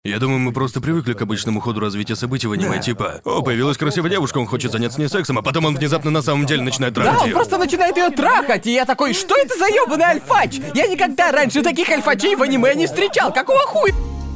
Я думаю, мы просто привыкли к обычному ходу развития событий в аниме, типа, о, появилась красивая девушка, он хочет заняться с ней сексом, а потом он внезапно на самом деле начинает Да, трахать он её. просто начинает ее трахать, и я такой, что это за ёбаный альфач? Я никогда раньше таких альфачей в аниме не встречал, какого хуя?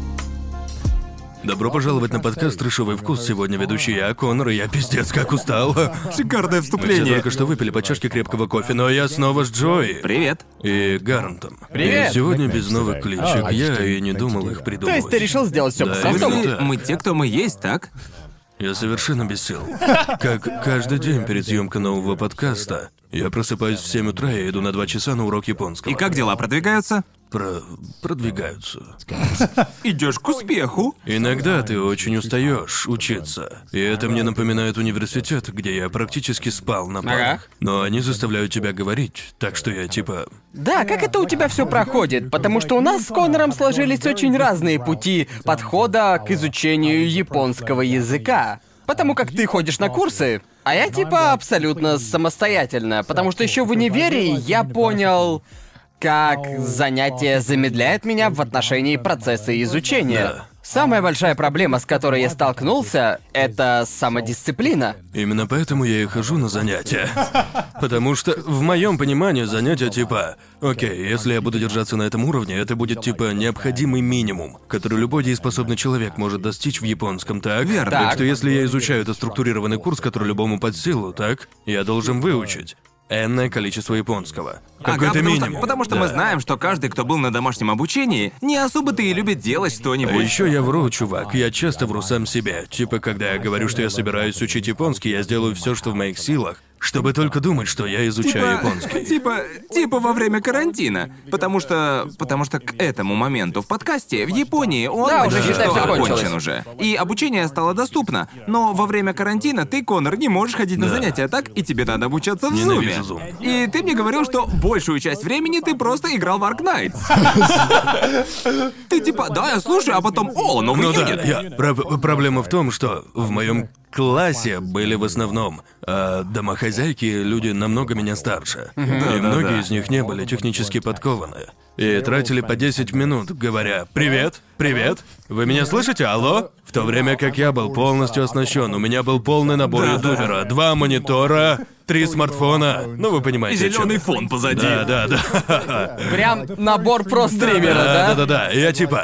Добро пожаловать на подкаст «Трэшовый вкус». Сегодня ведущий я, Конор, и я пиздец как устал. Шикарное Мы все вступление. только что выпили по чашке крепкого кофе, но я снова с Джои. Привет. И Гарнтом. Привет. И сегодня без новых кличек. Я и не думал их придумывать. То есть ты решил сделать все Да, по-простому? именно. Мы те, кто мы есть, так? Я совершенно без сил. Как каждый день перед съемкой нового подкаста, я просыпаюсь в 7 утра и иду на 2 часа на урок японского. И как дела продвигаются? Продвигаются. Идешь к успеху. Иногда ты очень устаешь учиться. И это мне напоминает университет, где я практически спал на парах. Ага. Но они заставляют тебя говорить, так что я типа... Да, как это у тебя все проходит? Потому что у нас с Конором сложились очень разные пути подхода к изучению японского языка. Потому как ты ходишь на курсы, а я типа абсолютно самостоятельно. Потому что еще в универе я понял, как занятие замедляет меня в отношении процесса изучения. Да. Самая большая проблема, с которой я столкнулся, это самодисциплина. Именно поэтому я и хожу на занятия. Потому что, в моем понимании, занятия типа... Окей, если я буду держаться на этом уровне, это будет типа необходимый минимум, который любой дееспособный человек может достичь в японском, так? Верно. Так Так. что если я изучаю этот структурированный курс, который любому под силу, так? Я должен выучить энное количество японского. Какой-то минимум. потому что Да. мы знаем, что каждый, кто был на домашнем обучении, не особо-то и любит делать А что-нибудь. еще я вру, чувак. Я часто вру сам себе. Типа, когда я говорю, что я собираюсь учить японский, я сделаю все, что в моих силах, чтобы только думать, что я изучаю японский. Типа во время карантина. Потому что к этому моменту в подкасте в Японии он Да, уже, почти считай, что всё окончен кончилось. уже. И обучение стало доступно. Но во время карантина ты, Конор, не можешь ходить на Да. занятия, так? И тебе надо обучаться в Ненавижу зуме. Zoom. И ты мне говорил, что большую часть времени ты просто играл в Arknights. Ты типа, да, я слушаю, а потом, о, новый Ну да, юнит. проблема в том, что в моем классе были в основном домохозяйки, люди намного меня старше. И многие из них не были технически подкованы. И тратили по 10 минут, говоря «Привет, привет, вы меня слышите? Алло?» В то время как я был полностью оснащен, у меня был полный набор ютубера, 2 монитора, 3 смартфона. Ну вы И понимаете, о чём зеленый я. фон позади. Да. Прям набор про стримера, да? Да. Я типа,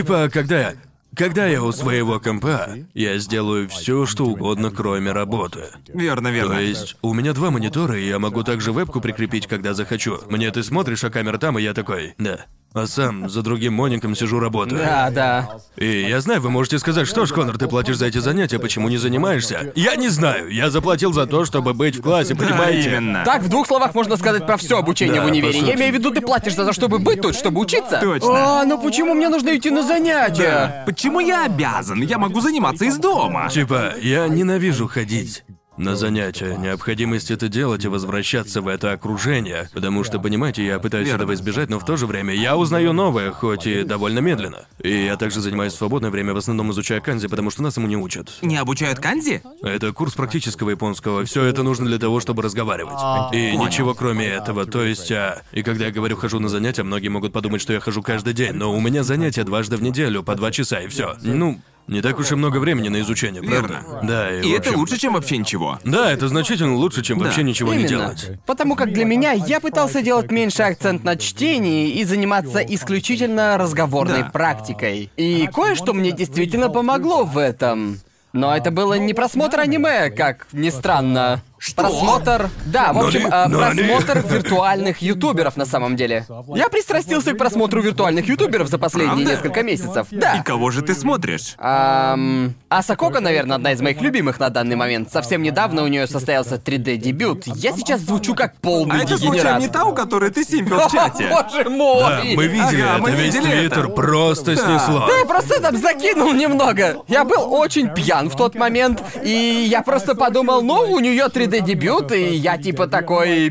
когда я у своего компа, я сделаю все, что угодно, кроме работы. Верно, верно. То есть, у меня 2 монитора, и я могу также вебку прикрепить, когда захочу. Мне ты смотришь, а камера там, и я такой, да. А сам за другим моником сижу, работаю. Да. И я знаю, вы можете сказать, что ж, Конор, ты платишь за эти занятия, почему не занимаешься? Я не знаю, я заплатил за то, чтобы быть в классе, Да, понимаете? именно. Так, в 2 словах можно сказать про все обучение Да, в универе. по сути. Я имею в виду, ты платишь за то, чтобы быть тут, чтобы учиться. Точно. Ну почему мне нужно идти на занятия? Почему я обязан? Я могу заниматься из дома. Типа, я ненавижу ходить на занятия. Необходимость это делать и возвращаться в это окружение. Потому что, понимаете, я пытаюсь Верно. этого избежать, но в то же время я узнаю новое, хоть и довольно медленно. И я также занимаюсь в свободное время, в основном изучая канзи, потому что нас ему не учат. Не обучают канзи? Это курс практического японского. Все это нужно для того, чтобы разговаривать. И Понял. ничего кроме этого. То есть, и когда я говорю хожу на занятия, многие могут подумать, что я хожу каждый день, но у меня занятия 2 раза в неделю, по 2 часа, и все. Ну, не так уж и много времени на изучение, правда? Верно. Да, И в это общем, лучше, чем вообще ничего. Да, это значительно лучше, чем вообще ничего не Именно. делать. Потому как для меня я пытался делать меньше акцент на чтении и заниматься исключительно разговорной Да. практикой. И кое-что мне действительно помогло в этом. Но это было не просмотр аниме, как ни странно. Просмотр... Да, в общем, просмотр виртуальных ютуберов на самом деле. Я пристрастился к просмотру виртуальных ютуберов за последние Правда? несколько месяцев. И Да. кого же ты смотришь? Асакока, наверное, одна из моих любимых на данный момент. Совсем недавно у нее состоялся 3D-дебют. Я сейчас звучу как полный А это случайно дегенерат. не та, у которой ты симпил в чате? Боже мой! Да, мы видели Ага, это, мы весь видели твиттер это. просто снесло. Я просто там закинул немного. Я был очень пьян в тот момент, и я просто подумал, ну, у нее 3D-дебют, и я типа такой...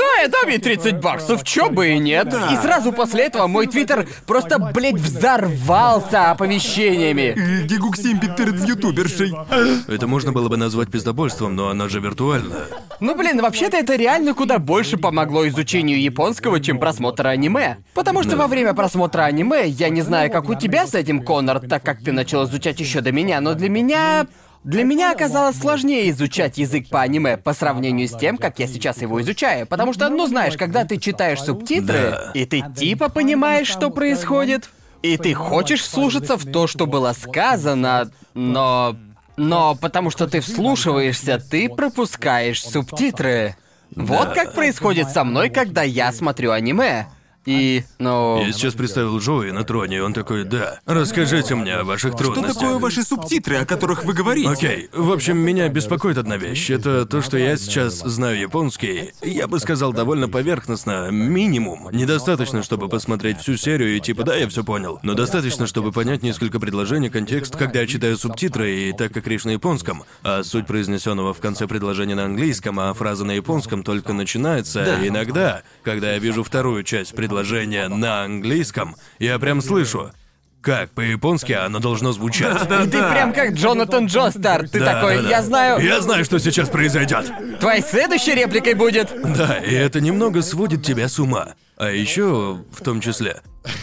Да, я дам ей $30, чё бы и нет. Да. И сразу после этого мой твиттер просто, блядь, взорвался оповещениями. Гигук Симпит перед ютубершей. Это можно было бы назвать пиздобольством, но она же виртуальная. Ну, блин, вообще-то это реально куда больше помогло изучению японского, чем просмотр аниме. Потому что во время просмотра аниме, я не знаю, как у тебя с этим, Конор, так как ты начал изучать еще до меня, но для меня оказалось сложнее изучать язык по аниме по сравнению с тем, как я сейчас его изучаю. Потому что, ну знаешь, когда ты читаешь субтитры, Да. и ты типа понимаешь, что происходит, и ты хочешь вслушаться в то, что было сказано, но потому что ты вслушиваешься, ты пропускаешь субтитры. Вот как происходит со мной, когда я смотрю аниме. И, ну... Я сейчас представил Джоуи на троне, и он такой: да, расскажите мне о ваших Что трудностях. такое ваши субтитры, о которых вы говорите? Окей, в общем, меня беспокоит одна вещь. Это то, что я сейчас знаю японский, я бы сказал, довольно поверхностно, минимум. Недостаточно, чтобы посмотреть всю серию и типа, да, я все понял. Но достаточно, чтобы понять несколько предложений, контекст, когда я читаю субтитры, и так как речь на японском, а суть произнесенного в конце предложения на английском, а фраза на японском только начинается, Да. иногда, когда я вижу вторую часть предложения на английском, я прям слышу, как по-японски оно должно звучать. И ты прям как Джонатан Джостар. Ты Да, такой, да, да. я знаю, Я знаю, что сейчас произойдет. твоей следующей репликой будет. Да, и это немного сводит тебя с ума. А еще, в том числе,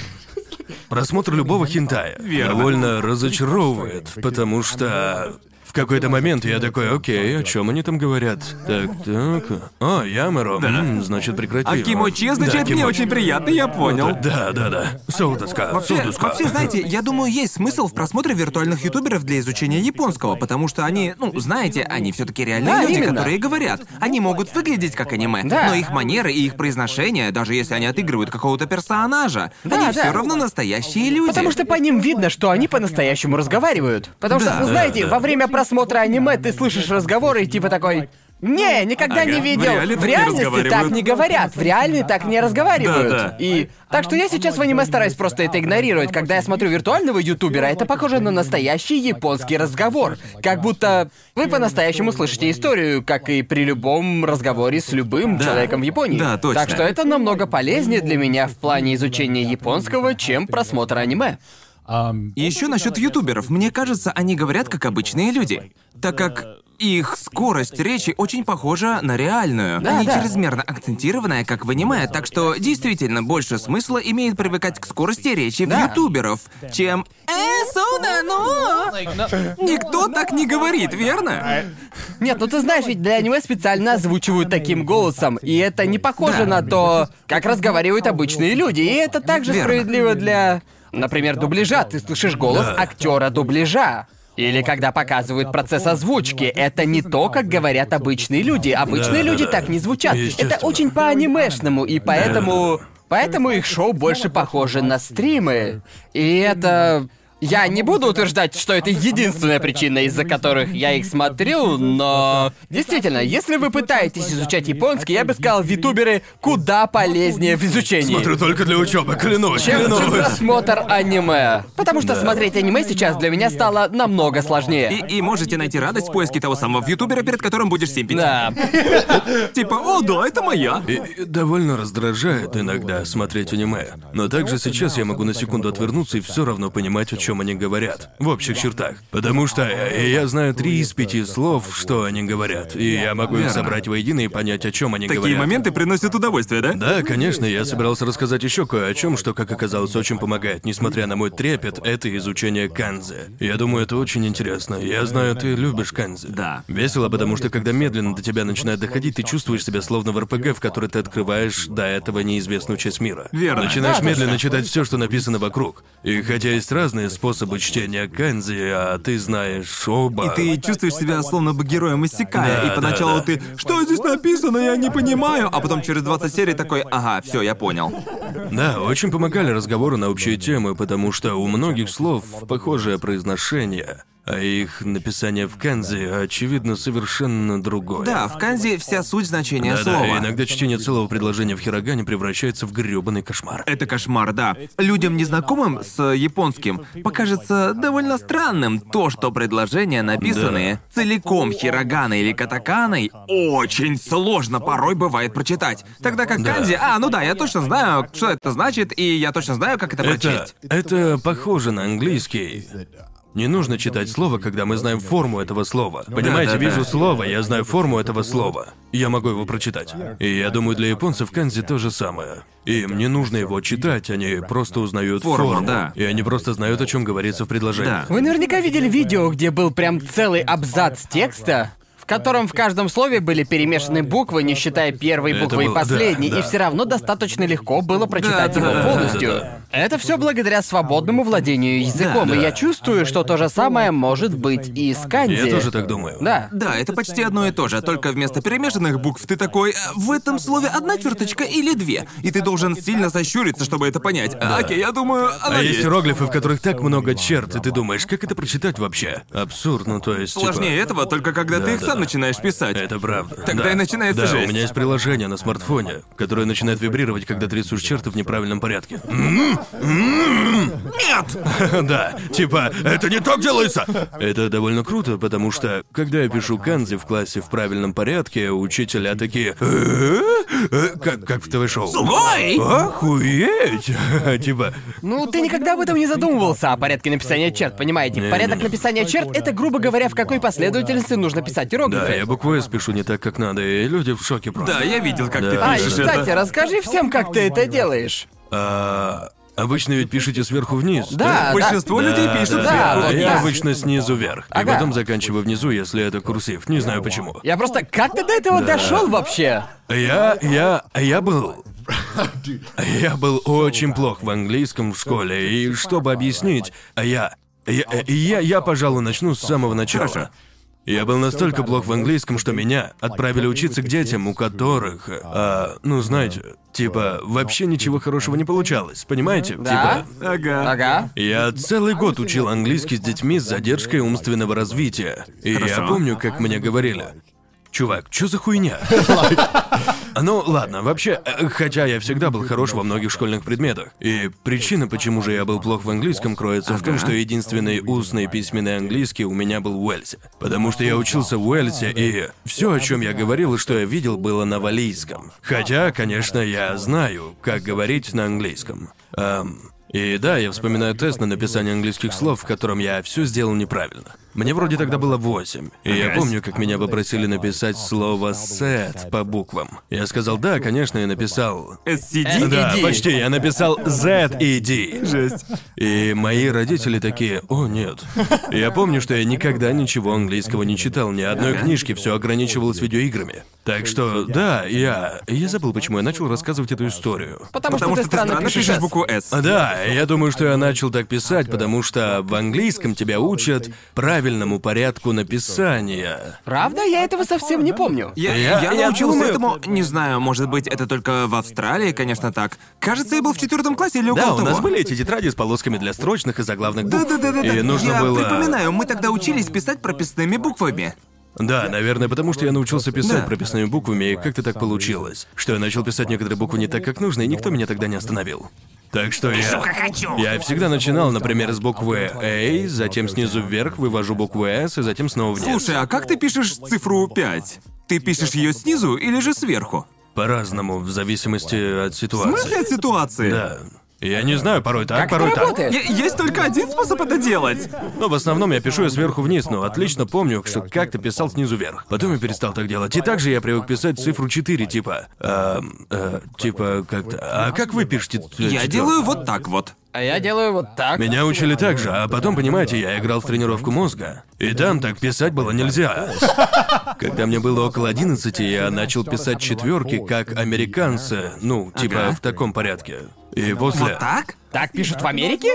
просмотр любого хентая довольно разочаровывает, потому что в какой-то момент я такой: окей, о чем они там говорят? Так. О, Ямеро, значит, прекрати. А кимочи Да, означает «мне кимочи. очень приятно», я понял. Да. Соудоска, Вообще, знаете, я думаю, есть смысл в просмотре виртуальных ютуберов для изучения японского, потому что они, ну, знаете, они все-таки реальные Да, люди, именно. которые говорят. Они могут выглядеть как аниме, Да. но их манеры и их произношение, даже если они отыгрывают какого-то персонажа, Да, они да. все равно настоящие люди. Потому что по ним видно, что они по-настоящему разговаривают. Потому что, Да, ну, знаете, да. во время просмотра аниме ты слышишь разговоры и типа такой: не, никогда Ага, не в видел. реале В так не реальности разговаривают». так не говорят, в реале так не разговаривают. Да, да. И так что я сейчас в аниме стараюсь просто это игнорировать. Когда я смотрю виртуального ютубера, это похоже на настоящий японский разговор. Как будто вы по-настоящему слышите историю, как и при любом разговоре с любым Да. человеком в Японии. Да, точно. Так что это намного полезнее для меня в плане изучения японского, чем просмотр аниме. И еще насчет ютуберов. Мне кажется, они говорят как обычные люди, так как их скорость речи очень похожа на реальную. Да, Они да. чрезмерно акцентированная, как в аниме, так что действительно больше смысла имеет привыкать к скорости речи в Да. ютуберов, чем Суда, ну. Никто так не говорит, верно? Нет, ну ты знаешь, ведь для аниме специально озвучивают таким голосом, и это не похоже Да. на то, как разговаривают обычные люди, и это также Верно. справедливо для, например, дубляжа. Ты слышишь голос Да. актера дубляжа. Или когда показывают процесс озвучки, это не то, как говорят обычные люди. Обычные Да, люди да. так не звучат. Естественно. Это очень по-анимешному, и поэтому... Поэтому их шоу больше похоже на стримы. И это... Я не буду утверждать, что это единственная причина, из-за которых я их смотрю, но... Действительно, если вы пытаетесь изучать японский, я бы сказал, витуберы куда полезнее в изучении. Смотрю только для учебы, клянусь, Чем клянусь. просмотр аниме. Потому что Да. смотреть аниме сейчас для меня стало намного сложнее. И можете найти радость в поиске того самого ютубера, перед которым будешь симпить. Да. Типа, о, да, это моя. И довольно раздражает иногда смотреть аниме. Но также сейчас я могу на секунду отвернуться и все равно понимать, о чем они говорят. В общих чертах. Потому что я знаю 3 из 5 слов, что они говорят. И я могу их Верно. собрать воедино и понять, о чем они Такие говорят. моменты приносят удовольствие, да? Да, конечно, я собирался рассказать еще кое о чем, что, как оказалось, очень помогает, несмотря на мой трепет, это изучение канзи. Я думаю, это очень интересно. Я знаю, ты любишь канзи. Да. Весело, потому что когда медленно до тебя начинает доходить, ты чувствуешь себя словно в РПГ, в который ты открываешь до этого неизвестную часть мира. Верно. Начинаешь Да, медленно точно. читать все, что написано вокруг. И хотя есть разные способы чтения канзи, а ты знаешь оба. И ты чувствуешь себя словно бы героем Иссякая, Да, и поначалу да. ты «Что здесь написано? Я не понимаю!» А потом через 20 серий такой «Ага, все, я понял». Да, очень помогали разговоры на общие темы, потому что у многих слов похожее произношение. А их написание в канзи, очевидно, совершенно другое. Да, в канзи вся суть значения слова. Да, иногда чтение целого предложения в хирогане превращается в грёбаный кошмар. Это кошмар, да. Людям, незнакомым с японским, покажется довольно странным то, что предложения, написанные целиком хироганой или катаканой, очень сложно порой бывает прочитать. Тогда как канзи, я точно знаю, что это значит, и я точно знаю, как это прочесть. Это похоже на английский. Не нужно читать слово, когда мы знаем форму этого слова. Понимаете, вижу слово, я знаю форму этого слова. Я могу его прочитать. И я думаю, для японцев канзи то же самое. Им не нужно его читать, они просто узнают форму. Да. И они просто знают, о чем говорится в предложении. Да. Вы наверняка видели видео, где был прям целый абзац текста, в котором в каждом слове были перемешаны буквы, не считая первой Это буквы и было- последней, да. и все равно достаточно легко было прочитать Да, его да, полностью. да. Это все благодаря свободному владению языком, Да, и да. я чувствую, что то же самое может быть и с канзи. Я тоже так думаю. Да. Да, это почти одно и то же, только вместо перемешанных букв ты такой, в этом слове одна черточка или две, и ты должен сильно сощуриться, чтобы это понять. Окей, я думаю, она А есть есть. иероглифы, в которых так много черт, и ты думаешь, как это прочитать вообще? Абсурдно, то есть, Сложнее этого, только когда ты их сам начинаешь писать. Это правда. Тогда Да. и начинается Да, жесть. у меня есть приложение на смартфоне, которое начинает вибрировать, когда ты рисуешь черты в неправильном порядке. Нет! Да, типа, это не так делается! Это довольно круто, потому что, когда я пишу канзи в классе в правильном порядке, учителя такие... Как в ТВ-шоу. Ой! Охуеть! Типа, Ну, ты никогда об этом не задумывался, о порядке написания черт, понимаете? Не-не-не. Порядок написания черт — это, грубо говоря, в какой последовательности нужно писать иероглифы. да, я букву «С» пишу не так, как надо, и люди в шоке просто. Да, я видел, как Да. ты А, и, пишешь кстати, это. расскажи всем, как ты это делаешь. Обычно ведь пишите сверху вниз. Да, Большинство Да, людей пишут да, сверху. вот я да. обычно снизу вверх. И Ага. потом заканчиваю внизу, если это курсив. Не знаю почему. Я просто... Как ты до этого дошел вообще? Я был очень плох в английском в школе, и чтобы объяснить, я, пожалуй, начну с самого начала. Хорошо. Я был настолько плох в английском, что меня отправили учиться к детям, у которых, вообще ничего хорошего не получалось, понимаете? Да? Ага. Ага. Я целый год учил английский с детьми с задержкой умственного развития. И я Хорошо. помню, как мне говорили: чувак, чё за хуйня? Ну, ладно, вообще, хотя я всегда был хорош во многих школьных предметах. И причина, почему же я был плох в английском, кроется в том, Ага. что единственный устный письменный английский у меня был в Уэльсе. Потому что я учился в Уэльсе, и все, о чем я говорил и что я видел, было на валлийском. Хотя, конечно, я знаю, как говорить на английском. И да, я вспоминаю тест на написание английских слов, в котором я все сделал неправильно. Мне вроде тогда было 8. И я помню, как меня попросили написать слово «set» по буквам. Я сказал «да», конечно, и написал... SCD? Да, D. почти, я написал Z и D. Жесть. И мои родители такие: «О, нет». Я помню, что я никогда ничего английского не читал, ни одной книжки, все ограничивалось видеоиграми. Так что, да, я забыл, почему я начал рассказывать эту историю. Потому Потому что что ты странно пишешь «С». букву «С». Да, я думаю, что я начал так писать, потому что в английском тебя учат правильному порядку написания. Правда? Я этого совсем не помню. Я Я научился думаю- этому, не знаю, может быть, это только в Австралии, конечно, так. Кажется, я был в 4 классе или около Да, того. у нас были эти тетради с полосками для строчных и заглавных букв. Да. И нужно я было... припоминаю, мы тогда учились писать прописными буквами. Да, наверное, потому что я научился писать Да. прописными буквами, и как-то так получилось, что я начал писать некоторые буквы не так, как нужно, и никто меня тогда не остановил. Так что я всегда начинал, например, с буквы A, затем снизу вверх вывожу букву S, и затем снова вниз. Слушай, а как ты пишешь цифру 5? Ты пишешь ее снизу или же сверху? По-разному, в зависимости от В ситуации. смысле от ситуации? Да. Я не знаю, порой так, Как порой это так. работает? Есть только один способ это делать. Но в основном я пишу ее сверху вниз, но отлично помню, что как-то писал снизу вверх. Потом я перестал так делать. И также я привык писать цифру 4, типа как-то. А как вы пишете? Я четвёрку? делаю вот так вот. А я делаю вот так. Меня учили так же, а потом, понимаете, я играл в тренировку мозга, и там так писать было нельзя. Когда мне было около 11, я начал писать четверки как американцы, Ага. в таком порядке. И после... Вот так? Так пишут в Америке?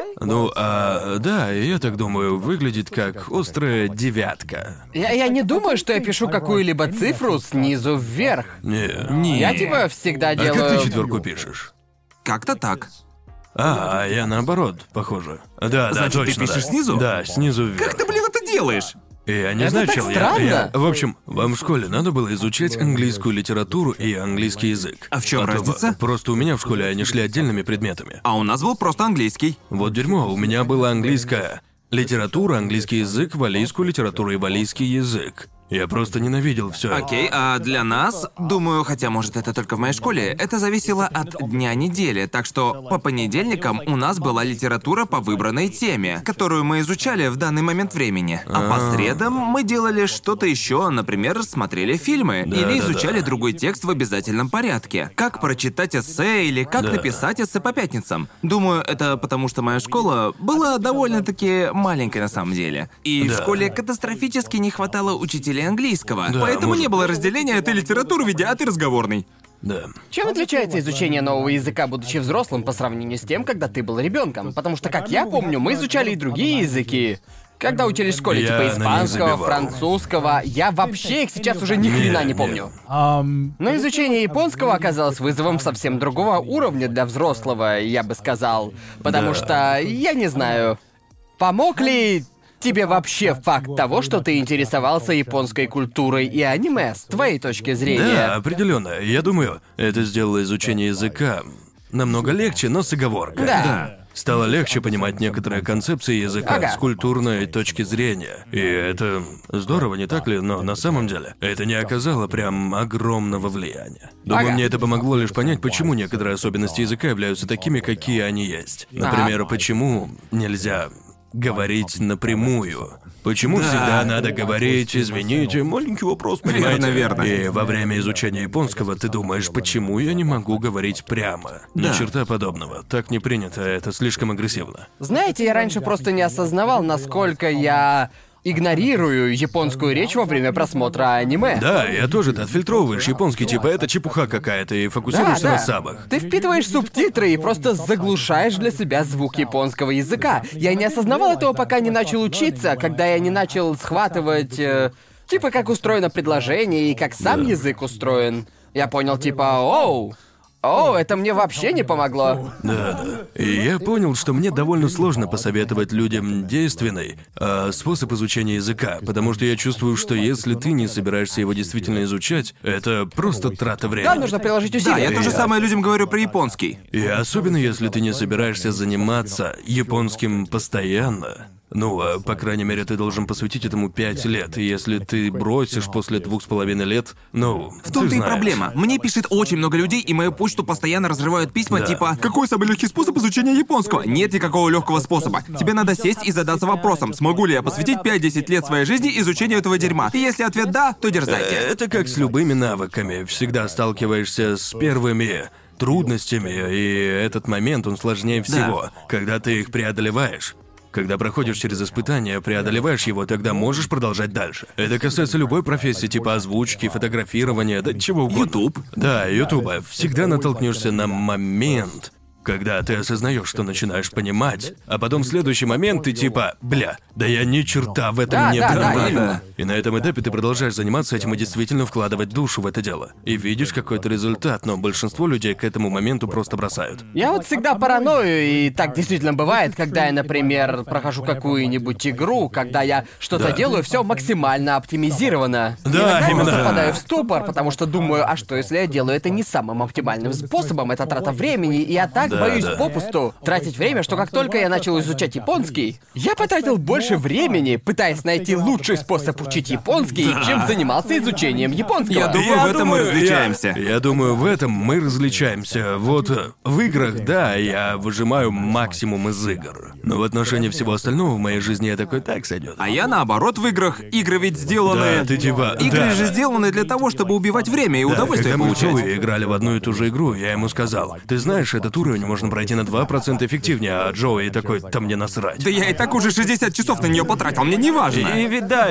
Да, и я так думаю, выглядит как острая девятка. Я не думаю, что я пишу какую-либо цифру снизу вверх. Не. Не. Я типа всегда А делаю... как ты четверку пишешь? Как-то так. А я наоборот, похоже. Да, Значит, ты точно, пишешь да. снизу? Да, снизу вверх. Как ты, блин, это делаешь? Я не Это знаю, так чел, странно. В общем, вам в школе надо было изучать английскую литературу и английский язык. А в чем разница? Просто у меня в школе они шли отдельными предметами. А у нас был просто английский. Вот дерьмо, у меня была английская литература, английский язык, валлийскую литературу и валлийский язык. Я просто ненавидел все. Окей, а для нас, думаю, хотя может это только в моей школе, это зависело от дня недели, так что по понедельникам у нас была литература по выбранной теме, которую мы изучали в данный момент времени. А по средам мы делали что-то еще, например, смотрели фильмы или изучали другой текст в обязательном порядке. Как прочитать эссе или как написать эссе по пятницам. Думаю, это потому что моя школа была довольно-таки маленькой на самом деле. И в школе катастрофически не хватало учителей английского, поэтому может не было разделения «ты литературу веди, а ты разговорный». Да. Чем отличается изучение нового языка, будучи взрослым, по сравнению с тем, когда ты был ребенком? Потому что, как я помню, мы изучали и другие языки. Когда учились в школе, Я типа на них испанского, забивал. французского, я вообще их сейчас уже ни хрена не помню. Но изучение японского оказалось вызовом совсем другого уровня для взрослого, я бы сказал. Потому Да. что, я не знаю, помог ли тебе вообще факт того, что ты интересовался японской культурой и аниме, с твоей точки зрения? Да, определенно. Я думаю, это сделало изучение языка намного легче, но с оговоркой. Да. Стало легче понимать некоторые концепции языка Ага. с культурной точки зрения. И это здорово, не так ли? Но на самом деле это не оказало прям огромного влияния. Думаю, Ага. мне это помогло лишь понять, почему некоторые особенности языка являются такими, какие они есть. Например, почему нельзя говорить напрямую. Почему всегда надо говорить, извините, маленький вопрос, понимаете? Верно. И во время изучения японского ты думаешь, почему я не могу говорить прямо? Ни черта подобного. Так не принято, это слишком агрессивно. Знаете, я раньше просто не осознавал, насколько я игнорирую японскую речь во время просмотра аниме. Да, я тоже, ты отфильтровываешь японский, типа это чепуха какая-то, и фокусируешься на сабах. Ты впитываешь субтитры и просто заглушаешь для себя звук японского языка. Я не осознавал этого, пока не начал учиться, когда я не начал схватывать, типа, как устроено предложение и как сам язык устроен. Я понял, типа, оу, это мне вообще не помогло. Да. И я понял, что мне довольно сложно посоветовать людям действенный способ изучения языка, потому что я чувствую, что если ты не собираешься его действительно изучать, это просто трата времени. Да, нужно приложить Да, усилия. я то же самое людям говорю про японский. И особенно если ты не собираешься заниматься японским постоянно. Ну, по крайней мере, ты должен посвятить этому 5 лет. И если ты бросишь после 2,5 лет, ну, В том-то ты и знаешь. проблема. Мне пишет очень много людей, и мою почту постоянно разрывают письма Да. типа «Какой самый легкий способ изучения японского?» Нет никакого легкого способа. Тебе надо сесть и задаться вопросом, смогу ли я посвятить 5-10 лет своей жизни изучению этого дерьма. И если ответ «да», то дерзайте. Это как с любыми навыками. Всегда сталкиваешься с первыми трудностями, и этот момент, он сложнее всего. Когда ты их преодолеваешь, когда проходишь через испытание, преодолеваешь его, тогда можешь продолжать дальше. Это касается любой профессии, типа озвучки, фотографирования, да чего угодно. Ютуб. Да, Ютуба. Всегда натолкнешься на момент, когда ты осознаешь, что начинаешь понимать, а потом в следующий момент ты типа, бля, да я ни черта в этом Да, не да, да, понимаю. именно. И на этом этапе ты продолжаешь заниматься этим и действительно вкладывать душу в это дело. И видишь какой-то результат, но большинство людей к этому моменту просто бросают. Я вот всегда параною, и так действительно бывает, когда я, например, прохожу какую-нибудь игру, когда я что-то Да. делаю, все максимально оптимизировано. Да, Иногда я именно. просто впадаю в ступор, потому что думаю, а что если я делаю это не самым оптимальным способом, это трата времени, и я так Да, боюсь да. попусту тратить время, что как только я начал изучать японский, я потратил больше времени, пытаясь найти лучший способ учить японский, чем занимался изучением японского. Я думаю, в этом мы различаемся. Я думаю, в этом мы различаемся. Вот в играх, да, я выжимаю максимум из игр. Но в отношении всего остального в моей жизни я такой, так сойдет. А я наоборот в играх. Игры ведь сделаны... Да, ты типа... Игры да. же сделаны для того, чтобы убивать время и Да, удовольствие когда мы с получать. Джоуи играли в одну и ту же игру, я ему сказал, ты знаешь, этот уровень можно пройти на 2% эффективнее, а Джоуи такой, там мне насрать. Да я и так уже 60 часов на нее потратил, мне не важно. И ведь да,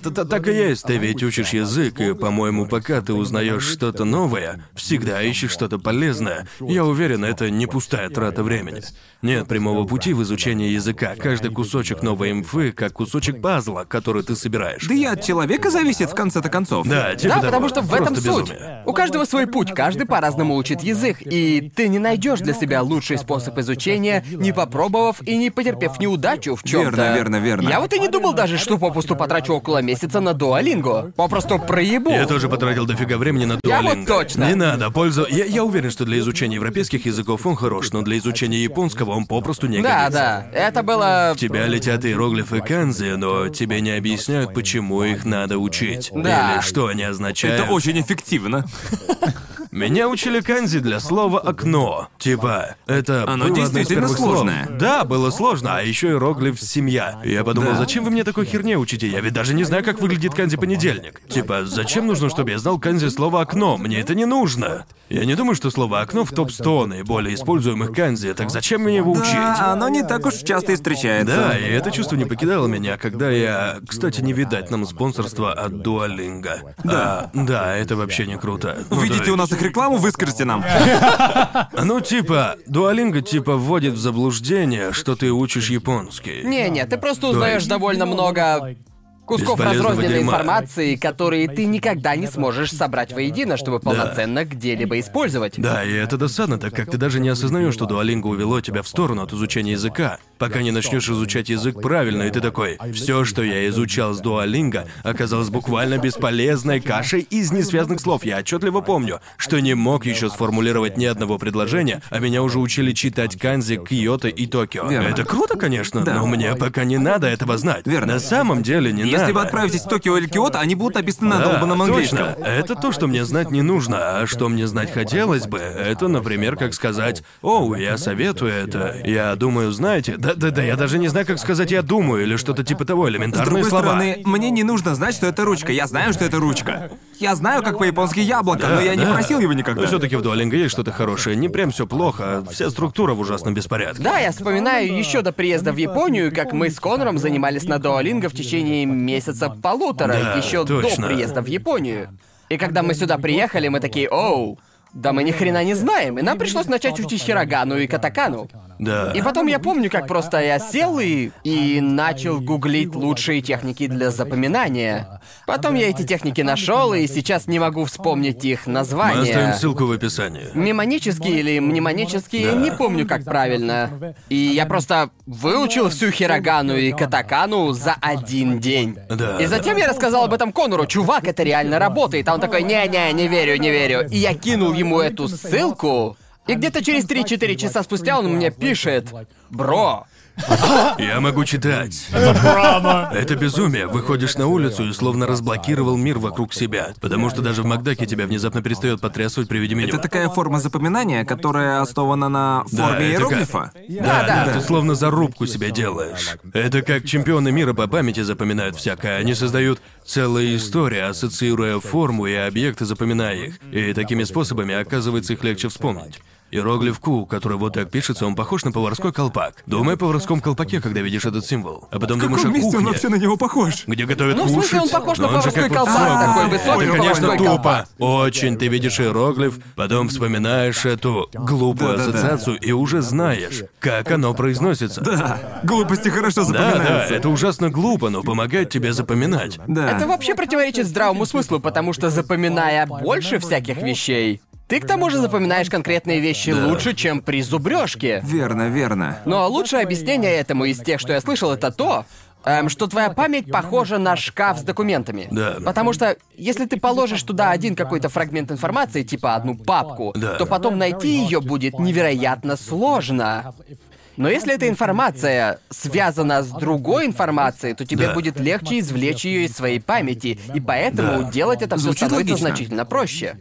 так и есть. Ты ведь учишь язык, и, по-моему, пока ты узнаешь что-то новое, всегда ищешь что-то полезное. Я уверен, это не пустая трата времени. Нет прямого пути в изучении языка. Каждый кусочек новой инфы, как кусочек пазла, который ты собираешь. Да и от человека зависит в конце-то концов. Да, типа Да, того. потому что в этом Просто суть. безумие. У каждого свой путь, каждый по-разному учит язык, и ты не найдешь для себя лучший способ изучения, не попробовав и не потерпев неудачу в чем-то. Верно. Я вот и не думал даже, что попусту потрачу около месяца на Duolingo. Попросту проебу. Я тоже потратил дофига времени на Я Duolingo. вот точно. Не надо, пользу. Я уверен, что для изучения европейских языков он хорош, но для изучения японского он попросту не годится. Да, это было... В тебя летят иероглифы канзи, но тебе не объясняют, почему их надо учить. Да. Или что они означают. Это очень эффективно. Меня учили канзи для слова «окно». Типа, это Оно было одно из действительно первых слов. сложное. Да, было сложно, а еще иероглиф «семья». И я подумал, Да. зачем вы мне такой херне учите? Я ведь даже не знаю, как выглядит канзи «понедельник». Типа, зачем нужно, чтобы я знал канзи слова «окно»? Мне это не нужно. Я не думаю, что слово «окно» в топ-100 наиболее используемых канзи, так зачем мне его учить? Да, оно не так уж часто и встречается. Да, и это чувство не покидало меня, когда я... Кстати, не видать нам спонсорства от Duolingo. Да, это вообще не круто. Ну, то Увидите есть- у нас их рекламу, выскажите нам. Ну, типа, Duolingo типа вводит в заблуждение, что ты учишь японский. Не, ты просто узнаешь есть- довольно много кусков Бесполезного разрозненной дерьма. информации, которые ты никогда не сможешь собрать воедино, чтобы полноценно где-либо использовать. Да, и это досадно, так как ты даже не осознаешь, что Duolingo увело тебя в сторону от изучения языка, пока не начнешь изучать язык правильно, и ты такой: все, что я изучал с Duolingo, оказалось буквально бесполезной кашей из несвязных слов. Я отчетливо помню, что не мог еще сформулировать ни одного предложения, а меня уже учили читать канзи Киото и Токио. Верно. Это круто, конечно, Да. но мне пока не надо этого знать. Верно. На самом деле не надо. Если вы отправитесь в Токио или Киото, они будут написаны на Да, долбанном английском. точно. Это то, что мне знать не нужно, а что мне знать хотелось бы, это, например, как сказать: «Оу, я советую это. Я думаю, знаете...» Да, я даже не знаю, как сказать «я думаю» или что-то типа того, С элементарные другой слова. стороны, мне не нужно знать, что это ручка. Я знаю, что это ручка. Я знаю, как по-японски яблоко, но я не просил его никогда. Но все-таки в Duolingo есть что-то хорошее. Не прям все плохо, а вся структура в ужасном беспорядке. Да, я вспоминаю еще до приезда в Японию, как мы с Конором занимались на Duolingo в течение месяца полутора, Да, еще точно. до приезда в Японию. И когда мы сюда приехали, мы такие: оу, да мы ни хрена не знаем, и нам пришлось начать учить хирогану и катакану. Да. И потом я помню, как просто я сел и начал гуглить лучшие техники для запоминания. Потом я эти техники нашел, и сейчас не могу вспомнить их Мы оставим названия. ссылку в описании. Мемонические или мнемонические, Да. не помню, как правильно. И я просто выучил всю хирогану и катакану за один день. Да, И затем я рассказал об этом Конору: чувак, это реально работает. А он такой: не верю. И я кинул ему эту ссылку, и где-то через 3-4 часа спустя он мне пишет: бро, Я могу читать. Это безумие. Выходишь на улицу и словно разблокировал мир вокруг себя. Потому что даже в Макдаке тебя внезапно перестает потрясывать при виде меню. Это такая форма запоминания, которая основана на Да, форме это иероглифа. Да, ты словно зарубку себе делаешь. Это как чемпионы мира по памяти запоминают всякое. Они создают целые истории, ассоциируя форму и объекты, запоминая их. И такими способами, оказывается, их легче вспомнить. Иероглиф Ку, который вот так пишется, он похож на поварской колпак. Думай о поварском колпаке, когда видишь этот символ. А потом В думаешь о каком месте он кухне, вообще на него похож? где готовят Ну, в кушать. смысле, он похож на но он же поварской как вот колпак, сок. такой высокий Это, конечно, поварской тупо. колпак. Очень. Ты видишь иероглиф, потом вспоминаешь эту глупую Да-да-да. ассоциацию и уже знаешь, как оно произносится. Да, глупости хорошо Да, запоминаются. это ужасно глупо, но помогает тебе запоминать. Да. это вообще противоречит здравому смыслу, потому что, запоминая больше всяких вещей, ты к тому же запоминаешь конкретные вещи Да. лучше, чем при зубрежке. Верно. Но лучшее объяснение этому из тех, что я слышал, это то, что твоя память похожа на шкаф с документами. Да. Потому что если ты положишь туда один какой-то фрагмент информации, типа одну папку, Да. то потом найти ее будет невероятно сложно. Но если эта информация связана с другой информацией, то тебе Да. будет легче извлечь ее из своей памяти, и поэтому Да. делать это все Звучит становится логично. значительно проще.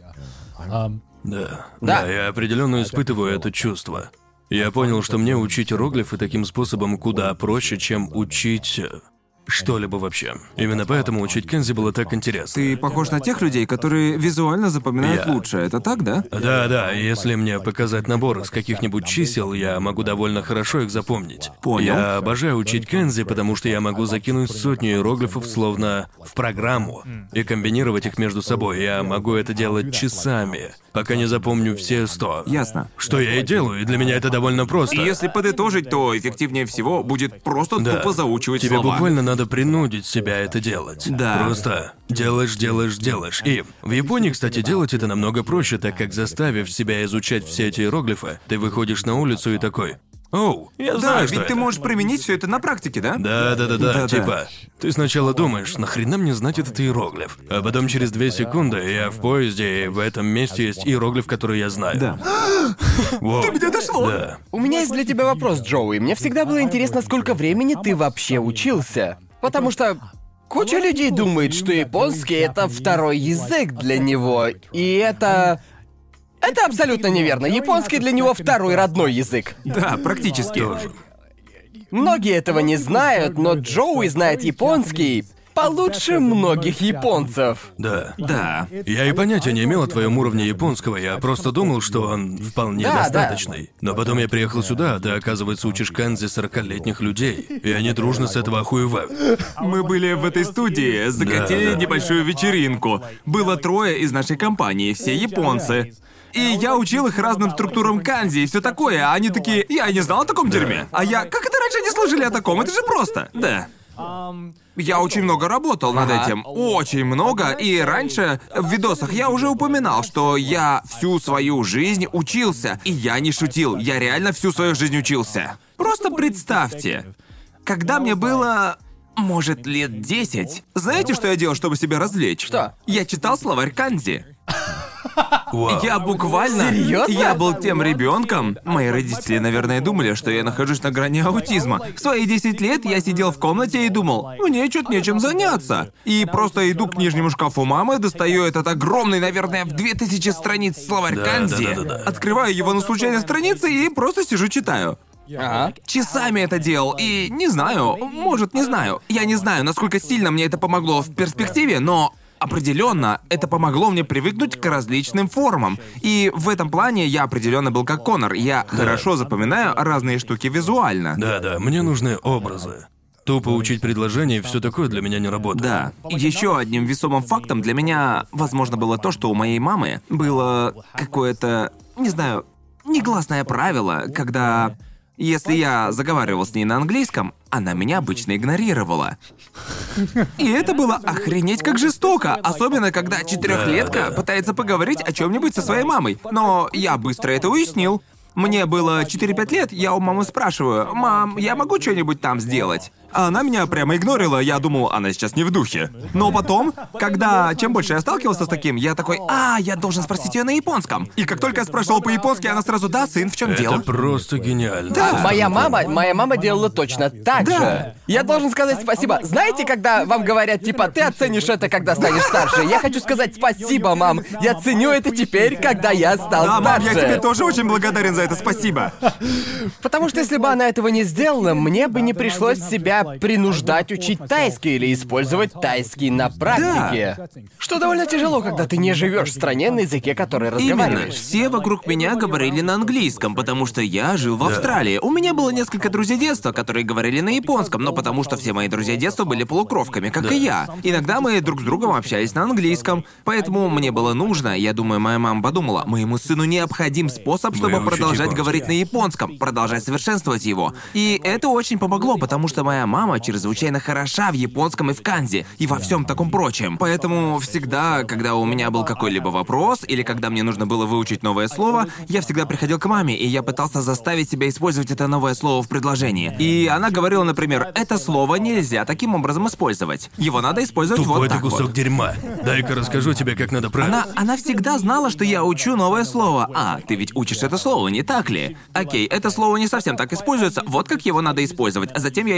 Да. Да. Да, я определенно испытываю это чувство. Я понял, что мне учить иероглифы таким способом куда проще, чем учить что-либо вообще. Именно поэтому учить канзи было так интересно. Ты похож на тех людей, которые визуально запоминают Я. лучше. Это так, да? Да, если мне показать набор из каких-нибудь чисел, я могу довольно хорошо их запомнить. Понял. Я обожаю учить канзи, потому что я могу закинуть сотню иероглифов словно в программу и комбинировать их между собой. Я могу это делать часами, пока не запомню все 100. Ясно. Что я и делаю, и для меня это довольно просто. И если подытожить, то эффективнее всего будет просто Да. тупо заучивать Тебе слова. буквально надо принудить себя это делать. Да. Просто делаешь. И в Японии, кстати, делать это намного проще, так как заставив себя изучать все эти иероглифы, ты выходишь на улицу и такой: «Оу, я Да, знаю, что ведь ты это». можешь применить все это на практике, да? Да, типа, ты сначала думаешь, нахрена мне знать этот иероглиф? А потом через 2 секунды я в поезде, и в этом месте есть иероглиф, который я знаю. Да. Воу. До меня дошло. Да. У меня есть для тебя вопрос, Джоуи. Мне всегда было интересно, сколько времени ты вообще учился. Потому что куча людей думает, что японский — это второй язык для него. И это абсолютно неверно. Японский для него второй родной язык. Да, практически. Тоже. Многие этого не знают, но Джоуи знает японский получше многих японцев. Да. Да. Я и понятия не имел о твоем уровне японского, я просто думал, что он вполне Да, достаточный. Но потом я приехал сюда, а ты, оказывается, учишь канзи 40-летних людей, и они дружно с этого охуевают. Мы были в этой студии, закатили Да. небольшую вечеринку. Было 3 из нашей компании, все японцы. И я учил их разным структурам канзи и все такое, а они такие: я не знал о таком дерьме. А я: как это раньше не слышали о таком? Это же просто. Да. Я очень много работал над этим. Очень много. И раньше в видосах я уже упоминал, что я всю свою жизнь учился. И я не шутил. Я реально всю свою жизнь учился. Просто представьте, когда мне было, может, лет 10, знаете, что я делал, чтобы себя развлечь? Что? Я читал словарь канзи. Вау. Я буквально... Серьёзно? Я был тем ребенком. Мои родители, наверное, думали, что я нахожусь на грани аутизма. В свои 10 лет я сидел в комнате и думал: мне что-то нечем заняться. И просто иду к нижнему шкафу мамы, достаю этот огромный, наверное, в 2000 страниц словарь канзи, да. открываю его на случайной странице и просто сижу читаю. Ага. Часами это делал, и не знаю, может, не знаю. Я не знаю, насколько сильно мне это помогло в перспективе, но определенно это помогло мне привыкнуть к различным формам. И в этом плане я определенно был как Конор. Я хорошо запоминаю разные штуки визуально. Да, мне нужны образы. Тупо учить предложения и все такое для меня не работает. Да. Еще одним весомым фактом для меня, возможно, было то, что у моей мамы было какое-то, не знаю, негласное правило, когда... Если я заговаривал с ней на английском, она меня обычно игнорировала. И это было охренеть как жестоко, особенно когда 4-летка Да. пытается поговорить о чем-нибудь со своей мамой. Но я быстро это уяснил. Мне было 4-5 лет, я у мамы спрашиваю: «Мам, я могу что-нибудь там сделать?» А она меня прямо игнорила, я думал, она сейчас не в духе. Но потом, чем больше я сталкивался с таким, я такой: я должен спросить ее на японском. И как только я спрашивал по-японски, она сразу: «Да, сын, в чем Это дело?» просто гениально. Да, моя мама делала точно так же. Я должен сказать спасибо. Знаете, когда вам говорят, типа, ты оценишь это, когда станешь старше? Я хочу сказать спасибо, мам. Я ценю это теперь, когда я стал Да, мам, старше. я тебе тоже очень благодарен за это, спасибо. Потому что если бы она этого не сделала, мне бы не пришлось себя принуждать учить тайский или использовать тайский на практике. Что довольно тяжело, когда ты не живешь в стране, на языке, который Именно. разговариваешь. Все вокруг меня говорили на английском, потому что я жил в Австралии. У меня было несколько друзей детства, которые говорили на японском, но потому что все мои друзья детства были полукровками, как и я. Иногда мы друг с другом общались на английском, поэтому мне было нужно, я думаю, моя мама подумала, моему сыну необходим способ, чтобы Выучить продолжать японский. говорить на японском, продолжать совершенствовать его. И это очень помогло, потому что моя мама чрезвычайно хороша в японском и в канзи, и во всем таком прочем. Поэтому всегда, когда у меня был какой-либо вопрос, или когда мне нужно было выучить новое слово, я всегда приходил к маме, и я пытался заставить себя использовать это новое слово в предложении. И она говорила, например: это слово нельзя таким образом использовать. Его надо использовать Тупой вот ты так кусок вот. дерьма. Дай-ка расскажу тебе, как надо правильно. Она всегда знала, что я учу новое слово. Ты ведь учишь это слово, не так ли? Окей, это слово не совсем так используется, вот как его надо использовать, а затем я его снова использую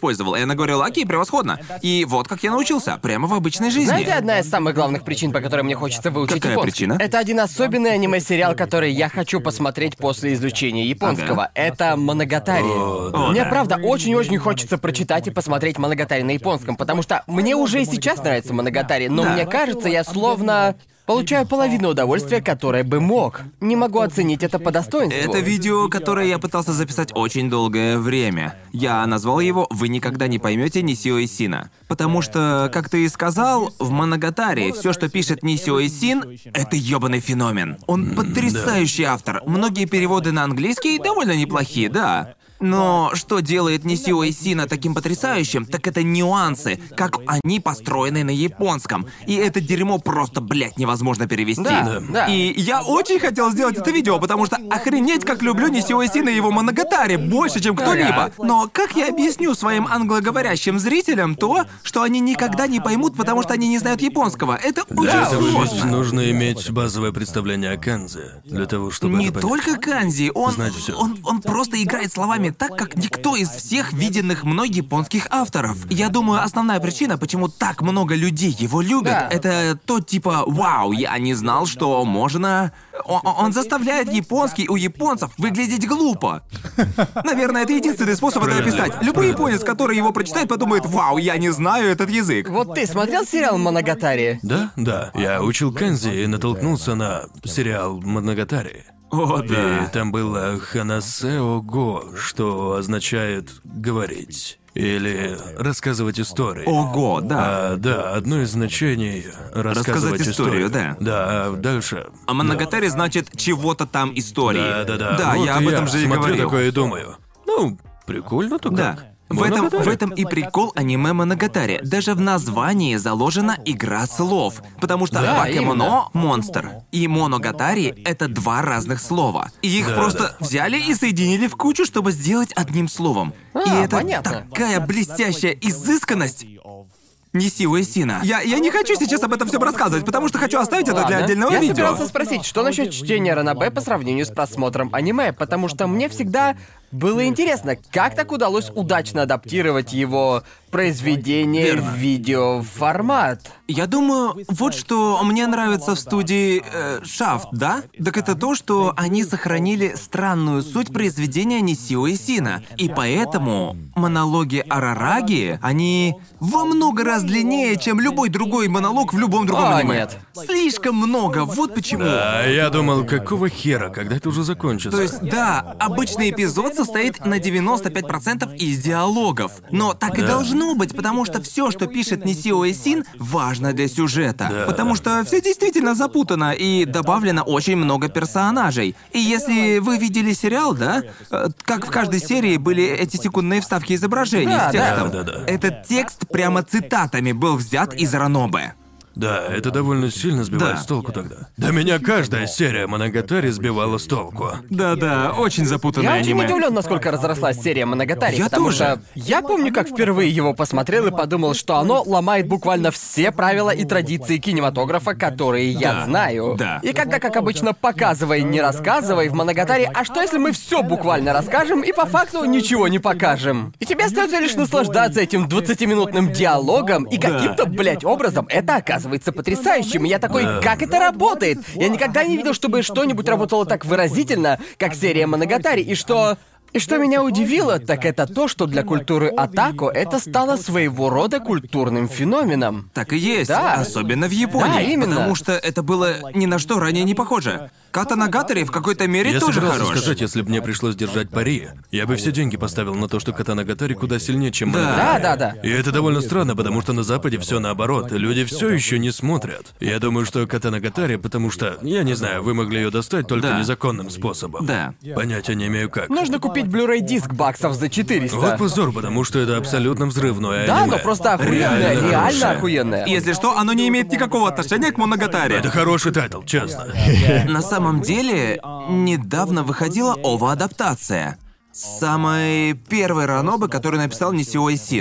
использовал. И она говорила: окей, превосходно. И вот как я научился, прямо в обычной жизни. Знаете, одна из самых главных причин, по которой мне хочется выучить Какая японский? причина? Это один особенный аниме-сериал, который я хочу посмотреть после изучения японского. Это Моногатари. Мне, да. правда, очень-очень хочется прочитать и посмотреть Моногатари на японском, потому что мне уже и сейчас нравится Моногатари, но Да. мне кажется, я словно получаю половину удовольствия, которое бы мог. Не могу оценить это по достоинству. Это видео, которое я пытался записать очень долгое время. Я назвал его «Вы никогда не поймете Нисио Исина». Потому что, как ты и сказал, в Моногатари все, что пишет Нисио Исин, это ёбаный феномен. Он потрясающий автор. Многие переводы на английский довольно неплохие, да. Но что делает Нисио Исина таким потрясающим, так это нюансы, как они построены на японском. И это дерьмо просто, блядь, невозможно перевести. Да. И я очень хотел сделать это видео, потому что охренеть, как люблю Нисио Исина и его Моногатари больше, чем кто-либо. Но как я объясню своим англоговорящим зрителям то, что они никогда не поймут, потому что они не знают японского? Это Для очень этого сложно. ведь нужно иметь базовое представление о канзе, для того, чтобы Не это понять. только канзи, он, Знать всё. он просто играет словами так, как никто из всех виденных мной японских авторов. Я думаю, основная причина, почему так много людей его любят, Да. это то типа «Вау, я не знал, что можно...» Он заставляет японский у японцев выглядеть глупо. Наверное, это единственный способ это Справедливо. описать. Любой японец, который его прочитает, подумает «Вау, я не знаю этот язык». Вот ты смотрел сериал Моногатари? Да. Я учил канзи и натолкнулся на сериал Моногатари. О, И там было «ханасео го», что означает «говорить» или «рассказывать истории». Ого, да. Да, одно из значений — рассказывать историю, да. Да, а дальше... А Моногатари значит «чего-то там истории». Да. Да, Вот я об этом же и смотрю говорил. такое и думаю. Ну, прикольно-то как. Да. В Моногатари. этом и прикол аниме Моногатари. Даже в названии заложена игра слов. Потому что Да, Бакемоно — монстр. И Моногатари — это два разных слова. И их Да, просто взяли и соединили в кучу, чтобы сделать одним словом. И это понятно. такая блестящая изысканность. Нисио Исина. Я не хочу сейчас об этом всем рассказывать, потому что хочу оставить это для Ладно. отдельного Я видео. собирался спросить, что насчет чтения ранобэ по сравнению с просмотром аниме, потому что мне всегда было интересно, как так удалось удачно адаптировать его произведение в видеоформат. Я думаю, вот что мне нравится в студии Shaft, да? Так это то, что они сохранили странную суть произведения Нисио Исина. И поэтому монологи Арараги, они во много раз длиннее, чем любой другой монолог в любом другом О, аниме. нет. Слишком много, вот почему. А я думал, какого хера, когда это уже закончится? То есть, да, обычный эпизод состоит на 95% из диалогов. Но так и должно быть, потому что все, что пишет Нисио Исин, важно для сюжета. Да. Потому что все действительно запутано и добавлено очень много персонажей. И если вы видели сериал, да, как в каждой серии были эти секундные вставки изображений Да, с текстом. да. Этот текст прямо цитатами был взят из Ранобэ. Да, это довольно сильно сбивает Да. с толку тогда. Да меня каждая серия Моногатари сбивала с толку. Да-да, очень запутанное Я очень удивлен, насколько разрослась серия Моногатари, Я потому тоже. что я помню, как впервые его посмотрел и подумал, что оно ломает буквально все правила и традиции кинематографа, которые я знаю. да. И когда, как обычно, показывай, не рассказывай в Моногатари, а что если мы все буквально расскажем и по факту ничего не покажем? И тебе остается лишь наслаждаться этим 20-минутным диалогом, и каким-то, блядь, образом это оказывается потрясающим. И я такой, как это работает? Я никогда не видел, чтобы что-нибудь работало так выразительно, как серия Моногатари, и что меня удивило, так это то, что для культуры Атако это стало своего рода культурным феноменом. Так и есть, Да. особенно в Японии. Да, именно. Потому что это было ни на что ранее не похоже. Катанагатари в какой-то мере Я тоже собирался хорош. сказать, если бы мне пришлось держать пари, я бы все деньги поставил на то, что Катанагатари куда сильнее, чем Да. Моногатари. Да. И это довольно странно, потому что на Западе все наоборот, и люди все еще не смотрят. Я думаю, что Катанагатари, потому что, я не знаю, вы могли ее достать только Да. незаконным способом. Да. Понятия не имею как. Нужно купить Blu-ray диск баксов за 400. Вот позор, потому что это абсолютно взрывное Да, аниме. но просто охуенное, Реально реально хорошее. охуенное. Если что, оно не имеет никакого отношения к Моногатари. Это хороший тайтл, честно. На самом деле, недавно выходила ова-адаптация. Самой первой ранобы, которую написал Нисио Исин.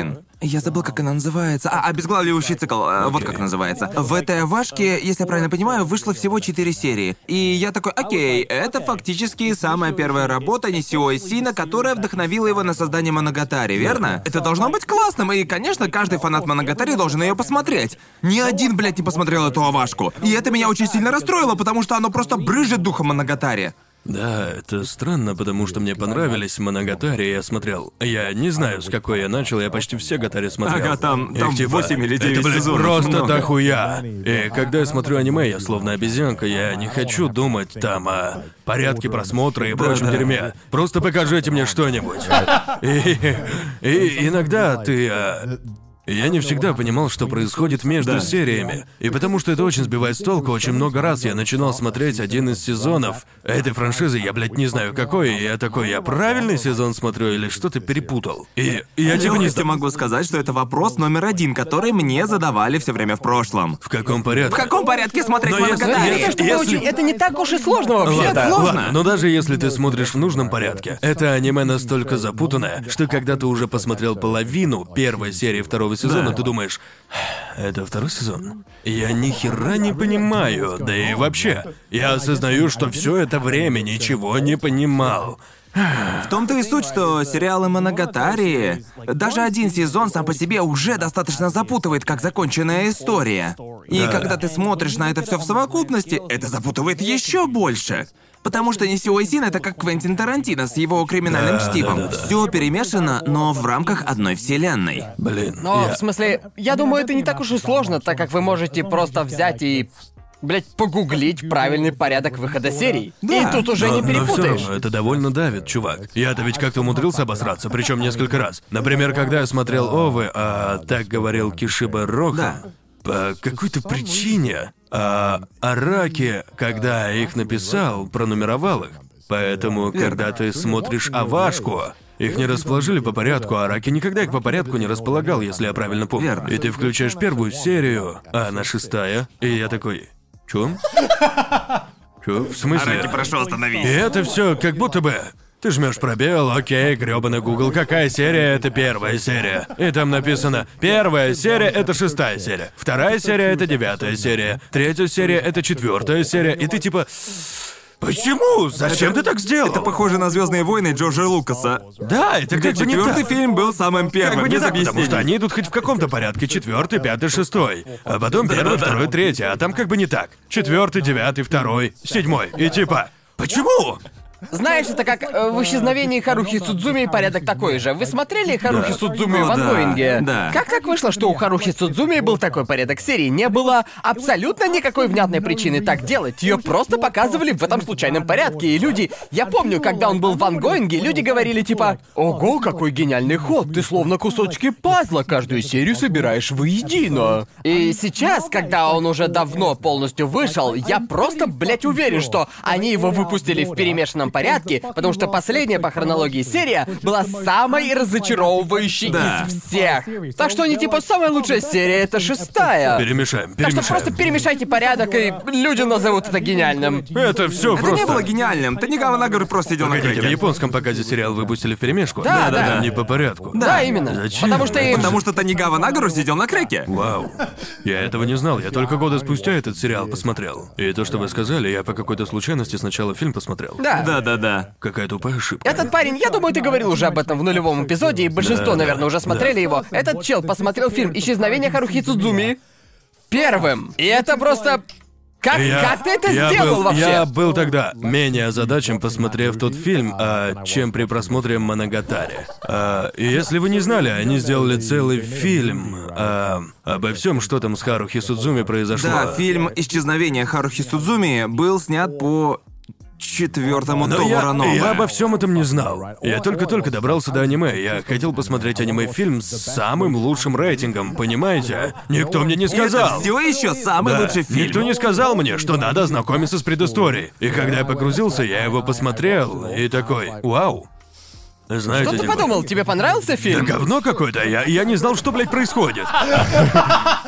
Я забыл, как она называется. Обезглавливающий цикл. Вот как называется. В этой Авашке, если я правильно понимаю, вышло всего 4 серии. И я такой, окей, это фактически самая первая работа Нисио Эйсина, которая вдохновила его на создание Моногатари, верно? Это должно быть классным, и, конечно, каждый фанат Моногатари должен ее посмотреть. Ни один, блядь, не посмотрел эту Авашку. И это меня очень сильно расстроило, потому что оно просто брызжет духом Моногатари. Да, это странно, потому что мне понравились Моногатари, я смотрел. Я не знаю, с какой я начал, я почти все Гатари смотрел. Ага, там Их 8 или 9 это, блядь, сезонов, просто много. дохуя. И когда я смотрю аниме, я словно обезьянка, я не хочу думать там о порядке просмотра и прочем дерьме. Просто покажите мне что-нибудь. И иногда ты... Я не всегда понимал, что происходит между сериями. И потому что это очень сбивает с толку, очень много раз я начинал смотреть один из сезонов этой франшизы, я, блядь, не знаю какой, и я такой, я правильный сезон смотрю или что-то перепутал? И я типа не Я могу сказать, что это вопрос номер 1, который мне задавали все время в прошлом. В каком порядке? В каком порядке смотреть Но если- Моногатари? если- Это, очень- это не так уж и сложно вообще-то. Ладно, сложно. Ладно, но даже если ты смотришь в нужном порядке, это аниме настолько запутанное, что когда ты уже посмотрел половину первой серии второго сезона, ты думаешь, это второй сезон? Я ни хера не понимаю, да и вообще, я осознаю, что все это время ничего не понимал. В том-то и суть, что сериалы Моногатари, даже один сезон сам по себе уже достаточно запутывает, как законченная история. И Да. когда ты смотришь на это все в совокупности, это запутывает еще больше. Потому что Нисио Эйсин — это как Квентин Тарантино с его криминальным чтивом. Все перемешано, но в рамках одной вселенной. Блин, Но, я... в смысле, я думаю, это не так уж и сложно, так как вы можете просто взять и, блять, погуглить правильный порядок выхода серий. Да. И тут уже не Но перепутаешь. всё равно это довольно давит, чувак. Я-то ведь как-то умудрился обосраться, причем несколько раз. Например, когда я смотрел Овы, так говорил Кишиба Рохан, Да. по какой-то причине Араки, когда их написал, пронумеровал их. Поэтому, когда ты смотришь Авашку, их не расположили по порядку, а Араки никогда их по порядку не располагал, если я правильно помню. Верно. И ты включаешь первую серию, а она 6-я, и я такой, чё? Чё? В смысле? Араки, прошу, остановись. И это все как будто бы... Ты жмешь пробел, окей, грёбаный Google, какая серия? Это первая серия. И там написано, первая серия — это 6-я серия, вторая серия — это 9-я серия, третья серия — это 4-я серия, и ты типа... Почему? Зачем ты так сделал? Это похоже на «Звездные войны» Джорджа Лукаса. Да, это Где как бы не четвертый так. фильм был самым первым, Как бы не без так, потому объяснений. что они идут хоть в каком-то порядке. 4-й, 5-й, 6-й. А потом 1-й, 2-й, 3-й. А там как бы не так. 4-й, 9-й, 2-й, 7-й. И типа, почему? Знаешь, это как в «Исчезновении Харухи Судзуми» порядок такой же. Вы смотрели Харухи Да. Судзуми Ну в да, ангоинге? да. Как так вышло, что у Харухи Судзуми был такой порядок серии? Не было абсолютно никакой внятной причины так делать. Ее просто показывали в этом случайном порядке. И люди... Я помню, когда он был в ангоинге, люди говорили типа: «Ого, какой гениальный ход! Ты словно кусочки пазла каждую серию собираешь воедино». И сейчас, когда он уже давно полностью вышел, я просто, блять, уверен, что они его выпустили в перемешанном порядке, потому что последняя по хронологии серия была самой разочаровывающей Да. из всех. Так что они типа самая лучшая серия — это 6-я. Перемешаем, Так что перемешаем. просто перемешайте порядок, и люди назовут это гениальным. Это все Это просто... не было гениальным. Танигава Нагору просто сидел на Погодите, в крыке. японском показе сериал выпустили вперемешку? Да, да. Там не по порядку. Да, именно. Зачем? Потому что им... Потому что Танигава Нагору сидел на креке. Вау. Я этого не знал, я только года спустя этот сериал посмотрел. И то, что вы сказали, я по какой-то случайности сначала фильм посмотрел. Да. Да-да-да. Какая тупая ошибка. Этот парень, я думаю, ты говорил уже об этом в нулевом эпизоде, и большинство, Да, наверное, уже смотрели его. Этот чел посмотрел фильм «Исчезновение Харухи Судзуми» первым. И это просто... Как ты это сделал вообще? Я был тогда менее озадачен, посмотрев тот фильм, чем при просмотре Моногатари. И если вы не знали, они сделали целый фильм обо всем, что там с Харухи Судзуми произошло. Да, фильм «Исчезновение Харухи Судзуми» был снят по 4-му Но тому я Ранова. обо всем этом не знал. Я только-только добрался до аниме. Я хотел посмотреть аниме-фильм с самым лучшим рейтингом, понимаете? Никто мне не сказал. Все еще самый Да, лучший фильм. никто не сказал мне, что надо ознакомиться с предысторией. И когда я погрузился, я его посмотрел и такой, вау. Знаете, Что ты типа, подумал, тебе понравился Да фильм? говно какое-то, я не знал, что, блядь, происходит.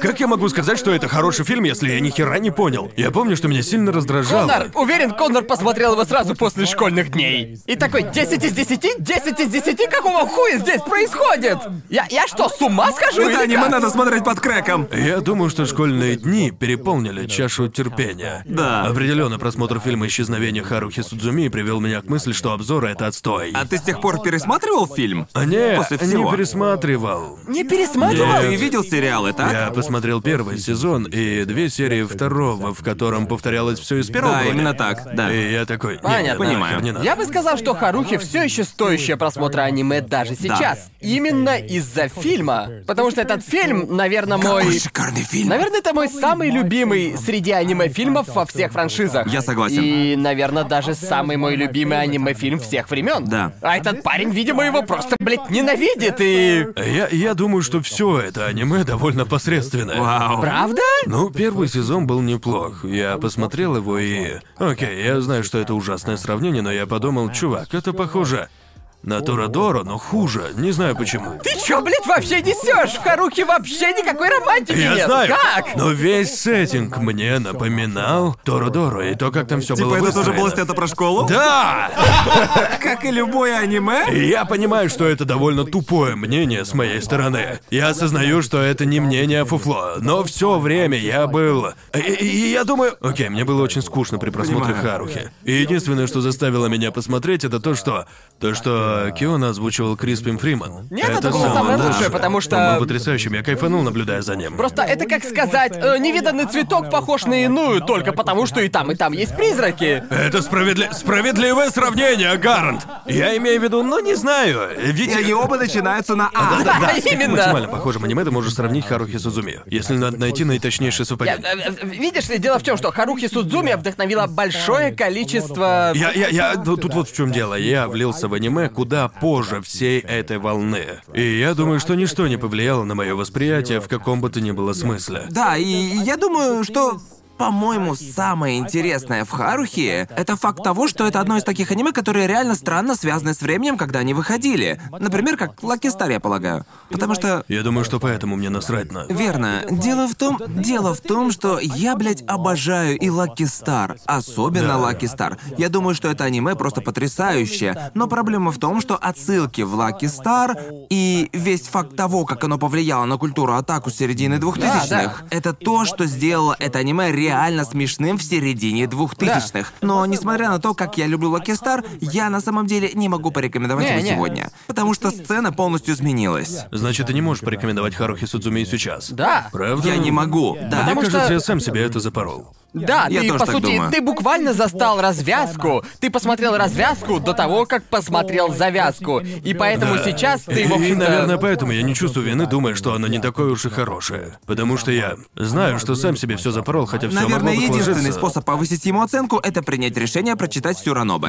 Как я могу сказать, что это хороший фильм, если я ни хера не понял? Я помню, что меня сильно раздражало. Конор, уверен, Конор посмотрел его сразу после школьных дней. И такой, 10 из 10? 10 из 10? Какого хуя здесь происходит? Я что, с ума схожу Это или аниме как? надо смотреть под крэком. Я думаю, что школьные дни переполнили чашу терпения. Да. Определенно, просмотр фильма «Исчезновение Харухи Судзуми» привел меня к мысли, что обзоры — это отстой. А ты с тех пор пересматривал фильм? Не, После не всего. пересматривал. Не пересматривал? Ты видел сериалы, так? Я посмотрел первый сезон и 2 серии второго, в котором повторялось все из первого. Да, вроде. именно так, да. И я такой, Понятно. Понимаю. Не надо. Я бы сказал, что Харухи все еще стоящее просмотра аниме даже сейчас. Именно из-за фильма. Потому что этот фильм, наверное, Какой мой... шикарный фильм. Наверное, это мой самый любимый среди аниме-фильмов во всех франшизах. Я согласен. И, наверное, даже самый мой любимый аниме-фильм всех времен. Да. А этот парень, видимо, его просто, блядь, ненавидит и... Я думаю, что все это аниме довольно посредственное. Вау. Правда? Ну, первый сезон был неплох. Я посмотрел его и... Окей, я знаю, что это ужасное сравнение, но я подумал, чувак, это похоже на Торадоро, но хуже. Не знаю почему. Ты чё, блядь, вообще несешь? В Харухи вообще никакой романтики Я нет. знаю. Как? Но весь сеттинг мне напоминал Торадоро и то, как там все было Типа это тоже выстроено. было снято про школу? Да! Как и любое аниме? И я понимаю, что это довольно тупое мнение с моей стороны. Я осознаю, что это не мнение, а фуфло. Но все время я был... И я думаю... Окей, мне было очень скучно при просмотре Понимаю. Харухи. И единственное, что заставило меня посмотреть, это то, что Киона озвучивал Криспин Фриман. Нет, это было самое самое лучшее, лучшее. потому что- Он был потрясающим, я кайфанул, наблюдая за ним. Просто это как сказать, невиданный цветок похож на иную, только потому что и там есть призраки. Это справедливое сравнение, Гарант. Я имею в виду, ну не знаю, ведь... И они оба начинаются на А. Да, С каким именно. максимально похожим аниме ты можешь сравнить Харухи Судзуми, если надо найти наиточнейшее совпадение. Видишь ли, дело в чем, что Харухи Судзуми вдохновила большое количество... Тут вот в чем дело. Я влился в аниме куда позже всей этой волны. И я думаю, что ничто не повлияло на мое восприятие в каком бы то ни было смысле. Да, и я думаю, что... По-моему, самое интересное в Харухи — это факт того, что это одно из таких аниме, которые реально странно связаны с временем, когда они выходили. Например, как Lucky Star, я полагаю. Потому что... Я думаю, что поэтому мне насрать на... Верно. Дело в том, что я, блядь, обожаю и Lucky Star. Особенно Да. Lucky Star. Я думаю, что это аниме просто потрясающее. Но проблема в том, что отсылки в Lucky Star и весь факт того, как оно повлияло на культуру атаку середины 2000-х, Да. это то, что сделало это аниме реально смешным в середине 2000-х. Но несмотря на то, как я люблю Lucky Star, я на самом деле не могу порекомендовать его Не. сегодня. Потому что сцена полностью изменилась. Значит, ты не можешь порекомендовать Харухи Судзуми и сейчас. Да. Правда? Я не могу. Да. Мне Потому кажется, что- я сам себе это запорол. Да, Я ты, тоже по так сути, думаю. ты буквально застал развязку. Ты посмотрел развязку до того, как посмотрел завязку. И поэтому Да. сейчас ты, в И, общем-то... наверное, поэтому я не чувствую вины, думая, что оно не такое уж и хорошее. Потому что я знаю, что сам себе все запорол, хотя все могло Наверное, бы единственный сложиться. способ повысить ему оценку — это принять решение прочитать всю Ранобе.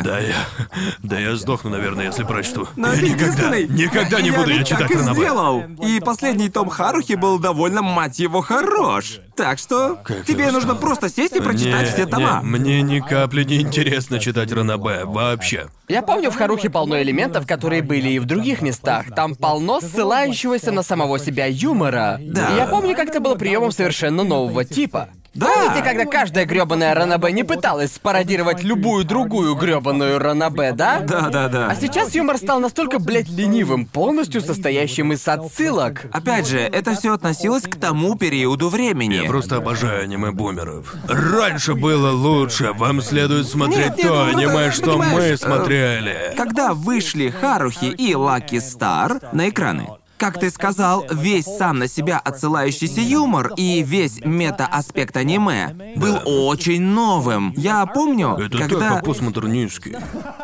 Да я сдохну, наверное, если прочту. Но Я это никогда, единственный. никогда не буду я ведь читать так и Ранобэ. сделал. И последний том Харухи был довольно, мать его, хорош. Так что Как тебе я нужно устал. просто сесть и прочитать все тома. Мне ни капли не интересно читать Ранобэ, вообще. Я помню, в Харухе полно элементов, которые были и в других местах. Там полно ссылающегося на самого себя юмора. Да. И я помню, как это было приемом совершенно нового типа. Да. Помните, когда каждая грёбаная ранобэ не пыталась спародировать любую другую грёбаную ранобэ, да? Да. А сейчас юмор стал настолько, блядь, ленивым, полностью состоящим из отсылок. Опять же, это все относилось к тому периоду времени. Я просто обожаю аниме-бумеров. Раньше было лучше, вам следует смотреть Нет, нет, то ну, аниме, просто, что мы понимаешь, смотрели. Когда вышли Харухи и Lucky Star на экраны, как ты сказал, весь сам на себя отсылающийся юмор и весь мета-аспект аниме был очень новым. Я помню, Это когда... так постмодернистски.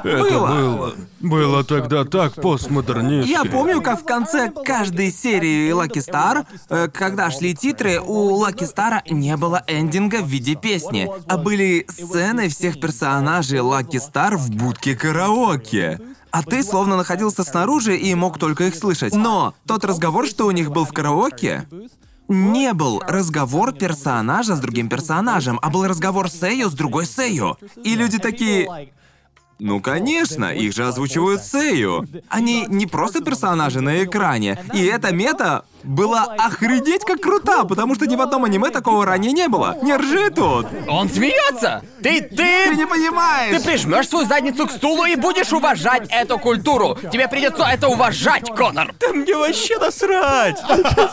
Это было тогда так постмодернистски. Я помню, как в конце каждой серии Lucky Star, когда шли титры, у Lucky Star не было эндинга в виде песни, а были сцены всех персонажей Lucky Star в будке караоке. А ты словно находился снаружи и мог только их слышать. Но тот разговор, что у них был в караоке, не был разговор персонажа с другим персонажем, а был разговор Сэйо с другой Сэйо. И люди такие... Ну, конечно, их же озвучивают Сэйо. Они не просто персонажи на экране. И эта мета была охренеть как крута, потому что ни в одном аниме такого ранее не было. Не ржи тут! Он смеется! Ты не понимаешь! Ты прижмешь свою задницу к стулу и будешь уважать эту культуру! Тебе придется это уважать, Конор! Да мне вообще насрать!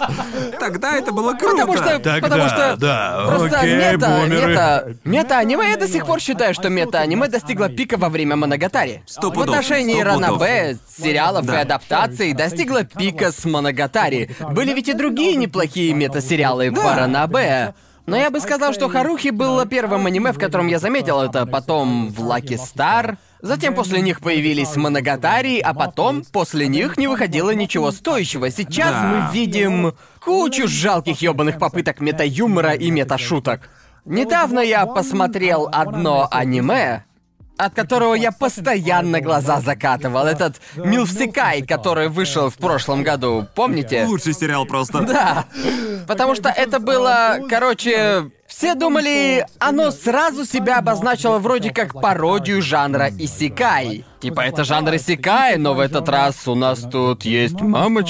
Тогда это было круто. Потому что да, просто окей, бумеры. мета-аниме, я до сих пор считаю, что мета-аниме достигло пика во время Моногатари. Сто В пудов, отношении 100 пудов. ранобэ, сериалов и адаптаций достигло пика с Моногатари. Были ведь и другие неплохие мета-сериалы по ранобэ. Но я бы сказал, что Харухи было первым аниме, в котором я заметил это, потом в Lucky Star. Затем после них появились Моногатари, а потом после них не выходило ничего стоящего. Сейчас мы видим кучу жалких ёбаных попыток мета-юмора и мета-шуток. Недавно я посмотрел одно аниме, от которого я постоянно глаза закатывал. Этот Милфсекай, который вышел в прошлом году, помните? Лучший сериал просто. Да. Потому что это было, короче, все думали, оно сразу себя обозначило вроде как пародию жанра исекай. Типа это жанр исекай, но в этот раз у нас тут есть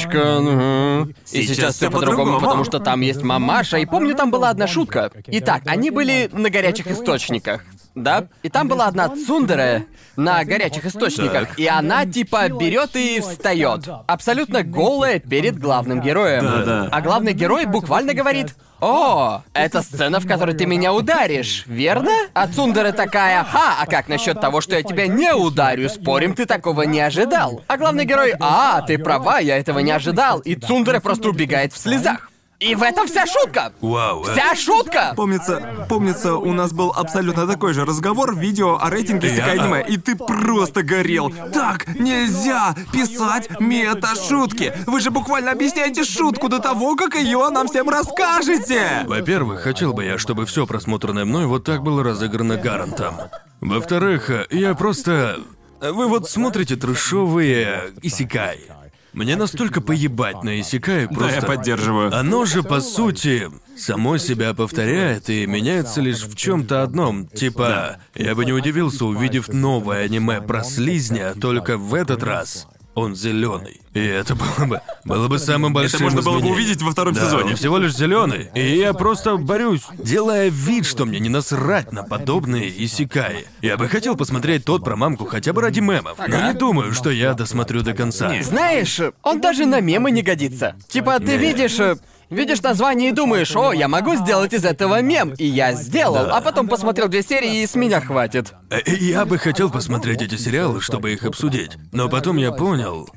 мамочка. И сейчас все по-другому, потому что там есть мамаша. И помню, там была одна шутка. Итак, они были на горячих источниках. Да? И там была одна цундере на горячих источниках. Так. И она типа берет и встает. Абсолютно голая перед главным героем. Да-да. А главный герой буквально говорит: «О, это сцена, в которой ты меня ударишь, верно?» А цундере такая: «Ха, а как насчет того, что я тебя не ударю? Спорим, ты такого не ожидал?» А главный герой: «А, ты права, я этого не ожидал». И цундере просто убегает в слезах. И в этом вся шутка! Вау. Вся шутка! Помнится, у нас был абсолютно такой же разговор в видео о рейтинге исекай аниме, и ты просто горел. Так нельзя писать мета-шутки. Вы же буквально объясняете шутку до того, как ее нам всем расскажете. Во-первых, хотел бы я, чтобы все просмотренное мной вот так было разыграно Гарантом. Во-вторых, я просто... Вы вот смотрите трэшовые исекай. Мне настолько поебать на исекай, просто... Да, я поддерживаю. Оно же, по сути, само себя повторяет и меняется лишь в чем-то одном. Типа, я бы не удивился, увидев новое аниме про слизня, только в этот раз он зеленый. И это было бы самым большим Это можно было бы изменением. увидеть во втором Да, сезоне. он всего лишь зеленый. И я просто борюсь, делая вид, что мне не насрать на подобные исекаи. Я бы хотел посмотреть тот про мамку хотя бы ради мемов. Но не думаю, что я досмотрю до конца. Знаешь, он даже на мемы не годится. Типа, ты видишь название и думаешь: «О, я могу сделать из этого мем», и я сделал, Да. а потом посмотрел 2 серии и с меня хватит. Я бы хотел посмотреть эти сериалы, чтобы их обсудить. Но потом я понял,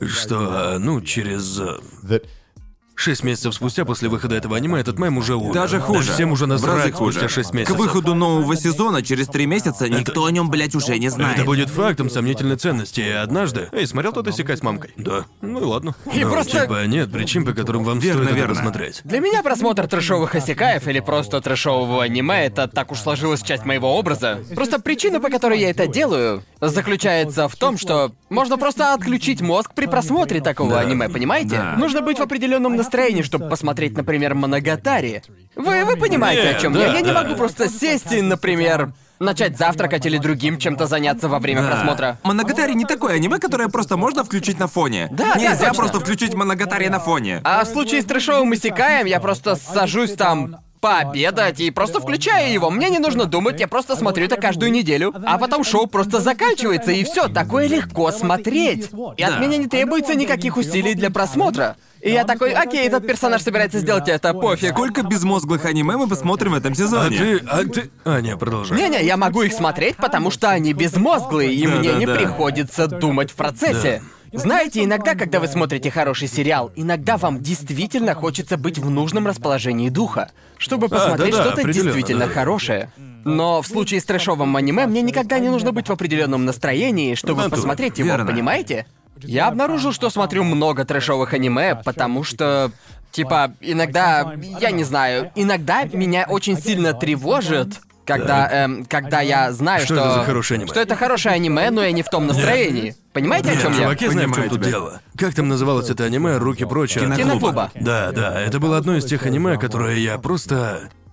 что, через 6 месяцев спустя после выхода этого аниме этот мем уже умер. Даже хуже. Всем уже В разы насрать хуже. спустя 6 К месяцев. выходу нового сезона через 3 месяца никто о нем, блядь, уже не знает. Это будет фактом сомнительной ценности, и однажды... Эй, смотрел тот исекай с мамкой? Да. Ну и ладно. И Ну, просто- типа, нет причин, по которым вам Верно, стоит это верно. посмотреть. Для меня просмотр трэшовых исекаев или просто трэшового аниме — это так уж сложилась часть моего образа. Просто причина, по которой я это делаю, заключается в том, что можно просто отключить мозг при просмотре такого аниме, понимаете? Да. Нужно быть в определенном настроении, чтобы посмотреть, например, Моногатари. Вы понимаете, Нет, о чем да, я? Я не да. могу просто сесть и, например, начать завтракать или другим чем-то заняться во время просмотра. Моногатари не такое аниме, которое просто можно включить на фоне. Да, Нельзя точно. просто включить Моногатари на фоне. А в случае с трэшовым исекаем я просто сажусь там пообедать и просто включаю его. Мне не нужно думать, я просто смотрю это каждую неделю. А потом шоу просто заканчивается, и все, такое легко смотреть. И от Да. меня не требуется никаких усилий для просмотра. И я такой: окей, этот персонаж собирается сделать это, пофиг. Сколько безмозглых аниме мы посмотрим в этом сезоне? Не, продолжай. Не-не, я могу их смотреть, потому что они безмозглые, и мне не Да-да-да. приходится думать в процессе. Знаете, иногда, когда вы смотрите хороший сериал, иногда вам действительно хочется быть в нужном расположении духа, чтобы посмотреть да-да, что-то определенно, действительно да. хорошее. Но в случае с трэшовым аниме мне никогда не нужно быть в определенном настроении, чтобы Натуре. посмотреть его, Верно. понимаете? Я обнаружил, что смотрю много трэшовых аниме, потому что, типа, иногда, я не знаю, иногда меня очень сильно тревожит, когда я знаю, Что это за хорошее аниме? что это хорошее аниме, но я не в том настроении. Понимаете, о чем я? Чуваки, знаю, в чем Понимаю тут тебя. дело. Как там называлось это аниме «Руки прочь» от... Киноклуба. Да, это было одно из тех аниме, которое я просто...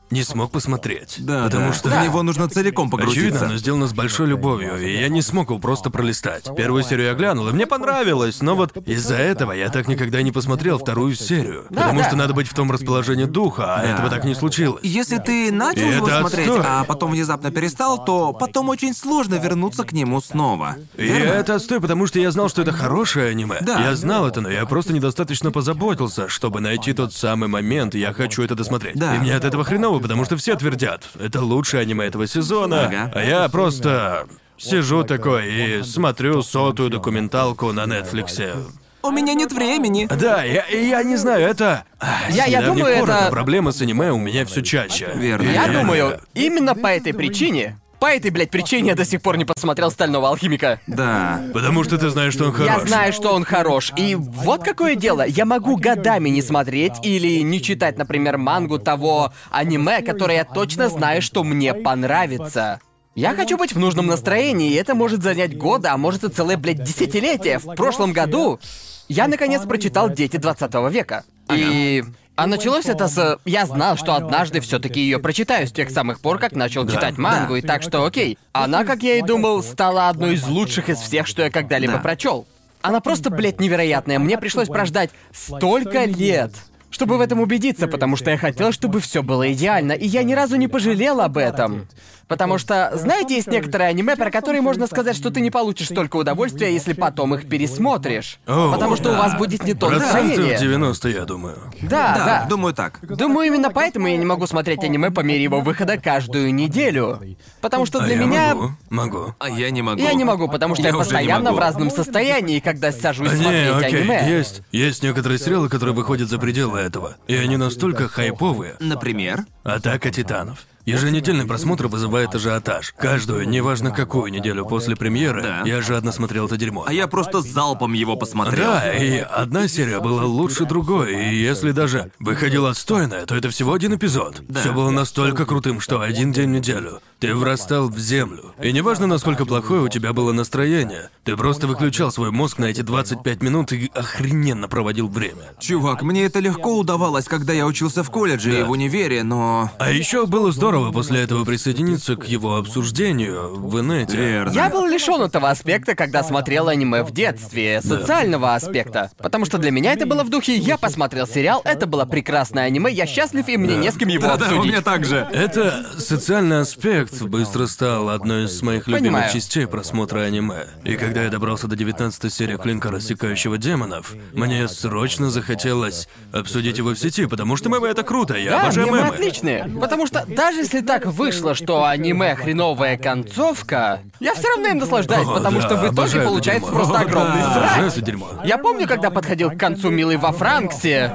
не смог посмотреть. Да, потому да. что... В него нужно целиком погрузиться. Очевидно, оно сделано с большой любовью, и я не смог его просто пролистать. Первую серию я глянул, и мне понравилось, но вот из-за этого я так никогда и не посмотрел вторую серию. Потому что надо быть в том расположении духа, а этого так не случилось. Если ты начал И его это смотреть, отстой. а потом внезапно перестал, то потом очень сложно вернуться к нему снова. И это отстой, потому что я знал, что это хорошее аниме. Да. Я знал это, но я просто недостаточно позаботился, чтобы найти тот самый момент, и я хочу это досмотреть. Да. И мне от этого хреново, потому что все твердят, это лучшее аниме этого сезона, Ага. а я просто сижу такой и смотрю 100-ю документалку на Нетфликсе. У меня нет времени. Да, я не знаю, это... Я С недавних думаю, пор это- эта проблема с аниме у меня все чаще. Верно. Я Я думаю, именно по этой причине, причине я до сих пор не посмотрел «Стального алхимика». Да. Потому что ты знаешь, что он хорош. Я знаю, что он хорош. И вот какое дело. Я могу годами не смотреть или не читать, например, мангу того аниме, которое я точно знаю, что мне понравится. Я хочу быть в нужном настроении, и это может занять годы, а может и целое, десятилетие. В прошлом году я наконец прочитал «Дети 20 века». А началось это с... Я знал, что однажды все-таки ее прочитаю с тех самых пор, как начал читать мангу, и так что окей. Она, как я и думал, стала одной из лучших из всех, что я когда-либо Да. прочел. Она просто, невероятная. Мне пришлось прождать столько лет, чтобы в этом убедиться, потому что я хотел, чтобы все было идеально, и я ни разу не пожалел об этом. Потому что, знаете, есть некоторые аниме, про которые можно сказать, что ты не получишь столько удовольствия, если потом их пересмотришь. О, Потому что у вас будет не то Процентов настроение. 90, я думаю. Да. Думаю так. Думаю, именно поэтому я не могу смотреть аниме по мере его выхода каждую неделю. Потому что для я меня... могу. А я не могу. Я не могу, потому что я уже не постоянно могу. в разном состоянии, когда сажусь Не, смотреть окей, аниме. есть некоторые сериалы, которые выходят за пределы этого. И они настолько хайповые. Например? Атака титанов. Еженедельный просмотр вызывает ажиотаж. Каждую, неважно какую неделю после премьеры, Да. я жадно смотрел это дерьмо. А я просто залпом его посмотрел. Да, и одна серия была лучше другой, и если даже выходила отстойная, то это всего один эпизод. Да. Все было настолько крутым, что один день в неделю ты врастал в землю. И неважно, насколько плохое у тебя было настроение, ты просто выключал свой мозг на эти 25 минут и охрененно проводил время. Чувак, мне это легко удавалось, когда я учился в колледже и в универе, но... А еще было здорово после этого присоединиться к его обсуждению в инете. Верно. Я был лишён этого аспекта, когда смотрел аниме в детстве, социального аспекта. Потому что для меня это было в духе «я посмотрел сериал, это было прекрасное аниме, я счастлив, и мне не с кем его Да, у обсудить». меня так же. Это социальный аспект быстро стал одной из моих любимых Понимаю. частей просмотра аниме. И когда я добрался до 19 серии Клинка Рассекающего Демонов, мне срочно захотелось обсудить его в сети, потому что мемы — это круто, я Да, обожаю мемы мемы. отличные. Потому что даже если так вышло, что аниме хреновая концовка, я все равно им наслаждаюсь, О, потому да, что в итоге обожаю это получается дерьмо. просто огромный Обожаю срач. это дерьмо. Я помню, когда подходил к концу «Милый во Франксе»,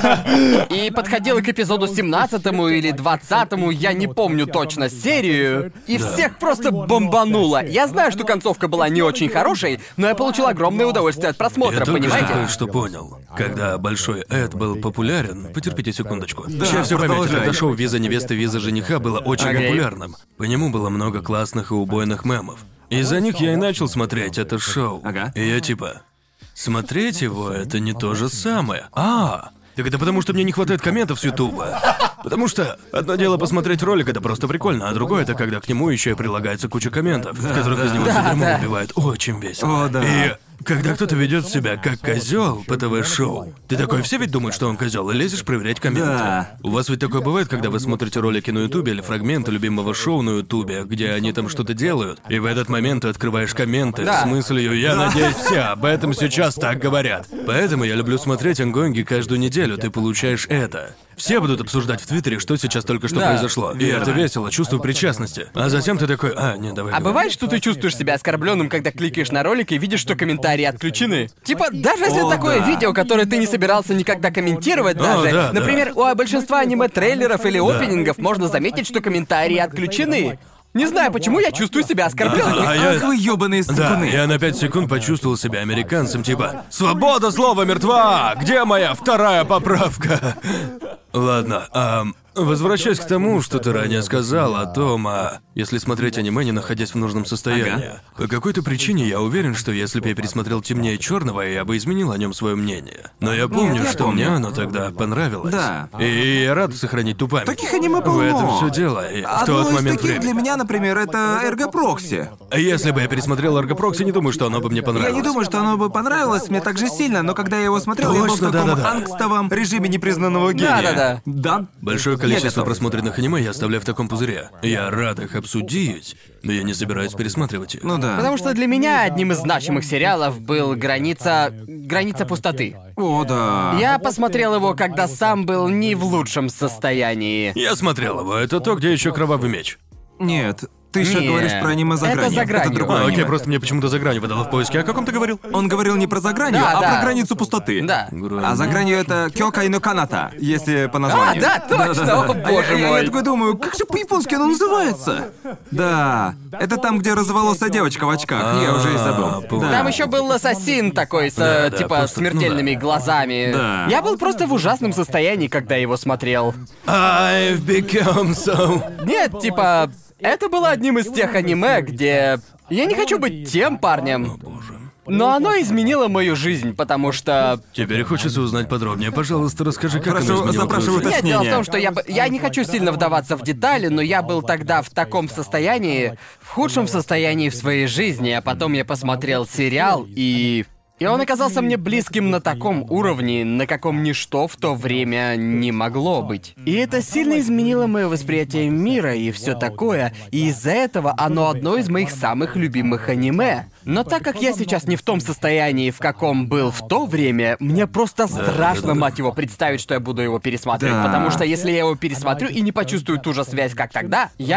и подходил к эпизоду 17-му или 20-му, я не помню точно серию, и всех просто бомбануло. Я знаю, что концовка была не очень хорошей, но я получил огромное удовольствие от просмотра, Я только понимаете? что кое-что понял. Когда Большой Эд был популярен, потерпите секундочку. Да, Сейчас все поймете, продолжай. когда шоу «Виза невесты, виза жениха» было очень Окей. популярным. По нему было много классных и убойных мемов. Из-за них я и начал смотреть это шоу. Ага. И я типа, смотреть его — это не то же самое. Так это потому, что мне не хватает комментов с Ютуба. Потому что одно дело посмотреть ролик, это просто прикольно, а другое — это когда к нему еще и прилагается куча комментов, в которых из него все дерьмо да. убивает. Очень весело. О, да. И когда кто-то ведет себя как козел по ТВ-шоу, ты такой, все ведь думают, что он козел, и лезешь проверять комменты. Да. У вас ведь такое бывает, когда вы смотрите ролики на Ютубе или фрагменты любимого шоу на Ютубе, где они там что-то делают, и в этот момент ты открываешь комменты Да. с мыслью «Я надеюсь, все об этом сейчас так говорят». Поэтому я люблю смотреть ангоинги каждую неделю, ты получаешь это. Все будут обсуждать в Твиттере, что сейчас только что Да, произошло. И это весело, чувство причастности. А затем ты такой, не, давай. А давай». бывает, что ты чувствуешь себя оскорбленным, когда кликаешь на ролик и видишь, что комментарии отключены? Типа, даже если О, такое да. видео, которое ты не собирался никогда комментировать даже, да, да. например, у большинства аниме-трейлеров или опенингов можно заметить, что комментарии отключены. Не знаю, почему я чувствую себя оскорбленным. А я- Ах вы ёбаные Да, сыкуны. я на 5 секунд почувствовал себя американцем, типа «Свобода слова мертва! Где моя вторая поправка?» Ладно, Возвращаясь к тому, что ты ранее сказал о том, если смотреть аниме, не находясь в нужном состоянии. Ага. По какой-то причине я уверен, что если бы я пересмотрел «Темнее черного», я бы изменил о нем свое мнение. Но я помню, я что помню. мне оно тогда понравилось. Да. И я рад сохранить ту память. Таких аниме В полно. этом все дело. И в Одно тот из момент таких времени. для меня, например, это Эрго Прокси. Если бы я пересмотрел «Эрго Прокси», не думаю, что оно бы мне Я понравилось. не думаю, что оно бы понравилось мне так же сильно, но когда я его смотрел, я был в Точно, таком да-да-да. ангстовом режиме непризнанного гения. Да-да-да. Да? Большое Я количество готов. просмотренных аниме я оставляю в таком пузыре. Я рад их обсудить, но я не собираюсь пересматривать их. Ну да. Потому что для меня одним из значимых сериалов был «Граница пустоты». О, да. Я посмотрел его, когда сам был не в лучшем состоянии. Я смотрел его. Это то, где еще кровавый меч. Нет, ты сейчас Не, говоришь про аниме «За это гранью». «За гранью». другое Окей, аниме. просто мне почему-то «За гранью» выдало в поиске. О каком ты говорил? Он говорил не про «За гранью», Да, а да. про «Границу пустоты». Да. А «За гранью» это «Кёкай но Каната», если по А, названию. да, точно, о боже Я мой. такой думаю, как же по-японски оно называется? Да, это там, где розоволосая девочка в очках, я уже и забыл. понял. Там еще был ассасин такой с, Да, типа, просто- смертельными глазами. Да. Я был просто в ужасном состоянии, когда его смотрел. I've become so... Нет, типа, это было одним из тех аниме, где... Я не хочу быть тем парнем, Боже. но оно изменило мою жизнь, потому что... Теперь хочется узнать подробнее. Пожалуйста, расскажи, как Прошу, оно изменило запрашиваю твою жизнь. Нет, дело в том, Уточнение. что я не хочу сильно вдаваться в детали, но я был тогда в таком состоянии, в худшем состоянии в своей жизни, а потом я посмотрел сериал, и он оказался мне близким на таком уровне, на каком ничто в то время не могло быть. И это сильно изменило мое восприятие мира и все такое, и из-за этого оно одно из моих самых любимых аниме. Но так как я сейчас не в том состоянии, в каком был в то время, мне просто страшно, мать его, представить, что я буду его пересматривать. Да. Потому что если я его пересмотрю и не почувствую ту же связь, как тогда, я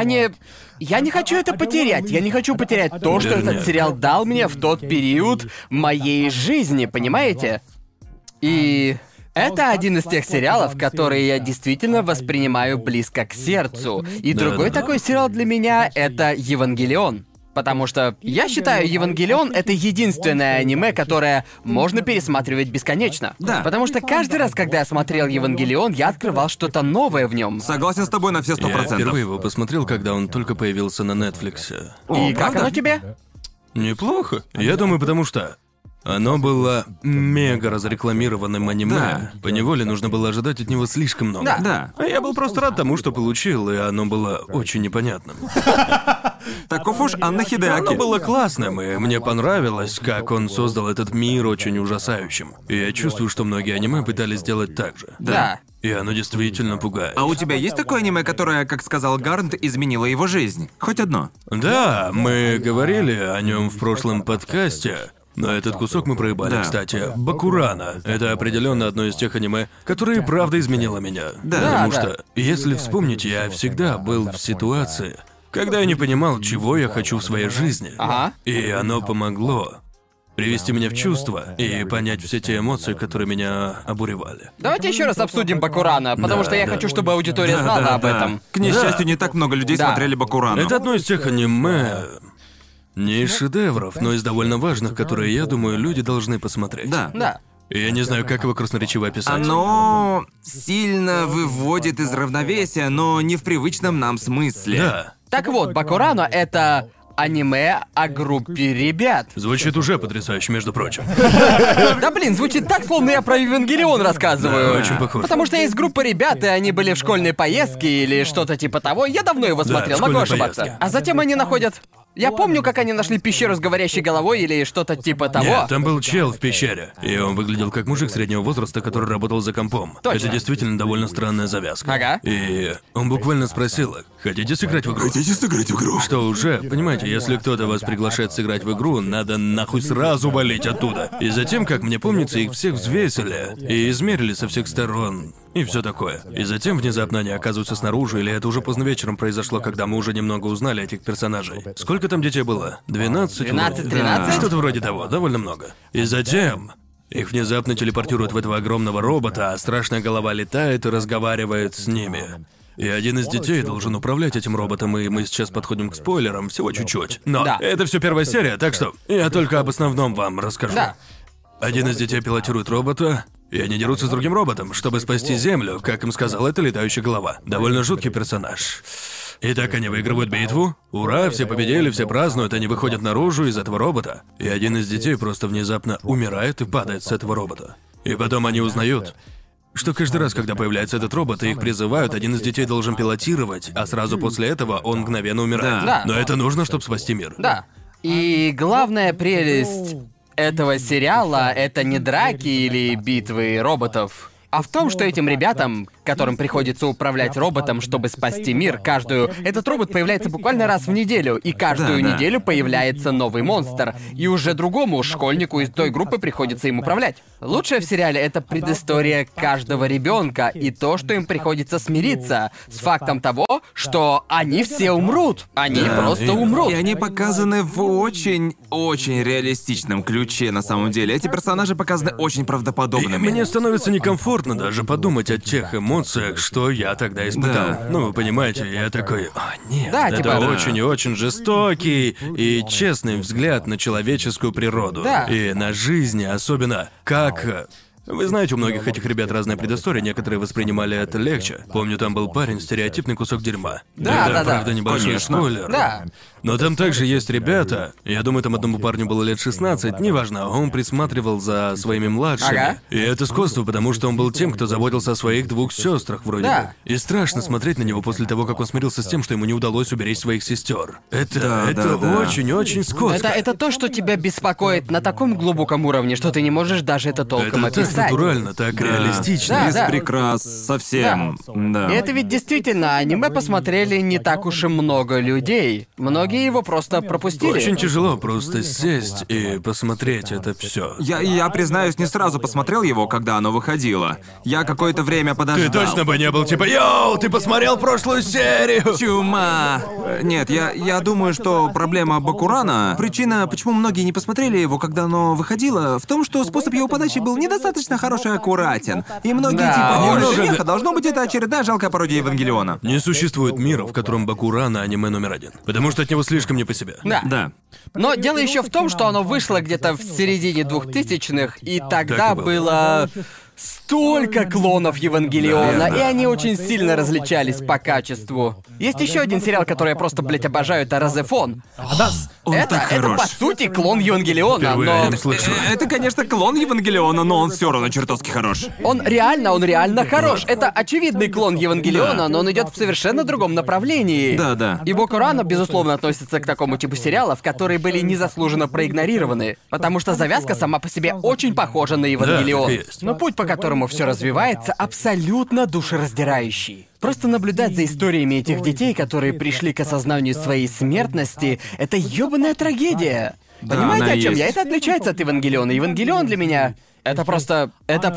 не хочу это потерять. Я не хочу потерять то, что Верняк. этот сериал дал мне в тот период моей жизни, понимаете? И это один из тех сериалов, которые я действительно воспринимаю близко к сердцу. И другой Да-да. такой сериал для меня — это «Евангелион». Потому что я считаю, «Евангелион» — это единственное аниме, которое можно пересматривать бесконечно. Да. Потому что каждый раз, когда я смотрел «Евангелион», я открывал что-то новое в нем. Согласен с тобой на все 100%. Я впервые его посмотрел, когда он только появился на Нетфликсе. О, И как правда? оно тебе? Неплохо. Я думаю, потому что оно было мега разрекламированным аниме. Да. Поневоле нужно было ожидать от него слишком много. Да. Да. А я был просто рад тому, что получил, и оно было очень непонятным. Таков уж Анна Оно Хидеаки. было классным, и мне понравилось, как он создал этот мир очень ужасающим. И я чувствую, что многие аниме пытались сделать так же. Да. И оно действительно пугает. А у тебя есть такое аниме, которое, как сказал Гарнт, изменило его жизнь? Хоть одно. Да, мы говорили о нем в прошлом подкасте. Но этот кусок мы проебали, Да. кстати. Бакурана. Это определенно одно из тех аниме, которые правда изменило меня. Да. Потому Да, что, если вспомнить, я всегда был в ситуации, когда я не понимал, чего я хочу в своей жизни. Ага. И оно помогло привести меня в чувство и понять все те эмоции, которые меня обуревали. Давайте еще раз обсудим Бакурана, потому Да, что я да. хочу, чтобы аудитория знала Да, об да. этом. К несчастью, не так много людей Да. смотрели Бакурану. Это одно из тех аниме, не из шедевров, но из довольно важных, которые, я думаю, люди должны посмотреть. Да. Да. И я не знаю, как его красноречиво описать. Оно сильно выводит из равновесия, но не в привычном нам смысле. Да. Так вот, Бакурано — это аниме о группе ребят. Звучит уже потрясающе, между прочим. Да блин, звучит так, словно я про Евангелион рассказываю. Да, очень похоже. Потому что есть группа ребят, и они были в школьной поездке или что-то типа того. Я давно его смотрел, в могу школьной ошибаться. поездке. А затем они находят... Я помню, как они нашли пещеру с говорящей головой или что-то типа того. Нет, там был чел в пещере, и он выглядел как мужик среднего возраста, который работал за компом. Точно. Это действительно довольно странная завязка. Ага. И он буквально спросил их: хотите сыграть в игру? Хотите сыграть в игру? Что уже, понимаете, если кто-то вас приглашает сыграть в игру, надо нахуй сразу валить оттуда. И затем, как мне помнится, их всех взвесили и измерили со всех сторон. И все такое. И затем внезапно они оказываются снаружи, или это уже поздно вечером произошло, когда мы уже немного узнали этих персонажей. Сколько там детей было? 12? 12, вроде? 13? Что-то вроде того, довольно много. И затем их внезапно телепортируют в этого огромного робота, а страшная голова летает и разговаривает с ними. И один из детей должен управлять этим роботом, и мы сейчас подходим к спойлерам, всего чуть-чуть. Но Да. это все первая серия, так что я только об основном вам расскажу. Да. Один из детей пилотирует робота, И они дерутся с другим роботом, чтобы спасти Землю, как им сказал эта летающая голова. Довольно жуткий персонаж. Итак, они выигрывают битву. Ура, все победили, все празднуют, они выходят наружу из этого робота. И один из детей просто внезапно умирает и падает с этого робота. И потом они узнают, что каждый раз, когда появляется этот робот и их призывают, один из детей должен пилотировать, а сразу после этого он мгновенно умирает. Да. Но это нужно, чтобы спасти мир. Да. И главная прелесть этого сериала — это не драки или битвы роботов, а в том, что этим ребятам, которым приходится управлять роботом, чтобы спасти мир, этот робот появляется буквально раз в неделю, и каждую Да. неделю появляется новый монстр, и уже другому школьнику из той группы приходится им управлять. Лучшее в сериале — это предыстория каждого ребенка и то, что им приходится смириться с фактом того, что они все умрут. Они просто именно. умрут. И они показаны в очень реалистичном ключе, на самом деле. Эти персонажи показаны очень И правдоподобными. мне становится некомфортно даже подумать о тех эмоциях, что я тогда испытал. Да. Ну, вы понимаете, я такой, нет, Да, это типа, да. очень и очень жестокий и честный взгляд на человеческую природу. Да. И на жизнь, особенно как... Вы знаете, у многих этих ребят разная предыстория, некоторые воспринимали это легче. Помню, там был парень, стереотипный кусок дерьма. Да, это, да. правда, небольшой Конечно. спойлер. Да. Но там также есть ребята, я думаю, там одному парню было лет 16, неважно, он присматривал за своими младшими. Ага. И это скотство, потому что он был тем, кто заботился о своих двух сестрах вроде Да. бы. И страшно смотреть на него после того, как он смирился с тем, что ему не удалось уберечь своих сестер. Это Да. очень-очень скотско. Это то, что тебя беспокоит на таком глубоком уровне, что ты не можешь даже это толком Это так описать. натурально, так реалистично. Да, Без да. прикрас совсем. Да. И это ведь действительно, аниме посмотрели не так уж и много людей. Многие его просто пропустили. Очень тяжело просто сесть и посмотреть это все. Я признаюсь, не сразу посмотрел его, когда оно выходило. Я какое-то время подождал. Ты точно бы не был типа, йоу, ты посмотрел прошлую серию? Чума! Нет, я думаю, что проблема Бакурана, причина, почему многие не посмотрели его, когда оно выходило, в том, что способ его подачи был недостаточно хороший и аккуратен. И многие Да, типа, о, немного- Женеха, должно быть, это очередная жалкая пародия Евангелиона. Не существует мира, в котором Бакурана аниме номер один. Потому что от него слишком не по себе. Да. Да. Но дело еще в том, что оно вышло где-то в середине 2000-х, и тогда и было. было столько клонов Евангелиона, Да, да. и они очень сильно различались по качеству. Есть еще один сериал, который я просто, блять, обожаю, это Розефон. Он Это так хорош. по сути клон Евангелиона, Впервые о но нем слышу. Это, конечно, клон Евангелиона, но он все равно чертовски хорош. он реально хорош. Это очевидный клон Евангелиона, но он идет в совершенно другом направлении. Да. И Бокурано, безусловно, относится к такому типу сериалов, которые были незаслуженно проигнорированы, потому что завязка сама по себе очень похожа на Евангелион. так и есть. Но путь, по которому все развивается, абсолютно душераздирающий. Просто наблюдать за историями этих детей, которые пришли к осознанию своей смертности, это ёбаная трагедия. Понимаете, она о чем есть. я? Это отличается от Евангелиона. Евангелион для меня это просто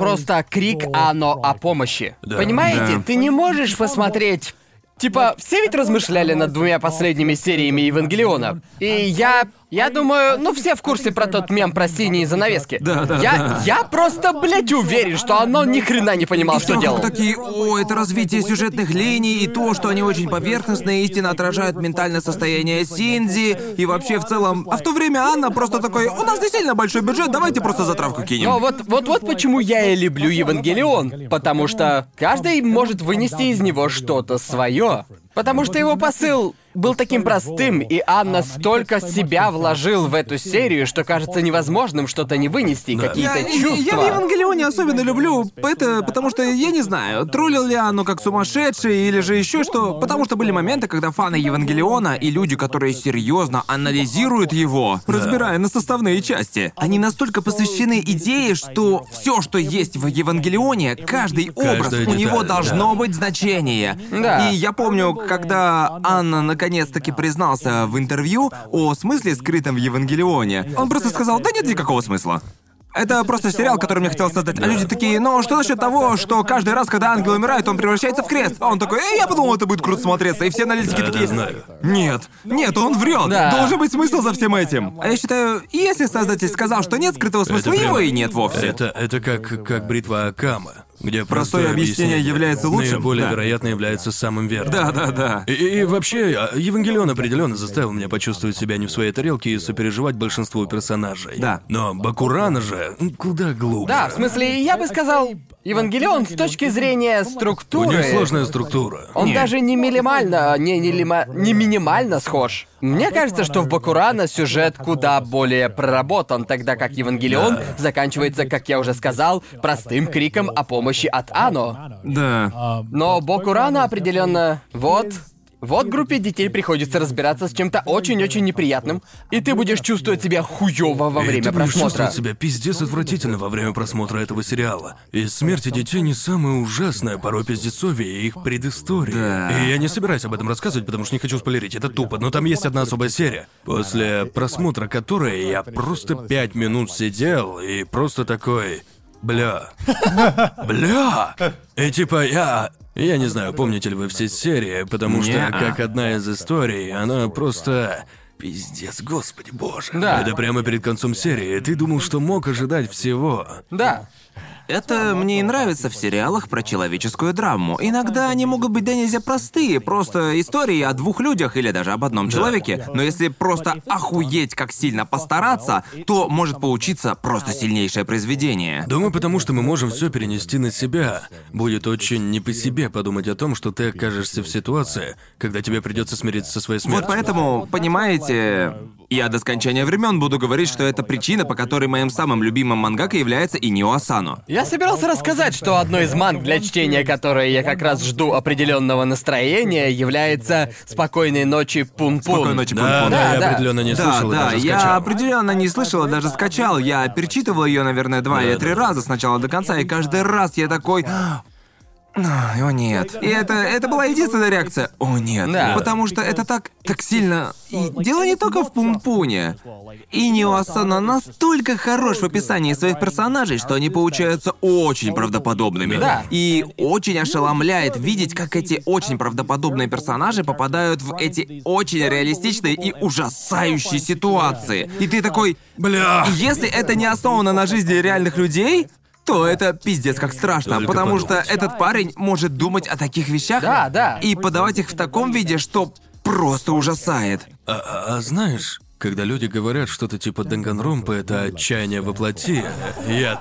крик Ано о помощи. Да. Понимаете, Да. ты не можешь посмотреть. Типа, все ведь размышляли над двумя последними сериями Евангелиона. И я думаю, ну все в курсе про тот мем про синие занавески. Да. Я просто, блядь, уверен, что оно ни хрена не понимал, что Что делал. такие, это развитие сюжетных линий, и то, что они очень поверхностные, истинно отражают ментальное состояние Синдзи, и вообще в целом. А в то время Анна просто такой, у нас действительно большой бюджет, давайте просто затравку кинем. Но вот почему я и люблю Евангелион. Потому что каждый может вынести из него что-то свое. Потому что его посыл был таким простым, и Анна столько себя вложил в эту серию, что кажется невозможным что-то не вынести, какие-то Я в чувства. Евангелионе особенно люблю это, потому что я не знаю, троллил ли оно как сумасшедший или же еще что. Потому что были моменты, когда фаны Евангелиона и люди, которые серьезно анализируют его, разбирая на составные части, они настолько посвящены идее, что все, что есть в Евангелионе, каждый образ Каждая у него деталь, должно быть значение. Да. И я помню, когда Анна наконец-таки признался в интервью о смысле, скрытом в Евангелионе, он просто сказал, да нет никакого смысла. Это просто сериал, который мне хотел создать. А люди такие, ну что насчет того, что каждый раз, когда ангел умирает, он превращается в крест? А он такой, я подумал, это будет круто смотреться. И все аналитики Да, такие, знаю. нет, он врет. Да. Должен быть смысл за всем этим. А я считаю, если создатель сказал, что нет скрытого смысла, прям- его и нет вовсе. Это как бритва Акама. где Простое объяснение является лучшим, наиболее да. вероятно является самым верным. Да. И вообще, Евангелион определенно заставил меня почувствовать себя не в своей тарелке и сопереживать большинству персонажей. Да. Но Бакурана же куда глубже. Да, в смысле, я бы сказал, Евангелион с точки зрения У структуры... них сложная структура. Он Нет. даже не не минимально схож. Мне кажется, что в Бакурана сюжет куда более проработан, тогда как Евангелион заканчивается, как я уже сказал, простым криком о помощи от Ано. Да. Но Бакурана определенно... Вот группе детей приходится разбираться с чем-то очень-очень неприятным, и ты будешь чувствовать себя хуёво во И время ты будешь просмотра. чувствовать себя пиздец отвратительно во время просмотра этого сериала. И смерти детей не самое ужасное, порой пиздецовее их предыстория. Да. И я не собираюсь об этом рассказывать, потому что не хочу спойлерить, это тупо. Но там есть одна особая серия, после просмотра которой я просто 5 минут сидел и просто такой... Бля. И типа я не знаю, помните ли вы все серии, потому что Не-а. как одна из историй, она просто... Пиздец, господи боже. Да. Это прямо перед концом серии. Ты думал, что мог ожидать всего. Да. Это мне и нравится в сериалах про человеческую драму. Иногда они могут быть да нельзя простые, просто истории о двух людях или даже об одном человеке. Но если просто охуеть как сильно постараться, то может получиться просто сильнейшее произведение. Думаю, потому что мы можем все перенести на себя. Будет очень не по себе подумать о том, что ты окажешься в ситуации, когда тебе придется смириться со своей смертью. Вот поэтому, понимаете, я до скончания времен буду говорить, что это причина, по которой моим самым любимым мангака является Инио Асано. Я собирался рассказать, что одной из манг для чтения, которой я как раз жду определенного настроения, является «Спокойной ночи, Пун-Пун». Спокойной ночи, Да, Пун-Пун. да, я да. определенно не слышал и Да, даже я скачал. определенно не слышал, и даже скачал. Я перечитывал ее, наверное, 2 или 3 раза с начала до конца, и каждый раз я такой. О нет. И это была единственная реакция. О нет. Да. Потому что это так сильно. И дело не только в Пун-Пуне. Инио Асано настолько хорош в описании своих персонажей, что они получаются очень правдоподобными. Да. И очень ошеломляет видеть, как эти очень правдоподобные персонажи попадают в эти очень реалистичные и ужасающие ситуации. И ты такой. Бля. Если это не основано на жизни реальных людей, то это пиздец как страшно, Только потому что подумать. этот парень может думать о таких вещах Да. и подавать их в таком виде, что просто ужасает. А знаешь, когда люди говорят что-то типа Данганронпа — это отчаяние воплоти, я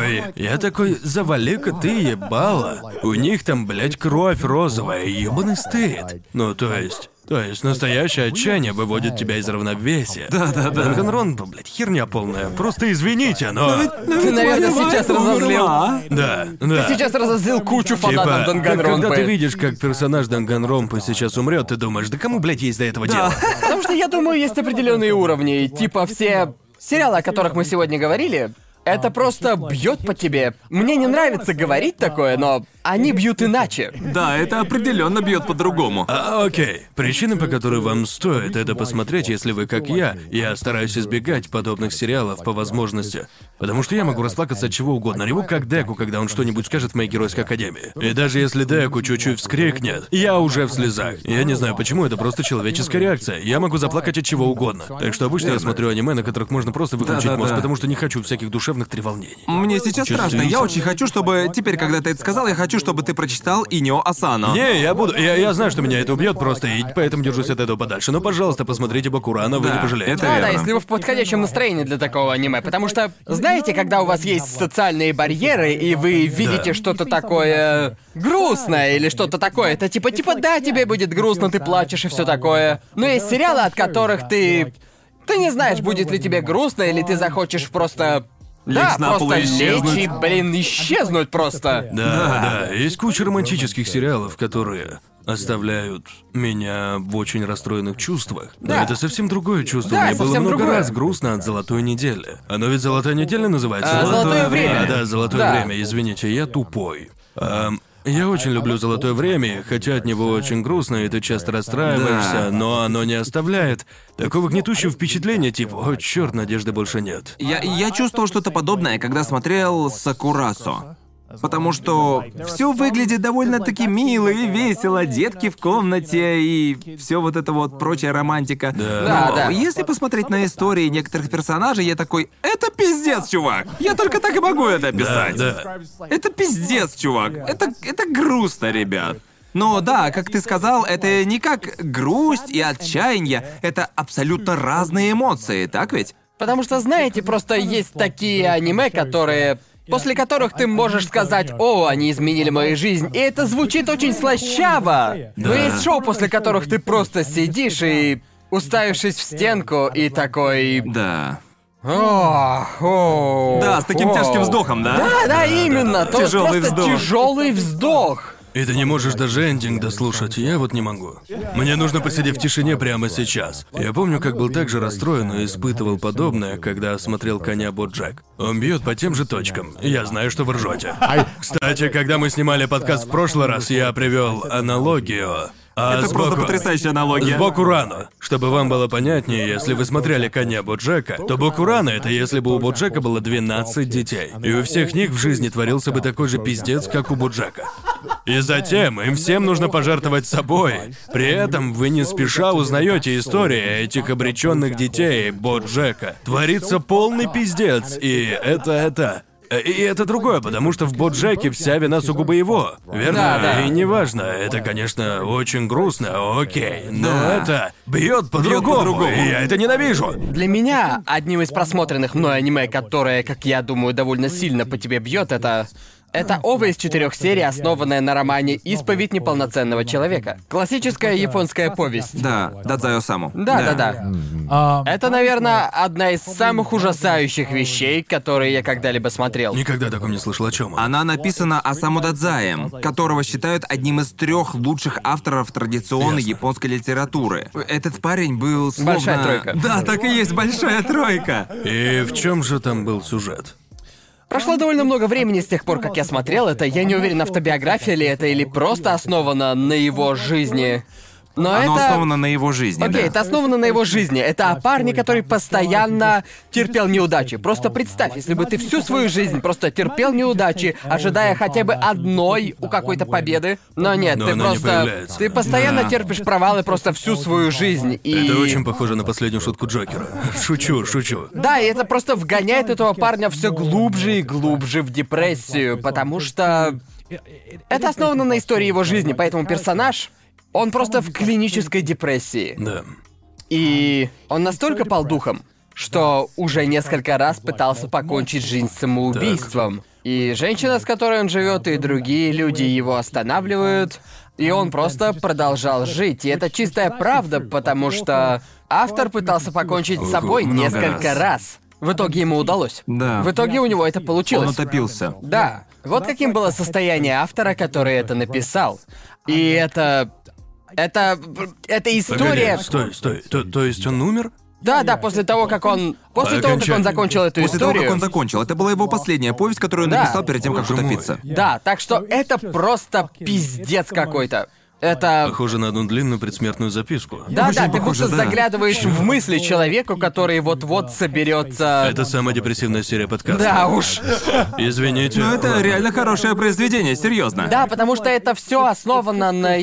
такой, завали-ка ты ебало. У них там, блядь, кровь розовая, ебаный стыд. Ну, то есть настоящее отчаяние выводит тебя из равновесия. Да. Данганронпа, блядь, херня полная. Просто извините, но... Ты, наверное, сейчас разозлил. Да. Ты сейчас разозлил кучу фанатов Типа, когда ты Данганронпы. видишь, как персонаж Данганронпа сейчас умрет, ты думаешь, да кому, блядь, есть до этого дело? Потому что я думаю, есть определенные уровни. Типа все сериалы, о которых мы сегодня говорили, это просто бьет по тебе. Мне не нравится говорить такое, но они бьют иначе. Да, это определенно бьет по-другому. Окей. Причина, по которой вам стоит это посмотреть, если вы как я стараюсь избегать подобных сериалов по возможности. Потому что я могу расплакаться от чего угодно, реву как Деку, когда он что-нибудь скажет в моей геройской академии. И даже если Деку чуть-чуть вскрикнет, я уже в слезах. Я не знаю почему, это просто человеческая реакция. Я могу заплакать от чего угодно. Так что обычно я смотрю аниме, на которых можно просто выключить мозг, потому что не хочу всяких душевных треволнений. Мне сейчас страшно. Я очень хочу, чтобы... Теперь, когда ты это сказал, я хочу, чтобы ты прочитал Инио Асано. Не, я буду. Я знаю, что меня это убьет просто, и поэтому держусь от этого подальше. Но, пожалуйста, посмотрите Бакурана, вы Да, не пожалеете. это Да, верно. если вы в подходящем настроении для такого аниме, потому что, знаете, когда у вас есть социальные барьеры, и вы видите что-то такое грустное или что-то такое, это типа, да, тебе будет грустно, ты плачешь и все такое. Но есть сериалы, от которых ты не знаешь, будет ли тебе грустно, или ты захочешь просто... Да, на пол просто и исчезнуть. лечь и, исчезнуть просто. Да. Есть куча романтических сериалов, которые оставляют меня в очень расстроенных чувствах. Но Да. это совсем другое чувство. Да, Мне было совсем много другое. раз грустно от «Золотой недели». Оно ведь «Золотая неделя» называется? «Золотое время». Да, «Золотое Да. время». Извините, я тупой. Я очень люблю «Золотое время», хотя от него очень грустно, и ты часто расстраиваешься, Да. но оно не оставляет такого гнетущего впечатления, типа, о, черт, надежды больше нет. Я чувствовал что-то подобное, когда смотрел Сакурасо. Потому что все выглядит довольно-таки мило и весело, детки в комнате и все вот это вот прочая романтика. Да, Но да. если посмотреть на истории некоторых персонажей, я такой, это пиздец, чувак. Я только так и могу это описать. Да. Это пиздец, чувак. Это грустно, ребят. Но да, как ты сказал, это не как грусть и отчаяние, это абсолютно разные эмоции, так ведь? Потому что, знаете, просто есть такие аниме, после которых ты можешь сказать: «О, они изменили мою жизнь», и это звучит очень слащаво. Но есть шоу, после которых ты просто сидишь и, уставившись в стенку, и такой... Да. О, Да, с таким тяжким вздохом, да? Да, именно. То есть Тяжелый просто вздох. тяжелый вздох. И ты не можешь даже эндинг дослушать, я вот не могу. Мне нужно посидеть в тишине прямо сейчас. Я помню, как был так же расстроен и испытывал подобное, когда смотрел «Коня Боджек». Он бьет по тем же точкам. Я знаю, что вы ржете. Кстати, когда мы снимали подкаст в прошлый раз, я привел аналогию. Это просто потрясающая аналогия. С Бокурано. Чтобы вам было понятнее, если вы смотрели «Коня Боджека», то Бокурано — это если бы у Боджека было 12 детей. И у всех них в жизни творился бы такой же пиздец, как у Боджека. И затем им всем нужно пожертвовать собой. При этом вы не спеша узнаете истории этих обреченных детей Боджека. Творится полный пиздец, и это другое, потому что в Боджеке вся вина сугубо его, верно? Да. И неважно, это, конечно, очень грустно, окей, но это бьет по-другому, и я это ненавижу. Для меня одним из просмотренных мной аниме, которое, как я думаю, довольно сильно по тебе бьет, это ова из 4 серий, основанная на романе «Исповедь неполноценного человека». Классическая японская повесть. Да, Дадзайо Саму. Да. Это, наверное, одна из самых ужасающих вещей, которые я когда-либо смотрел. Никогда таком не слышал, о чем он. Она написана Осаму Дадзаем, которого считают одним из 3 лучших авторов традиционной Ясно. японской литературы. Этот парень был словно... Большая тройка. Да, так и есть, большая тройка. И в чем же там был сюжет? Прошло довольно много времени с тех пор, как я смотрел это. Я не уверен, автобиография ли это или просто основана на его жизни. Но Оно это... основано на его жизни, Окей, да. это основано на его жизни. Это о парне, который постоянно терпел неудачи. Просто представь, если бы ты всю свою жизнь просто терпел неудачи, ожидая хотя бы одной у какой-то победы. Но нет, Но ты она не просто... появляется. Ты постоянно Да. терпишь провалы просто всю свою жизнь. И... Это очень похоже на последнюю шутку Джокера. Шучу. Да, и это просто вгоняет этого парня все глубже и глубже в депрессию, потому что... Это основано на истории его жизни, поэтому персонаж... Он просто в клинической депрессии. Да. И он настолько пал духом, что уже несколько раз пытался покончить жизнь самоубийством. И женщина, с которой он живет, и другие люди его останавливают. И он просто продолжал жить. И это чистая правда, потому что автор пытался покончить с собой много несколько раз. В итоге ему удалось. Да. В итоге у него это Он получилось. утопился. Да. Вот каким было состояние автора, который это написал. И это история... Погоди, стой. То есть он умер? Да, после того, как он Окончательно. закончил эту После того, историю. как он закончил. Это была его последняя повесть, которую он Да. написал перед тем, как Боже мой. утопиться. Да, так что это просто пиздец какой-то. Это... Похоже на одну длинную предсмертную записку. Да, Очень ты похоже, будто да. заглядываешь в мысли человеку, который вот-вот соберется. Это самая депрессивная серия подкаста. Да уж. Извините. Но это ладно. реально хорошее произведение, серьезно. Да, потому что это все основано на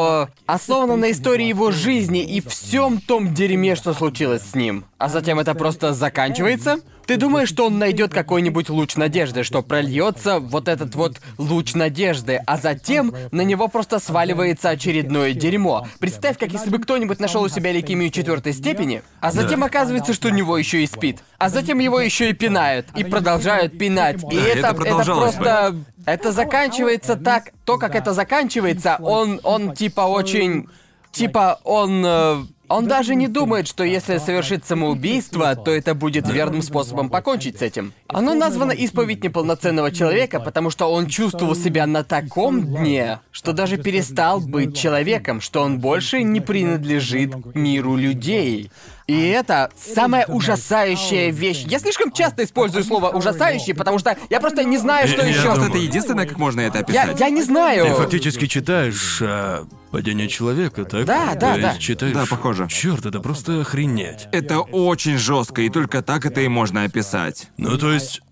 истории его жизни и всем том дерьме, что случилось с ним. А затем это просто заканчивается. Ты думаешь, что он найдет какой-нибудь луч надежды, что прольется вот этот вот луч надежды, а затем на него просто сваливается очередное дерьмо. Представь, как если бы кто-нибудь нашел у себя лейкемию 4 степени, а затем оказывается, что у него еще и спит. А затем его еще и пинают, и продолжают пинать. И Да, это это продолжалось бы. просто... Это заканчивается так... То, как это заканчивается, он типа очень... Типа он даже не думает, что если совершит самоубийство, то это будет верным способом покончить с этим. Оно названо «Исповедь неполноценного человека», потому что он чувствовал себя на таком дне, что даже перестал быть человеком, что он больше не принадлежит к миру людей. И это самая ужасающая вещь. Я слишком часто использую слово «ужасающий», потому что я просто не знаю, что Я еще. думаю. Это единственное, как можно это описать. Я не знаю. Ты фактически читаешь «Падение человека», так? Да, То есть да. читаешь... Да, похоже. Черт, это просто охренеть. Это очень жестко, и только так это и можно описать. Ну, то есть,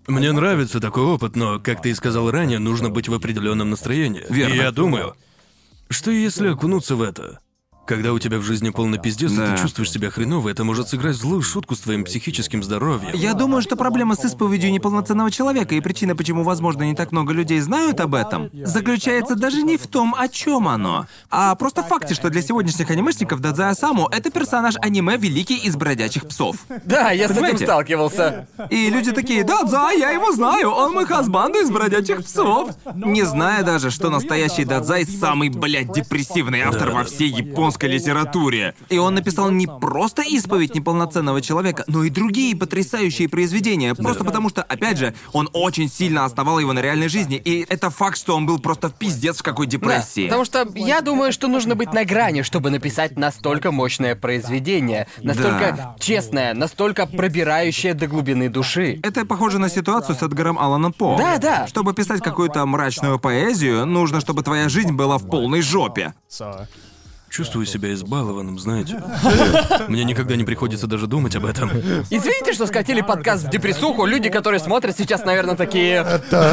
Мне нравится такой опыт, но, как ты и сказал ранее, нужно быть в определенном настроении. Верно. И я думаю, что если окунуться в это, когда у тебя в жизни полный пиздец, и Да. ты чувствуешь себя хреново, это может сыграть злую шутку с твоим психическим здоровьем. Я думаю, что проблема с исповедью неполноценного человека и причина, почему, возможно, не так много людей знают об этом, заключается даже не в том, о чем оно, а просто в факте, что для сегодняшних анимешников Дадзай Осаму — это персонаж аниме «Великий из бродячих псов». Да, я с этим Понимаете? сталкивался. И люди такие: Дадзай, я его знаю, он мой хазбанд из бродячих псов. Не зная даже, что настоящий Дадзай самый, блядь, депрессивный автор во всей японской литературе. И он написал не просто исповедь неполноценного человека, но и другие потрясающие произведения. Просто потому что, опять же, он очень сильно основал его на реальной жизни. И это факт, что он был просто в пиздец в какой Да, депрессии. потому что я думаю, что нужно быть на грани, чтобы написать настолько мощное произведение, настолько честное, настолько пробирающее до глубины души. Это похоже на ситуацию с Эдгаром Алланом По. Да, да. Чтобы писать какую-то мрачную поэзию, нужно, чтобы твоя жизнь была в полной жопе. Чувствую себя избалованным, знаете. Мне никогда не приходится даже думать об этом. Извините, что скатили подкаст в депрессуху. Люди, которые смотрят сейчас, наверное, такие...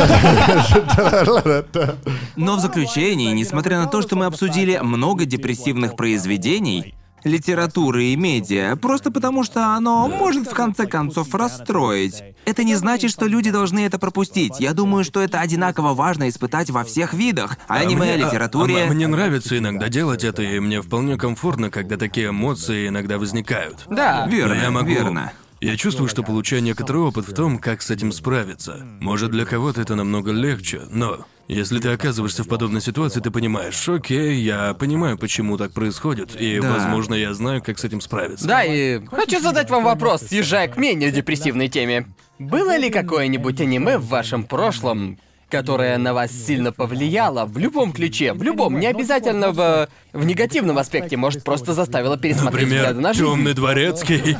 Но в заключении, несмотря на то, что мы обсудили много депрессивных произведений, литературы и медиа, просто потому что оно может в конце концов расстроить. Это не значит, что люди должны это пропустить. Я думаю, что это одинаково важно испытать во всех видах. Аниме, литературе. Мне нравится иногда делать это, и мне вполне комфортно, когда такие эмоции иногда возникают. Да. Верно, Но я могу... верно. Я чувствую, что получаю некоторый опыт в том, как с этим справиться. Может, для кого-то это намного легче, но если ты оказываешься в подобной ситуации, ты понимаешь: окей, я понимаю, почему так происходит, и, Да. возможно, я знаю, как с этим справиться. Да, и хочу задать вам вопрос, съезжая к менее депрессивной теме. Было ли какое-нибудь аниме в вашем прошлом, которое на вас сильно повлияло в любом ключе, в любом, не обязательно в негативном аспекте, может, просто заставило пересмотреть взгляды Например, на жизнь? Темный дворецкий.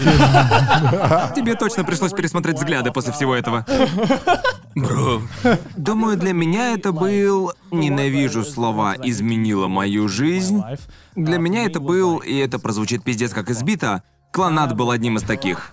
Тебе точно пришлось пересмотреть взгляды после всего этого. Бро, Думаю, для меня это был... Ненавижу слова «изменила мою жизнь». Для меня это был, и это прозвучит пиздец как избито, Кланнад был одним из таких.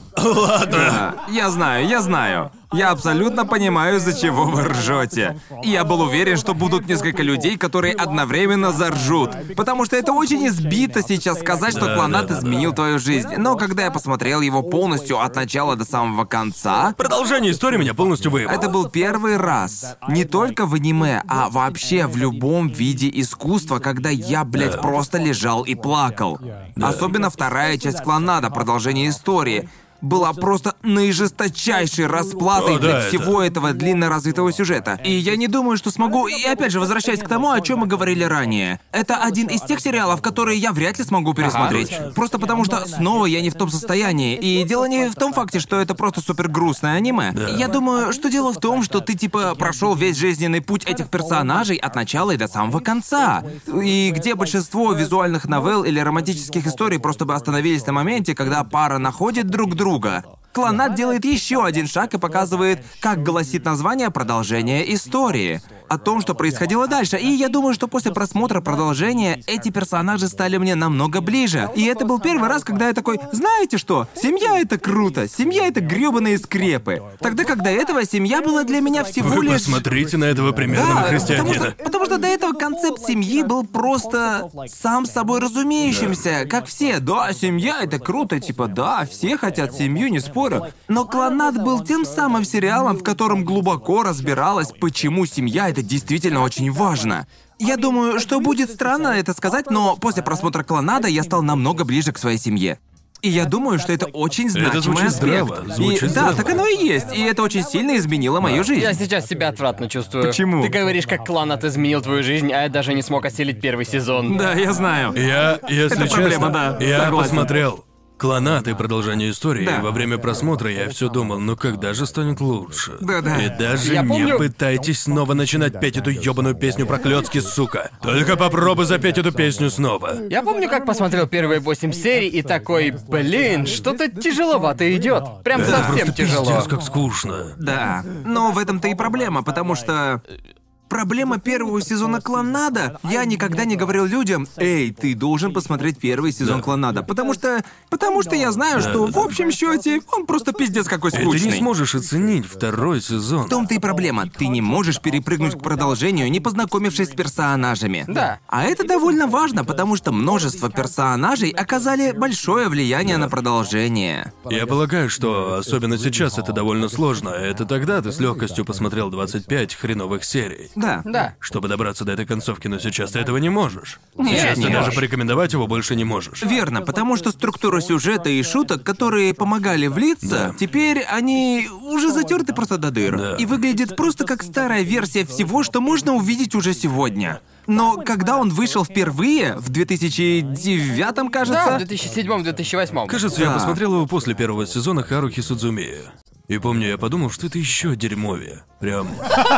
Ладно. Я знаю. Я абсолютно понимаю, из-за чего вы ржете. Я был уверен, что будут несколько людей, которые одновременно заржут. Потому что это очень избито сейчас сказать, что Кланнад изменил твою жизнь. Но когда я посмотрел его полностью от начала до самого конца, продолжение истории меня полностью выебало. это был первый раз, не только в аниме, а вообще в любом виде искусства, когда я, блядь, просто лежал и плакал. Особенно вторая часть Кланнада, продолжение истории, была просто наижесточайшей расплатой О, да, для всего этого длинно развитого сюжета. И я не думаю, что смогу... И опять же, возвращаясь к тому, о чем мы говорили ранее. Это один из тех сериалов, которые я вряд ли смогу пересмотреть. Просто потому что снова я не в том состоянии. И дело не в том факте, что это просто супер грустное аниме. Я думаю, что дело в том, что ты типа прошел весь жизненный путь этих персонажей от начала и до самого конца. И где большинство визуальных новелл или романтических историй просто бы остановились на моменте, когда пара находит друг друга. Кланнад делает еще один шаг и показывает, как гласит название, продолжение истории. О том, что происходило дальше. И я думаю, что после просмотра продолжения эти персонажи стали мне намного ближе. И это был первый раз, когда я такой: знаете что? Семья — это круто. Семья — это грёбаные скрепы. Тогда как до этого семья была для меня всего Вы лишь... посмотрите на этого примерного христианина. Потому что до этого концепт семьи был просто сам собой разумеющимся, как все. Да, семья — это круто, типа, да, все хотят семью, не спорю. Но Кланнад был тем самым сериалом, в котором глубоко разбиралось, почему семья — это действительно очень важно. Я думаю, что будет странно это сказать, но после просмотра Кланнада я стал намного ближе к своей семье. И я думаю, что это очень значимый звучит аспект. здраво, звучит И, здраво. да, так оно и есть. И это очень сильно изменило мою жизнь. Я сейчас себя отвратно чувствую. Почему? Ты говоришь, как Кланнад изменил твою жизнь, а я даже не смог осилить первый сезон. Да, я знаю. Я, если Это честно, проблема, да, я согласен. посмотрел Кланнад и продолжение истории, Да. и во время просмотра я все думал: ну когда же станет лучше? Да-да. И даже Я не помню- пытайтесь снова начинать петь эту ёбаную песню про клёцки, сука. Только попробуй запеть эту песню снова. Я помню, как посмотрел первые 8 серий и такой: блин, что-то тяжеловато идет. Прям Это совсем просто тяжело. пиздец, как скучно. Да, но в этом-то и проблема, потому что Проблема первого сезона «Кланнада». Я никогда не говорил людям: «Эй, ты должен посмотреть первый сезон «Кланнада», потому что я знаю, что в общем счете он просто пиздец какой И скучный. ты не сможешь оценить второй сезон. В том-то и проблема. Ты не можешь перепрыгнуть к продолжению, не познакомившись с персонажами. Да. А это довольно важно, потому что множество персонажей оказали большое влияние на продолжение. Я полагаю, что особенно сейчас это довольно сложно. Это тогда ты с легкостью посмотрел 25 хреновых серий. Да. Да. Чтобы добраться до этой концовки, но сейчас ты этого не можешь. Нет, Сейчас не ты даже можешь. порекомендовать его больше не можешь. Верно, потому что структура сюжета и шуток, которые помогали влиться, Да. теперь они уже затерты просто до дыр. Да. И выглядит просто как старая версия всего, что можно увидеть уже сегодня. Но когда он вышел впервые, в 2009, кажется... Да, в 2007-2008. Кажется, я Да. посмотрел его после первого сезона Харухи Судзумии. И помню, я подумал, что это еще дерьмовее. Прям.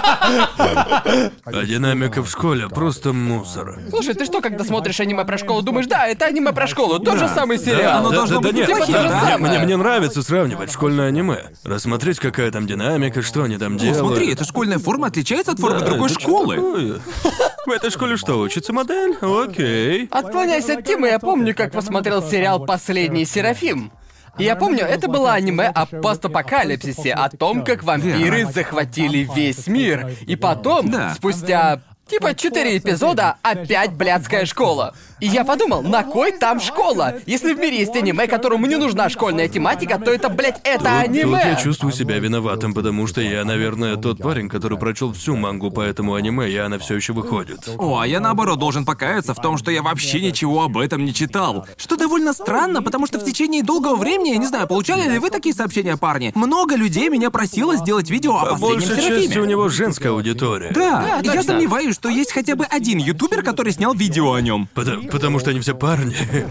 А динамика в школе просто мусор. Слушай, ты что, когда смотришь аниме про школу, думаешь, да, это аниме про школу, тот же самый сериал. оно должно быть нет, неплохим, то же да, самое. мне нравится сравнивать школьное аниме. Рассмотреть, какая там динамика, что они там делают. Смотри, эта школьная форма отличается от формы Да, другой это школы. что такое? В этой школе что, учится модель? Окей. Отклоняясь от темы, я помню, как посмотрел сериал «Последний Серафим». И я помню, это было аниме о постапокалипсисе, о том, как вампиры захватили весь мир. И потом, Да. спустя типа 4 эпизода, опять блядская школа. И я подумал, на кой там школа? Если в мире есть аниме, которому не нужна школьная тематика, то это, блядь, это Тут аниме. я чувствую себя виноватым, потому что я, наверное, тот парень, который прочел всю мангу по этому аниме, и она все еще выходит. О, а я наоборот должен покаяться в том, что я вообще ничего об этом не читал. Что довольно странно, потому что в течение долгого времени, я не знаю, получали ли вы такие сообщения, парни? Много людей меня просило сделать видео о По последнем большей Серафиме. части у него женская аудитория. Да, и я точно. сомневаюсь, что есть хотя бы один ютубер, который снял видео о нем. Потому что они все парни.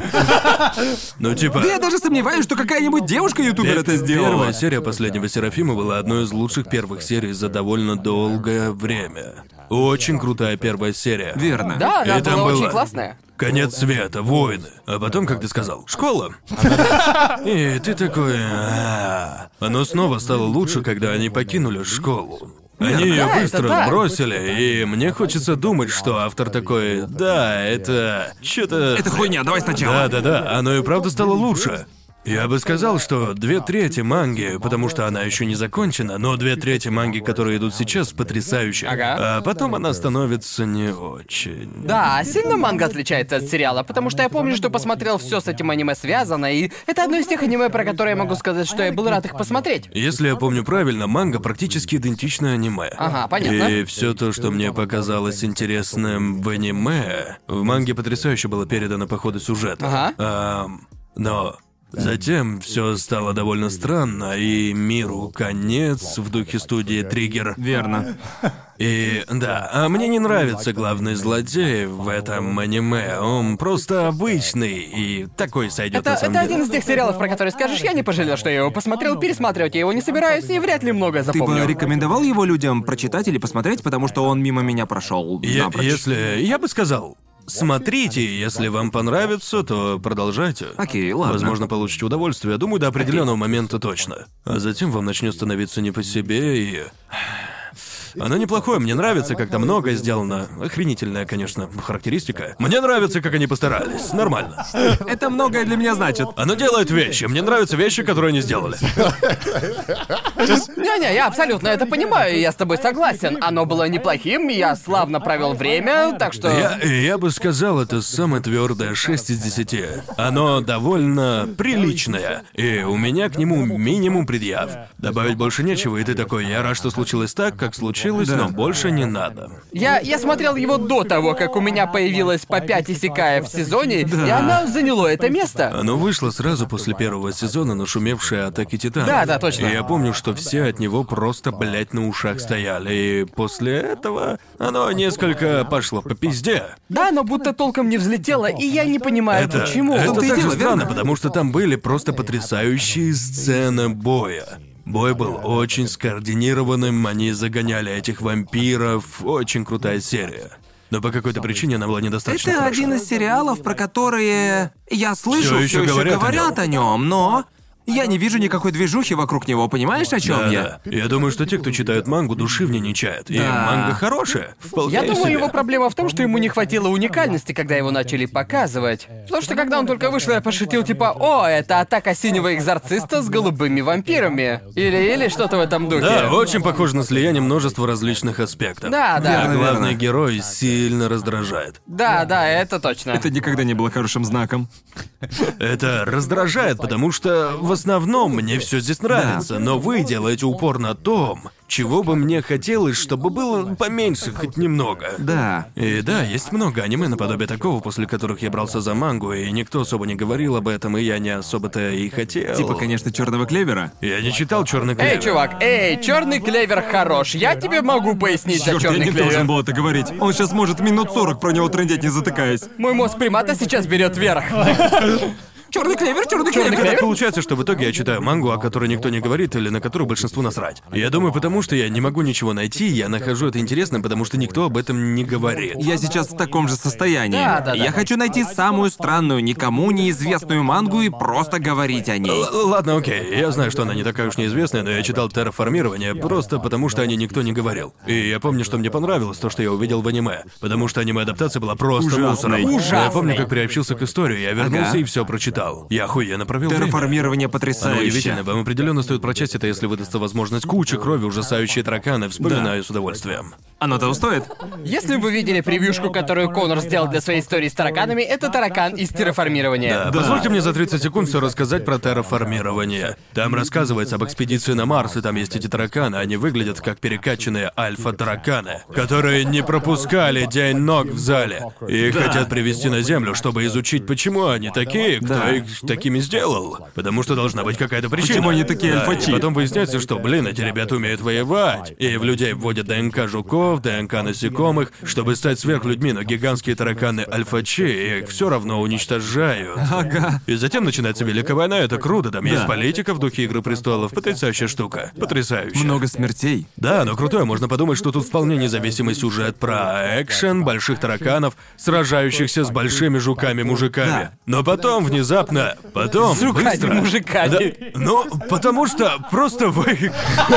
Ну, типа... Да я даже сомневаюсь, что какая-нибудь девушка-ютубер это сделала. Первая серия последнего Серафима была одной из лучших первых серий за довольно долгое время. Очень крутая первая серия. Верно. Да, И она там была очень было- классная. Конец света, войны. А потом, как ты сказал, школа. И ты такой... Оно снова стало лучше, когда они покинули школу. Они ее Да, это быстро так. бросили, и мне хочется думать, что автор такой... Да, это... Что-то... Это хуйня, давай сначала. Да, оно и правда стало лучше. Я бы сказал, что 2/3 манги, потому что она еще не закончена, но 2/3 манги, которые идут сейчас, потрясающие. Ага. А потом она становится не очень. Да, сильно манга отличается от сериала, потому что я помню, что посмотрел все с этим аниме связано, и это одно из тех аниме, про которые я могу сказать, что я был рад их посмотреть. Если я помню правильно, манга практически идентична аниме. Ага, понятно. И все то, что мне показалось интересным в аниме, в манге потрясающе было передано по ходу сюжета. Ага. Но затем все стало довольно странно, и миру конец в духе студии Триггер. Верно. И да, а мне не нравится главный злодей в этом аниме. Он просто обычный и такой сойдет на Это самом деле. один из тех сериалов, про которые скажешь, я не пожалел, что я его посмотрел, пересматривать я его не собираюсь и вряд ли многое Ты бы запомню. рекомендовал его людям прочитать или посмотреть, потому что он мимо меня прошел. Если я бы сказал, смотрите, если вам понравится, то продолжайте. Окей, ладно. Возможно, получите удовольствие. Думаю, до определенного момента точно. А затем вам начнет становиться не по себе и... Оно неплохое, мне нравится, как там многое сделано. Охренительная, конечно, характеристика. Мне нравится, как они постарались. Нормально. Это многое для меня значит. Оно делает вещи. Мне нравятся вещи, которые они сделали. Не-не, я абсолютно это понимаю, и я с тобой согласен. Оно было неплохим, я славно провел время, так что... Я бы сказал, это самое твердое 6 из 10. Оно довольно приличное, и у меня к нему минимум предъяв. Добавить больше нечего, и ты такой, я рад, что случилось так, как случилось, но больше не надо. Я смотрел его до того, как у меня появилось по 5 исекаев в сезоне, и оно заняло это место. Оно вышло сразу после первого сезона, нашумевшее «Атаки Титанов». Да, точно. И я помню, что все от него просто, блять, на ушах стояли. И после этого оно несколько пошло по пизде. Да, но будто толком не взлетело, и я не понимаю, почему. Это том-то и так же дело, странно, верно? потому что там были просто потрясающие сцены боя. Бой был очень скоординированным, они загоняли этих вампиров, очень крутая серия. Но по какой-то причине она была недостаточно Это хороша. один из сериалов, про которые я слышу, Всё все ещё еще говорят о говорят о нем, но я не вижу никакой движухи вокруг него, понимаешь, о чем я? Да. Я думаю, что те, кто читают мангу, души в ней не чают. И Да. манга хорошая. Вполне Я думаю, себе. его проблема в том, что ему не хватило уникальности, когда его начали показывать. Потому что когда он только вышел, я пошутил типа: «О, это атака синего экзорциста с голубыми вампирами». Или что-то в этом духе. Да, очень похоже на слияние множества различных аспектов. Да, да. А главный Верно. герой сильно раздражает. Да, это точно. Это никогда не было хорошим знаком. Это раздражает, потому что в основном мне все здесь нравится, но вы делаете упор на том, чего бы мне хотелось, чтобы было поменьше хоть немного. Да. И да, есть много аниме наподобие такого, после которых я брался за мангу, и никто особо не говорил об этом, и я не особо-то и хотел. Типа, конечно, черного клевера. Я не читал «Черный клевер». Эй, чувак, черный клевер хорош. Я тебе могу пояснить за Чёрт, я черный не клевер. должен был это говорить. Он сейчас может минут 40 про него трындеть, не затыкаясь. Мой мозг примата сейчас берет верх. Черный клевер, черный Чёрный клевер. клевер? Получается, что в итоге я читаю мангу, о которой никто не говорит, или на которую большинству насрать. Я думаю, потому что я не могу ничего найти, я нахожу это интересным, потому что никто об этом не говорит. Я сейчас в таком же состоянии. Да. Я хочу найти самую странную, никому неизвестную мангу и просто говорить о ней. Ладно, окей, я знаю, что она не такая уж неизвестная, но я читал «Терраформирование» просто потому, что о ней никто не говорил. И я помню, что мне понравилось то, что я увидел в аниме, потому что аниме-адаптация была просто Ужасной. мусором. Ужасной. Я помню, как приобщился к истории, я вернулся Ага. и все прочитал. Я охуенно провел время. Терраформирование Оно потрясающе. удивительно, вам определенно стоит прочесть это, если выдастся возможность. Куча крови, ужасающие тараканы, вспоминаю с удовольствием. Оно того стоит? Если вы видели превьюшку, которую Конор сделал для своей истории с тараканами, это таракан из терраформирования. Да, позвольте мне за 30 секунд все рассказать про терраформирование. Там рассказывается об экспедиции на Марс, и там есть эти тараканы, они выглядят как перекачанные альфа-тараканы, которые не пропускали день ног в зале. И их хотят привести на Землю, чтобы изучить, почему они такие, кто Да. их такими сделал. Потому что должна быть какая-то причина. Почему они такие Да, альфачи? и потом выясняется, что, блин, эти ребята умеют воевать. И в людей вводят ДНК жуков, ДНК насекомых, чтобы стать сверхлюдьми, но гигантские тараканы альфачи их все равно уничтожают. Ага. И затем начинается Великая война, это круто, там есть политика в духе Игры престолов, потрясающая штука, потрясающая. Много смертей. Да, но крутое, можно подумать, что тут вполне независимый сюжет про экшен, больших тараканов, сражающихся с большими жуками-мужиками. Да. Но потом, внезапно, потом, быстро... Жуками-мужиками. Да, ну, потому что просто вы...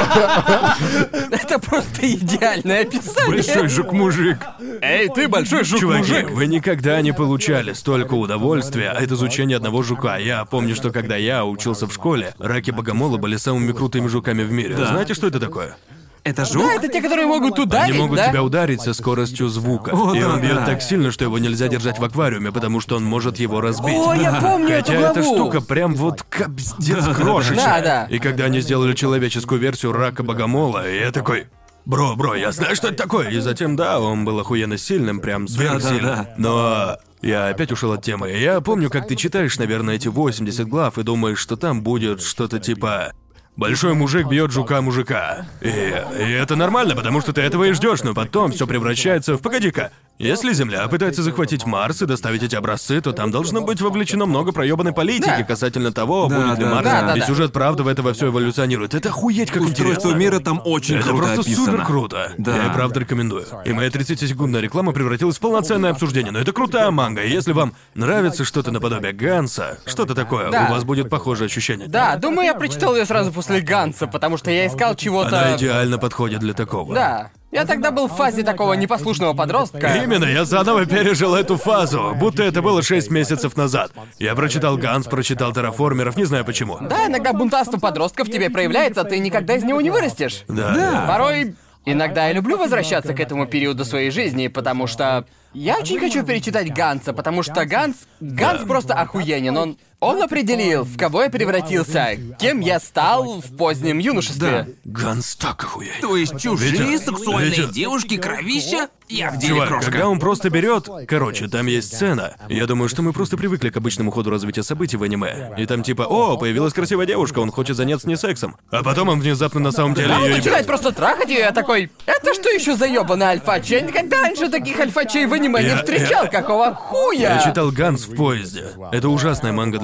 Это просто идеальное описание. жук-мужик. Эй, ты большой Чуваки, жук-мужик. вы никогда не получали столько удовольствия от изучения одного жука. Я помню, что когда я учился в школе, раки-богомолы были самыми крутыми жуками в мире. Знаете, что это такое? Это жук? Да, это те, которые могут ударить, Они могут да? тебя ударить со скоростью звука. О, И да, он бьет да. так сильно, что его нельзя держать в аквариуме, потому что он может его разбить. О, я помню эту Хотя эта главу. штука прям вот капздец крошечная. Да. И когда они сделали человеческую версию рака-богомола, я такой... Бро, я знаю, что это такое. И затем, да, он был охуенно сильным, прям сверхсильным. Да. Но я опять ушел от темы. Я помню, как ты читаешь, наверное, эти 80 глав и думаешь, что там будет что-то типа... Большой мужик бьет жука-мужика. И это нормально, потому что ты этого и ждешь, но потом все превращается в... Погоди-ка. Если Земля пытается захватить Марс и доставить эти образцы, то там должно быть вовлечено много проебанной политики Да. касательно того, Да, будет ли да, Марс. да. И Да. сюжет правда в этого все эволюционирует. Это охуеть как Устройство интересно. мира там очень Это круто просто описано. супер круто. Да. Я и правда рекомендую. И моя 30-секундная реклама превратилась в полноценное обсуждение. Но это крутая манга. И если вам нравится что-то наподобие Ганса, что-то такое, Да. у вас будет похожее ощущение. Да, думаю, я прочитал ее сразу после Ганса, потому что я искал Она чего-то... идеально подходит для такого. Да. Я тогда был в фазе такого непослушного подростка. Именно, я заново пережил эту фазу, будто это было 6 месяцев назад. Я прочитал Ганс, прочитал Терраформеров, не знаю почему. Да, иногда бунтарство подростка в тебе проявляется, а ты никогда из него не вырастешь. Да. Порой... Иногда я люблю возвращаться к этому периоду своей жизни, потому что... Я очень хочу перечитать Ганса, потому что Ганс просто охуенен. Он определил, в кого я превратился, кем я стал в позднем юношестве. Ганс так охуеть. То есть чужие Витя, сексуальные Витя. девушки, кровища? Я в деле, Чувак, крошка. когда он просто берет... Короче, там есть сцена. Я думаю, что мы просто привыкли к обычному ходу развития событий в аниме. И там типа, о, появилась красивая девушка, он хочет заняться не сексом. А потом он внезапно на самом деле А он ее начинает ебет. просто трахать ее, я такой... Это что еще за ёбаный альфач? Я никогда раньше таких альфачей в аниме не Я- встречал, какого хуя? Я читал Ганс в поезде. Это ужасная манга для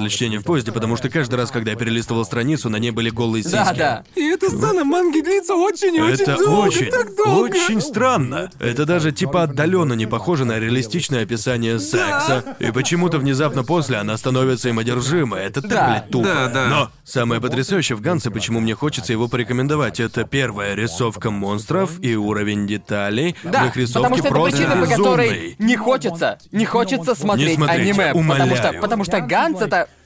для чтения в поезде, потому что каждый раз, когда я перелистывал страницу, на ней были голые сиськи. Да. И эта сцена манги длится очень и очень Это долго, очень, так долго. очень странно. Это даже типа отдаленно не похоже на реалистичное описание секса. И почему-то внезапно после она становится им одержимой. Это так, Да, блядь, тупо. да. Но самое потрясающее в Гансе, почему мне хочется его порекомендовать, это первая рисовка монстров и уровень деталей в Да, их рисовке потому что это просто причина, по которой безумный. не хочется смотреть Не смотрите, аниме, умоляю. потому что Ганс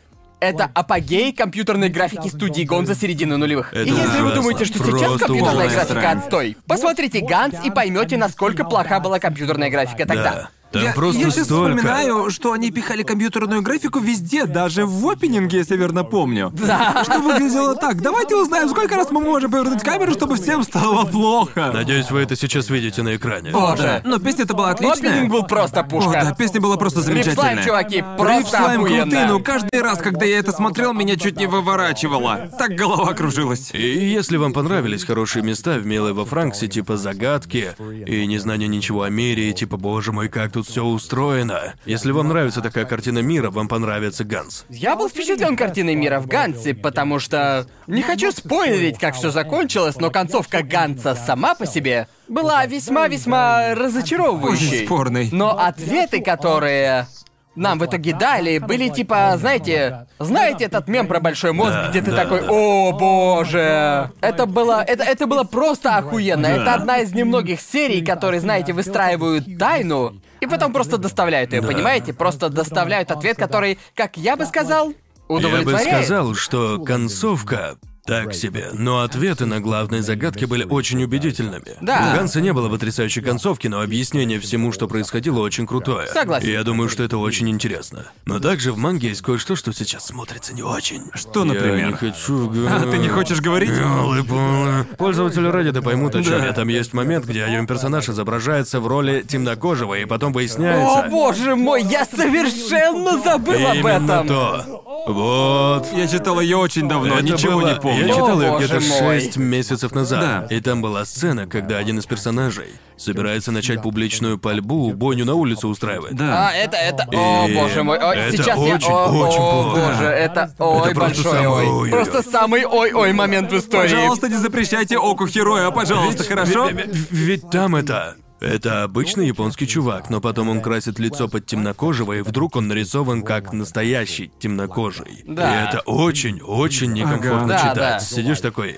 это апогей компьютерной графики студии Гонза середины нулевых. Это И если вы ужасно. думаете, что сейчас Просто компьютерная ужасно. графика отстой, посмотрите Ганс и поймете, насколько плоха была компьютерная графика тогда. Да. Там Я просто сейчас столько. вспоминаю, что они пихали компьютерную графику везде, даже в опенинге, если верно помню. Да. Что выглядело так. Давайте узнаем, сколько раз мы можем повернуть камеру, чтобы всем стало плохо. Надеюсь, вы это сейчас видите на экране. Боже. Но песня-то была отличная. Опенинг был просто О, да, пушка. песня была просто замечательная. Рипслайм, чуваки, Рипслайм просто крутые, охуенно. но каждый раз, когда я это смотрел, меня чуть не выворачивало. Так голова кружилась. И если вам понравились хорошие места в Милой во Франксе, типа загадки и незнание ничего о мире, и типа, боже мой, как тут все устроено. Если вам нравится такая картина мира, вам понравится Ганс. Я был впечатлен картиной мира в Гансе, потому что не хочу спойлерить, как все закончилось, но концовка Ганса сама по себе была весьма-весьма разочаровывающей. Очень спорный. Но ответы, которые нам в итоге дали, были типа, знаете этот мем про большой мозг, Да, где ты да, такой, да. о боже. Это было просто охуенно. Это одна из немногих серий, которые, знаете, выстраивают тайну и потом просто доставляют ее, понимаете? Просто доставляют ответ, который, как я бы сказал, Я бы удовлетворяет. сказал, что концовка так себе, но ответы на главные загадки были очень убедительными. Да. У Ганса не было потрясающей концовки, но объяснение всему, что происходило, очень крутое. Согласен. И я думаю, что это очень интересно. Но также в манге есть кое-что, что сейчас смотрится не очень. Что, Я например? не хочу... А, ты не хочешь говорить? Ёлы-палы. Пользователи Reddit поймут, о чем я. Там есть момент, где один персонаж изображается в роли темнокожего, и потом выясняется... О боже мой, я совершенно забыл об Именно этом. то. Вот. Я читал ее очень давно, Это ничего было- не помню. Я читал ее О, где-то боже мой. 6 месяцев назад. Да. И там была сцена, когда один из персонажей собирается начать публичную пальбу, бойню на улице устраивать. Да. О И боже мой, ой, это сейчас я... очень, О, очень о, плохо. боже, это ой, просто большой самый ой. ой-ой-ой. Просто самый ой-ой момент в истории. Пожалуйста, не запрещайте Оку Хероя, пожалуйста, хорошо? Ведь там это обычный японский чувак, но потом он красит лицо под темнокожего, и вдруг он нарисован как настоящий темнокожий. Да. И это очень-очень некомфортно Ага. Да, читать. да. Сидишь такой...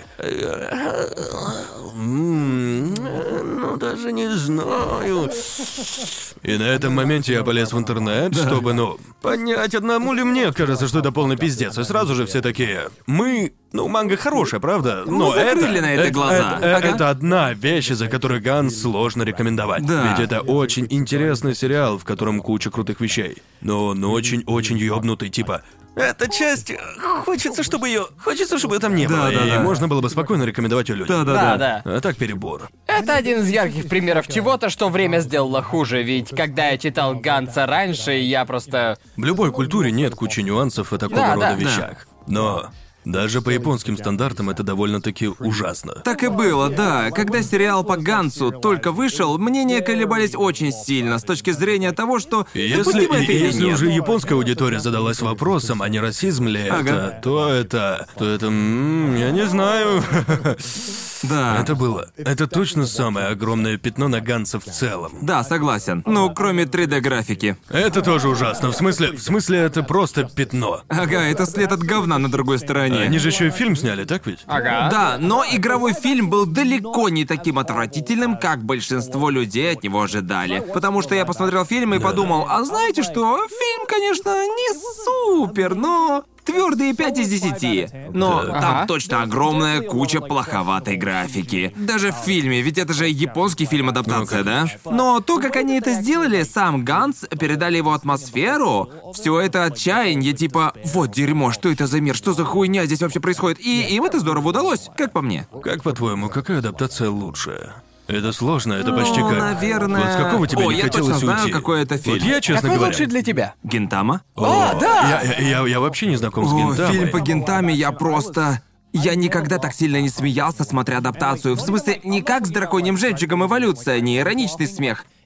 Ну, даже не знаю. И на этом моменте я полез в интернет, чтобы, понять, одному ли мне кажется, что это полный пиздец. И сразу же все такие... манга хорошая, правда? Но закрыли на это глаза. Ага. это одна вещь, из-за которой Ганс сложно рекомендовать. Да. Ведь это очень интересный сериал, в котором куча крутых вещей. Но он очень-очень ёбнутый, типа... Эта часть... Хочется, чтобы ее там не было. Да. И можно было бы спокойно рекомендовать ее людям. Да. А так перебор. Это один из ярких примеров чего-то, что время сделало хуже, ведь когда я читал Ганса раньше, я просто... В любой культуре нет кучи нюансов о такого Да, рода да. вещах. Но даже по японским стандартам это довольно-таки ужасно. Так и было, да. Когда сериал по Гансу только вышел, мнения колебались очень сильно с точки зрения того, что допустимо это или Если нет. уже японская аудитория задалась вопросом, а не расизм ли Ага. это, то это, я не знаю. Да. Это точно самое огромное пятно на Ганса в целом. Да, согласен. Ну, кроме 3D-графики. Это тоже ужасно. В смысле, это просто пятно. Ага, это след от говна на другой стороне. Они же еще и фильм сняли, так ведь? Ага. Да, но игровой фильм был далеко не таким отвратительным, как большинство людей от него ожидали. Потому что я посмотрел фильм и подумал, а знаете что, фильм, конечно, не супер, но... Твердые 5 из 10. Но Да. там Ага. точно огромная куча плоховатой графики. Даже в фильме, ведь это же японский фильм-адаптация, да? Но то, как они это сделали, сам Ганс, передали его атмосферу, все это отчаяние, типа, вот дерьмо, что это за мир, что за хуйня здесь вообще происходит? И им это здорово удалось, как по мне. Как по-твоему, какая адаптация лучше? Это сложно, это почти Ну, как... наверное... Вот с какого тебе О, не я хотелось точно знаю, уйти? какой это фильм. Вот я, честно Какой говоря... лучший для тебя? Гинтама? О, да! Я вообще не знаком с О, Гинтамой. фильм по Гинтаме я просто... Я никогда так сильно не смеялся, смотря адаптацию. В смысле, не как с драконьим жемчугом эволюция, не ироничный смех.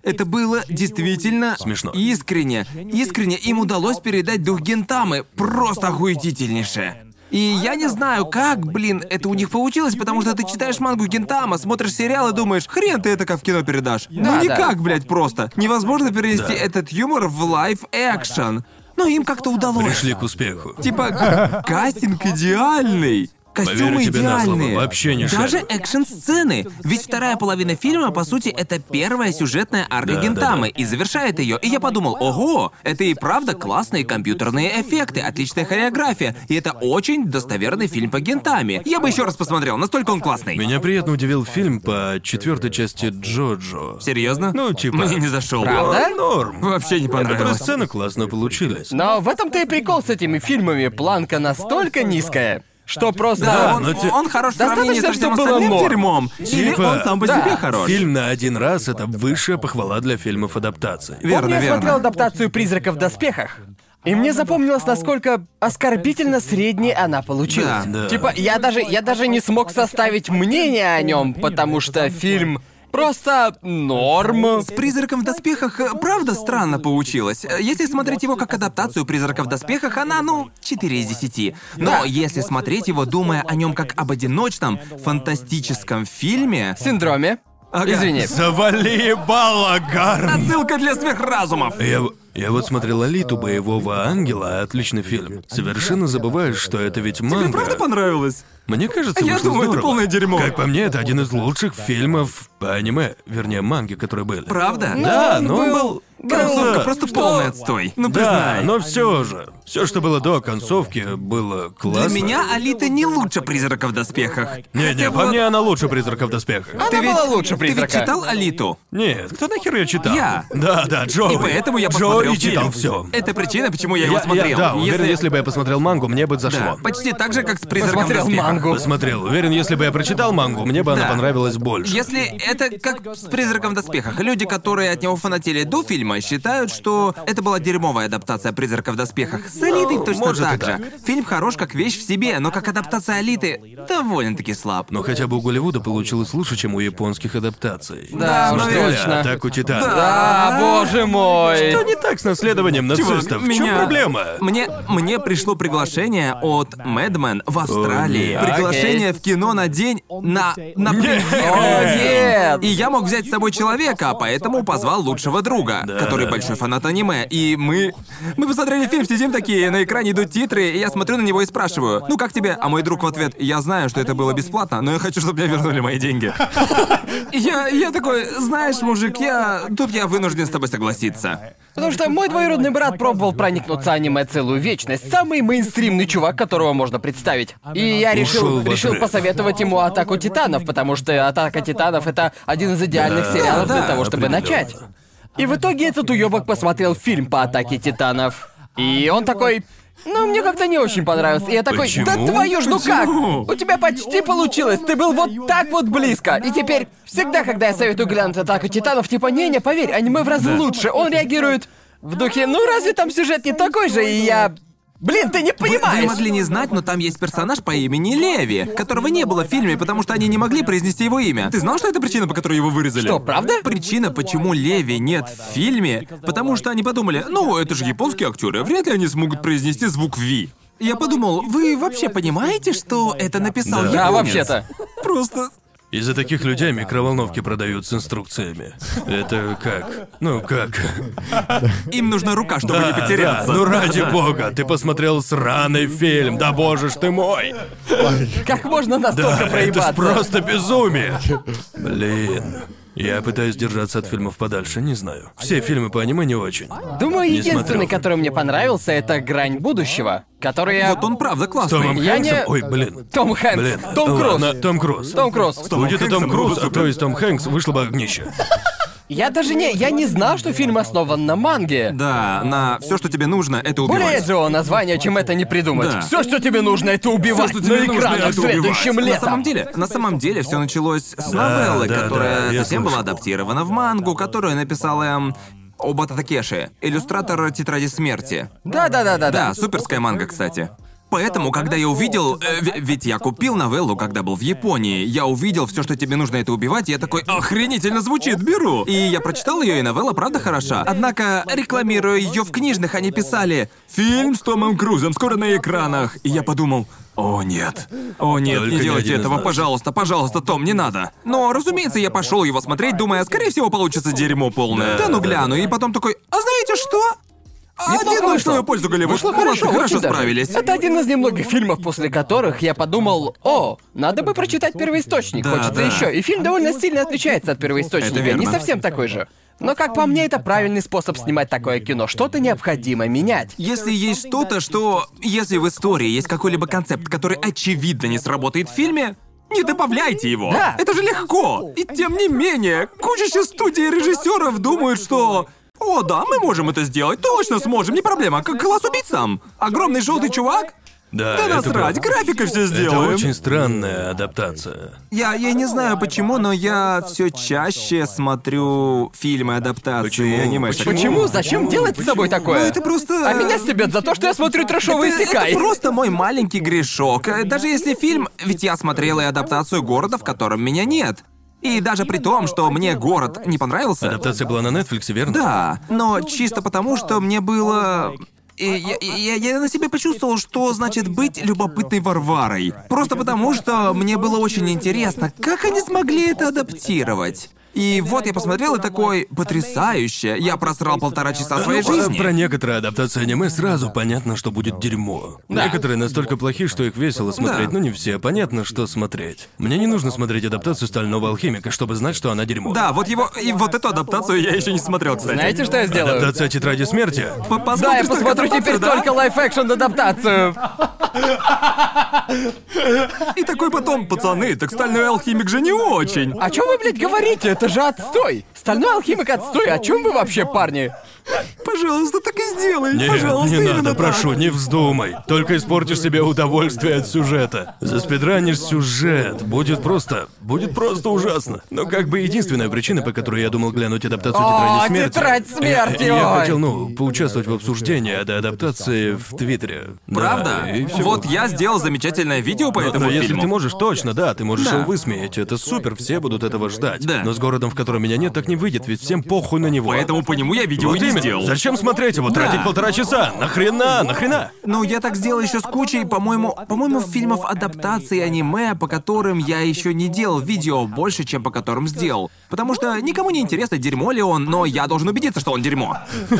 Это было действительно Смешно. искренне. Искренне им удалось передать дух Гинтамы. Просто охуетительнейше. И я не знаю, как, это у них получилось, потому что ты читаешь мангу Гинтама, смотришь сериал и думаешь, хрен ты это как в кино передашь. Ну никак, просто. Невозможно перенести этот юмор в лайв-экшен. Но им как-то удалось. Пришли к успеху. Типа, кастинг идеальный. Костюмы Поверю тебе на слово, идеальные. вообще не Даже шарю. экшн-сцены. Ведь вторая половина фильма, по сути, это первая сюжетная арка Да, Гинтамы, да. и завершает ее. И я подумал, ого, это и правда классные компьютерные эффекты, отличная хореография, и это очень достоверный фильм по Гинтаме. Я бы еще раз посмотрел, настолько он классный. Меня приятно удивил фильм по 4-й части Джоджо. Серьезно? Ну, типа... Мне не зашел. Правда? Норм. Вообще не Некоторые понравилось. сцены классно получились. Но в этом-то и прикол с этими фильмами. Планка настолько низкая, что просто... Да, но он хорош в сравнении Достаточно, со всем чтобы было остальным норм. дерьмом. Или Типа, он сам по да, себе хорош. Фильм на один раз — это высшая похвала для фильмов адаптации. Верно, Помню, я верно. смотрел адаптацию «Призрака в доспехах». И мне запомнилось, насколько оскорбительно средней она получилась. Да. Типа, я даже не смог составить мнение о нем, потому что фильм просто норм. С «Призраком в доспехах» правда странно получилось. Если смотреть его как адаптацию «Призрака в доспехах», она, 4 из 10. Но если смотреть его, думая о нем как об одиночном, фантастическом фильме... Синдроме. Ага. Извини. Завали балагар! Отсылка для сверхразумов! Я вот смотрел «Алиту боевого ангела», отличный фильм. Совершенно забываешь, что это ведь манга. Тебе правда понравилось? Мне кажется, Я вышло думаю, это здорово. полное дерьмо. Как по мне, это один из лучших фильмов по аниме, вернее, манги, которые были. Правда? Да, но был- был... Концовка Да, просто что- полный отстой. Ну, Да, признай. но все же. Все, что было до концовки, было классно. Для меня Алита не лучше «Призрака в доспехах». Не-не, Хотя по вот- мне она лучше «Призрака в доспехах». Она была лучше Ты ведь «Призрака». читал Алиту? Нет, кто нахер ее читал? Я. Да, Джоуи. И поэтому я посмотрел Джоуи читал фильм. все. Это причина, почему я его смотрел. Да, уверен, если бы я посмотрел мангу, мне бы зашло. Да, почти так же, как с «Призраком в Посмотрел доспехах». мангу. Посмотрел. Уверен, если бы я прочитал мангу, мне бы она Да. понравилась больше. Если это как с «Призраком в доспехах», люди, которые от него фанатели до фильма, считают, что это была дерьмовая адаптация «Призрака в доспехах». С Алитой точно может и так же. Фильм хорош как вещь в себе, но как адаптация Алиты довольно-таки слаб. Но хотя бы у Голливуда получилось лучше, чем у японских адаптаций. Да, уж Смотрели точно. «Атаку Титанов». Да, боже мой. Что не так с наследованием нацистов? В чем проблема? Мне пришло приглашение от Мэдмен в Австралии. нет. Приглашение в кино на день на О, премьеру. нет. И я мог взять с собой человека, поэтому позвал лучшего друга, который да. большой фанат аниме. И мы посмотрели фильм, сидим такие, на экране идут титры, и я смотрю на него и спрашиваю, ну как тебе? А мой друг в ответ, я знаю, что это было бесплатно, но я хочу, чтобы мне вернули мои деньги. Я такой, знаешь, мужик, тут я вынужден с тобой согласиться. Потому что мой двоюродный брат пробовал проникнуться аниме целую вечность. Самый мейнстримный чувак, которого можно представить. И я Ушел в решил отрыв. посоветовать ему «Атаку Титанов», потому что «Атака Титанов» — это один из идеальных сериалов для того, чтобы определенно. начать. И в итоге этот уёбок посмотрел фильм по «Атаке Титанов». И он такой... Ну, мне как-то не очень понравился. И я такой, да Почему? твою ж, ну как? Почему? У тебя почти получилось, ты был вот так вот близко. И теперь, всегда, когда я советую глянуть «Атаку Титанов», типа, не, поверь, аниме в разы лучше. Он реагирует в духе, ну разве там сюжет не такой же? И я... Блин, ты не Вы понимаешь! могли не знать, но там есть персонаж по имени Леви, которого не было в фильме, потому что они не могли произнести его имя. Ты знал, что это причина, по которой его вырезали? Что, правда? Причина, почему Леви нет в фильме, потому что они подумали, ну, это же японские актеры, вряд ли они смогут произнести звук Ви. Я подумал, вы вообще понимаете, что это написал Да. японец? Да, вообще-то. Просто... Из-за таких людей микроволновки продают с инструкциями. Это как? Ну как? Им нужна рука, чтобы не потеряться. ну ради бога, ты посмотрел сраный фильм, да боже ж ты мой! Как можно настолько Да, это ж проебаться? просто безумие! Блин. Я пытаюсь держаться от фильмов подальше, не знаю. Все фильмы по аниме не очень. Думаю, Не единственный, смотрел. который мне понравился, это «Грань будущего», который я... Вот он правда С классный. Томом Я Хэнксом? не- Ой, блин. Том Хэнкс. Блин. Том Круз. Ладно, Том Круз. Том Круз. Будь это Том Хэнксом Круз, было а то есть Том Хэнкс, вышло бы огнище. Я не знал, что фильм основан на манге. Да, на все, что тебе нужно, это убивать. Более эджио название, чем это не придумать. Да. Все, что тебе нужно, это убивать Всё, что тебе на нужно, экранах это убивать. следующим летом. На самом деле, все началось с новеллы, да, которая да, я затем была слышал. адаптирована в мангу, которую написал Обата Такеши, иллюстратор Тетради Смерти. Да. Да, суперская манга, кстати. Поэтому, когда я увидел... ведь я купил новеллу, когда был в Японии. Я увидел все, что тебе нужно, это убивать, и я такой, охренительно звучит, беру. И я прочитал ее, и новелла правда хороша. Однако, рекламируя ее в книжных, они писали: фильм с Томом Крузом скоро на экранах. И я подумал: о нет, Только не не делайте один из этого, нас. пожалуйста, Том, не надо. Но, разумеется, я пошел его смотреть, думая, скорее всего, получится дерьмо полное. Да ну гляну, и потом такой, а знаете что? Неплохо 1-0 в вышло. свою пользу, Голливуд. Вышло Молодцы, хорошо, хорошо очень даже. справились. Это один из немногих фильмов, после которых я подумал: о, надо бы прочитать первоисточник, Да, хочется да. еще. И фильм довольно сильно отличается от первоисточника, Это верно. не совсем такой же. Но, как по мне, это правильный способ снимать такое кино. Что-то необходимо менять. Если есть что-то, что... Если в истории есть какой-либо концепт, который очевидно не сработает в фильме, не добавляйте его. Да. Это же легко. И тем не менее, куча студий и режиссеров думают, что... О, да, мы можем это сделать, точно сможем, не проблема. Как класс убить сам. Огромный желтый чувак? Да, Да это насрать, правда. графикой все Это сделаем. очень странная адаптация. Я не знаю почему, но я все чаще смотрю фильмы адаптации Почему? анимешек. Почему? Зачем делать с собой такое? Ну, это просто... А меня стебят за то, что я смотрю трэшовый иссякай. Это просто мой маленький грешок. Даже если фильм... Ведь я смотрел и адаптацию города, в котором меня нет. И даже при том, что мне город не понравился... Адаптация была на Netflix, верно? Да, но чисто потому, что мне было... И я на себе почувствовал, что значит быть любопытной Варварой. Просто потому, что мне было очень интересно, как они смогли это адаптировать. И вот я посмотрел и такой, потрясающе, я просрал 1,5 часа своей жизни. Про некоторые адаптации аниме сразу понятно, что будет дерьмо. Да. Некоторые настолько плохи, что их весело смотреть, Да. но не все. Понятно, что смотреть. Мне не нужно смотреть адаптацию «Стального алхимика», чтобы знать, что она дерьмо. Да, вот его... И вот эту адаптацию я еще не смотрел, кстати. Знаете, что я сделаю? Адаптация «Тетради смерти». Да, я Посмотришь только посмотрю теперь адаптацию, да? только лайф-экшн адаптацию. И такой потом, пацаны, так «Стальной алхимик» же не очень. О чем вы, блядь, говорите? Это же отстой! Стальной алхимик отстой! О чем вы вообще, парни? Пожалуйста, так и сделай. Нет, Пожалуйста, не именно надо, так. прошу, не вздумай. Только испортишь себе удовольствие от сюжета. Заспидранишь сюжет, будет просто ужасно. Но как бы единственная причина, по которой я думал глянуть адаптацию О, «Тетради смерти». «Тетрадь смерти», Я ой. хотел, поучаствовать в обсуждении адаптации в Твиттере. Правда? Да, и всё. Вот я сделал замечательное видео по этому Но если фильму. ты можешь, точно, да, ты можешь Да. его высмеять. Это супер, все будут этого ждать. Да. Но с городом, в котором меня нет, так не выйдет, ведь всем похуй на него. Поэтому по нему я видео Вот и не именно. сделал. Зачем смотреть его? Тратить 1,5 часа? Нахрена? Ну, я так сделал еще с кучей, по-моему, фильмов адаптации аниме, по которым я еще не делал видео больше, чем по которым сделал. Потому что никому не интересно, дерьмо ли он, но я должен убедиться, что он дерьмо.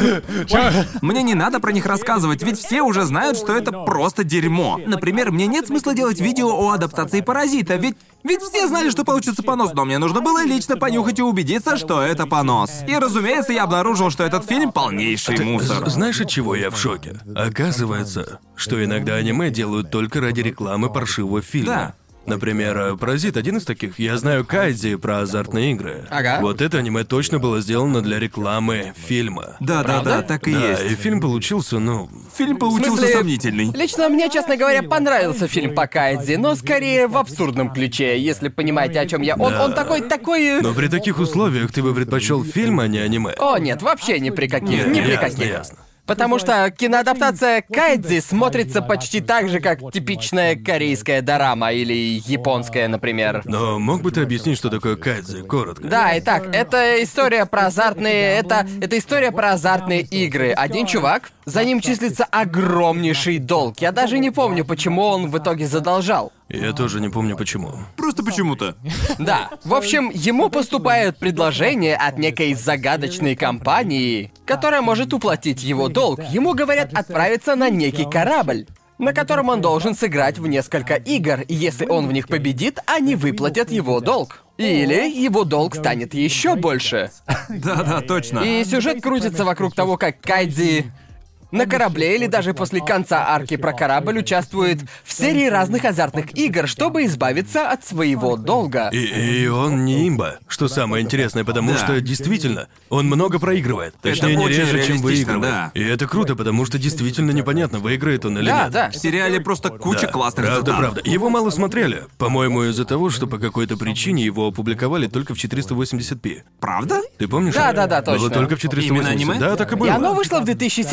Мне не надо про них рассказывать, ведь все уже знают, что это просто дерьмо. Например, мне нет смысла делать видео о адаптации «Паразита», ведь все знали, что получится понос, но мне нужно было лично понюхать и убедиться, что это понос. И, разумеется, я обнаружил, что этот фильм полнейший мусор. Знаешь, от чего я в шоке? Оказывается, что иногда аниме делают только ради рекламы паршивого фильма. Да. Например, «Паразит» — один из таких. Я знаю «Кайдзи» про азартные игры. Ага. Вот это аниме точно было сделано для рекламы фильма. Да, Правда? так и Да, есть. и фильм получился, Фильм получился смысле, сомнительный. Лично мне, честно говоря, понравился фильм по Кайдзи, но скорее в абсурдном ключе, если понимаете, о чем я. Он такой. Но при таких условиях ты бы предпочел фильм, а не аниме. О, нет, вообще ни при каких. Ни при Ясно, каких. ясно. Потому что киноадаптация Кайдзи смотрится почти так же, как типичная корейская дорама или японская, например. Но мог бы ты объяснить, что такое «Кайдзи», коротко? Да, итак, это история про азартные... Это история про азартные игры. Один чувак, за ним числится огромнейший долг. Я даже не помню, почему он в итоге задолжал. Я тоже не помню почему. Просто почему-то. Да. В общем, ему поступает предложение от некой загадочной компании, которая может уплатить его долг. Ему говорят отправиться на некий корабль, на котором он должен сыграть в несколько игр, и если он в них победит, они выплатят его долг. Или его долг станет еще больше. Да, точно. И сюжет крутится вокруг того, как Кайдзи на корабле или даже после конца арки про корабль участвует в серии разных азартных игр, чтобы избавиться от своего долга. И он не имба, что самое интересное, потому Да. что действительно, он много проигрывает. Точнее, не очень реже, чем реалистично, выигрывает. да. И это круто, потому что действительно непонятно, выиграет он или Да, нет. да. В сериале просто куча Да, классных правда, цитат. правда. Его мало смотрели. По-моему, из-за того, что по какой-то причине его опубликовали только в 480p. Правда? Ты помнишь? Да, это? да, да, точно. Было только в 480. Именно аниме? Да, так и было. И оно вышло в 2007, И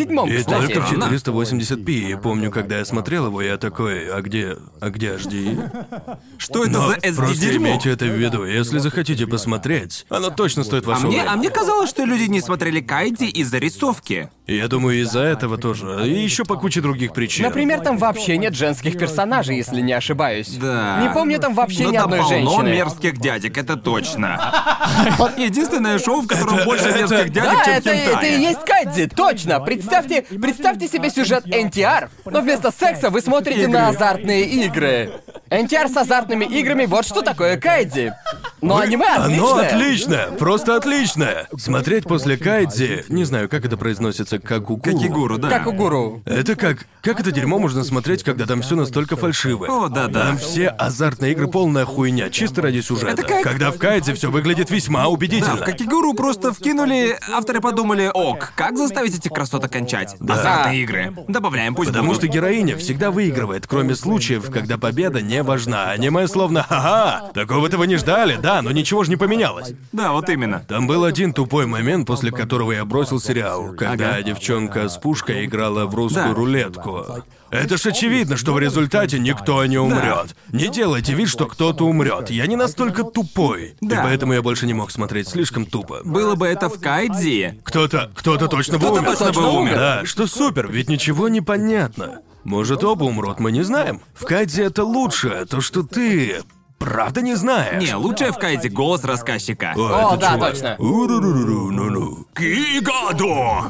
И только в Странно. 480p. И помню, когда я смотрел его, я такой, а где HD? Что это Но за SD просто дерьмо? имейте это в виду. Если захотите посмотреть, оно точно стоит А вашего мне, времени. а мне казалось, что люди не смотрели Кайдзи из-за рисовки. И я думаю, из-за этого тоже. И еще по куче других причин. Например, там вообще нет женских персонажей, если не ошибаюсь. Да. Не помню там вообще Но ни там одной полно женщины. мерзких дядек, это точно. Единственное шоу, в котором больше мерзких дядек, Да, чем это и хентай. есть Кайдзи, точно. Представьте себе сюжет NTR, но вместо секса вы смотрите на азартные игры. NTR с азартными играми, вот что такое Кайдзи. Но аниме отличное. Оно отличное, просто отличное. Смотреть после Кайдзи, не знаю, как это произносится, Какугуру. Какигуру, да. Как у гуру. Это как это дерьмо можно смотреть, когда там все настолько фальшивое. О, да-да. Там все азартные игры полная хуйня, чисто ради сюжета. Это как- Когда в Кайдзе все выглядит весьма Да, убедительно. в Какигуру просто вкинули, авторы подумали, ок, как заставить этих красоток кончать? Азартные игры. Добавляем, пусть Потому будут. что героиня всегда выигрывает, кроме случаев, когда победа не важна. Аниме словно «Ха-ха! Такого-то вы не ждали, да, но ничего же не поменялось». Да, вот именно. Там был один тупой момент, после которого я бросил сериал, когда Ага. девчонка с пушкой играла в русскую Да. рулетку. Это ж очевидно, что в результате никто не умрет. Не делайте вид, что кто-то умрет. Я не настолько тупой. И Да. поэтому я больше не мог смотреть, слишком тупо. Было бы это в Кайдзи. Кто-то точно бы Кто-то умер. точно бы умер. Да, что супер, ведь ничего не понятно. Может, оба умрут, мы не знаем. В Кайдзе это лучше, то, что ты правда не знаешь. Не, лучшее в Кайдзи голос рассказчика. О, этот да, чувак. точно. У-ру-ру-ру-ру, ну-ну. Кигадо!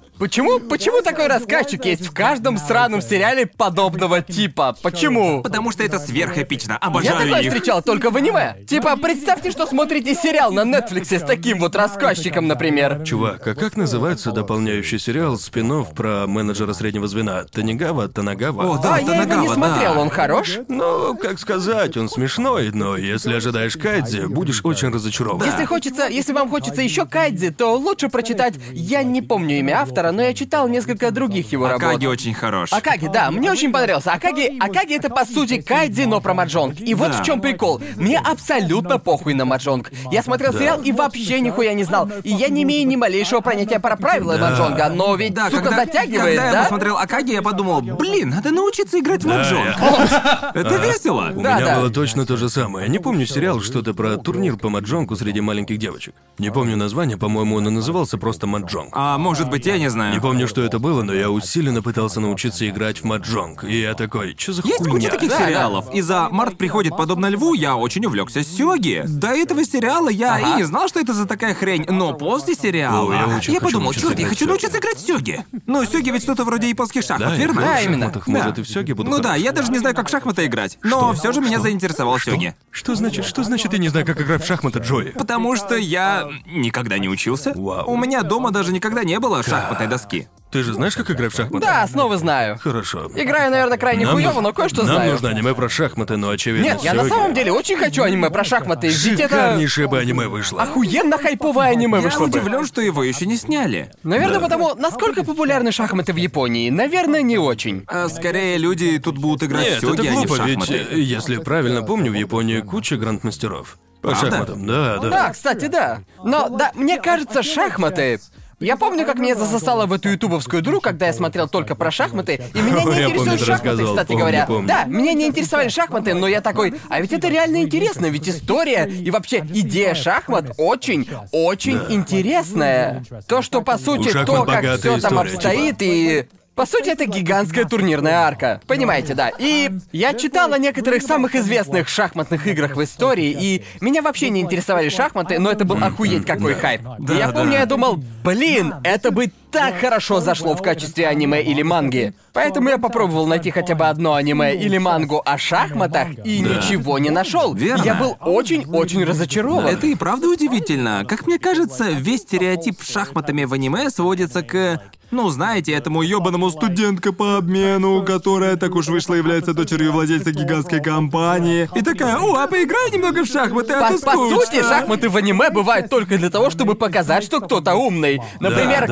Почему такой рассказчик есть в каждом сраном сериале подобного типа? Почему? Потому что это сверхэпично. Я Обожаю такое их. встречал только в аниме. Типа, представьте, что смотрите сериал на Netflix с таким вот рассказчиком, например. Чувак, а как называется дополняющий сериал спин-офф про менеджера среднего звена? Танагава? О, да, А, я его не Танагава, смотрел, да. он хорош? Ну, как сказать, он смешной, но если ожидаешь Кайдзи, будешь очень разочарован. Если вам хочется еще Кайдзи, то лучше прочитать. Я не помню имя автора, но я читал несколько других его работ. Акаги очень хорош. Акаги, да, мне очень понравился. Акаги это по сути Кайдзи, но про маджонг. И вот Да. в чем прикол. Мне абсолютно похуй на маджонг. Я смотрел сериал и вообще нихуя не знал. И я не имею ни малейшего понятия про правила маджонга, но ведь, Да, сука, когда затягивает, я да? посмотрел Акаги, я подумал, блин, надо научиться играть в маджонг. Это весело. У Да, меня да. было точно то же самое. Не помню сериал, что-то про турнир по маджонгу среди маленьких девочек. Не помню название, по-моему, он и назывался просто маджонг. А может быть, я не Не знаю. помню, что это было, но я усиленно пытался научиться играть в маджонг. И я такой, что за Есть хуйня? куча таких Да, сериалов. И за «Март приходит подобно льву» я очень увлекся Сёги. До этого сериала я и не знал, что это за такая хрень. Но после сериала О, я очень хочу подумал, научиться черт, я играть хочу в научиться играть в Сёги. Ну, Сёги ведь что-то вроде японских шахмат, Да, верно? играю Да, в именно. шахматах, Да. может, и в сёге буду Ну да, хорош. я даже не знаю, как в шахматы играть. Но все же меня заинтересовал Сёги. Что значит я не знаю, как играть в шахматы, Джои? Потому что я никогда не учился. Вау. У меня дома даже никогда не было шахматной доски. Ты же знаешь, как играть в шахматы? Да, снова знаю. Хорошо. Играю, наверное, крайне хуёво, но кое-что Нам знаю. нужно аниме про шахматы, но очевидно, Нет, я на сёги. самом деле очень хочу аниме про шахматы, ведь это Шикарнейшее бы аниме вышло. охуенно хайповое аниме Я вышло бы. удивлен, что его еще не сняли. Наверное, потому, насколько популярны шахматы в Японии, наверное, не очень. А скорее люди тут будут играть Нет, в сёги, это а не в глупо, ведь, шахматы. если правильно помню, в Японии куча грандмастеров. По Правда? шахматам, да. Да, кстати, да. Но, да, мне кажется, шахматы... Я помню, как меня засосало в эту ютубовскую дыру, когда я смотрел только про шахматы, и меня не Я помню, интересуют ты шахматы, рассказывал, кстати помню, говоря. помню. Да, меня не интересовали шахматы, но я такой, а ведь это реально интересно, ведь история и вообще идея шахмат очень интересная. То, что по сути, шахмат то, как богатая все там история, обстоит и... По сути, это гигантская турнирная арка. Понимаете, да. И я читал о некоторых самых известных шахматных играх в истории, и меня вообще не интересовали шахматы, но это был охуеть какой хайп. И я помню, я думал, блин, это бы так хорошо зашло в качестве аниме или манги. Поэтому я попробовал найти хотя бы одно аниме или мангу о шахматах и ничего не нашел. Верно. Я был очень разочарован. Это и правда удивительно. Как мне кажется, весь стереотип с шахматами в аниме сводится к... Ну, знаете, этому ёбаному студентка по обмену, которая так уж вышла является дочерью владельца гигантской компании. И такая, о, а поиграй немного в шахматы, а По то скучно. сути, шахматы в аниме бывают только для того, чтобы показать, что кто-то умный. Например, Да. к примеру,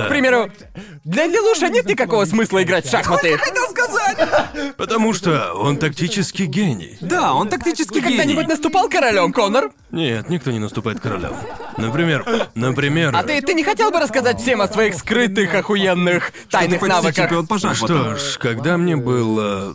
Для Лелуша нет никакого смысла играть в шахматы. Хотел сказать! Потому что он тактический гений. Да, он тактически Ты когда-нибудь гений. наступал королем, Конор? Нет, никто не наступает королем. Например... А ты не хотел бы рассказать всем о своих скрытых, охуенных, тайных Почти навыках? чемпион по шахматам. Что ж, когда мне было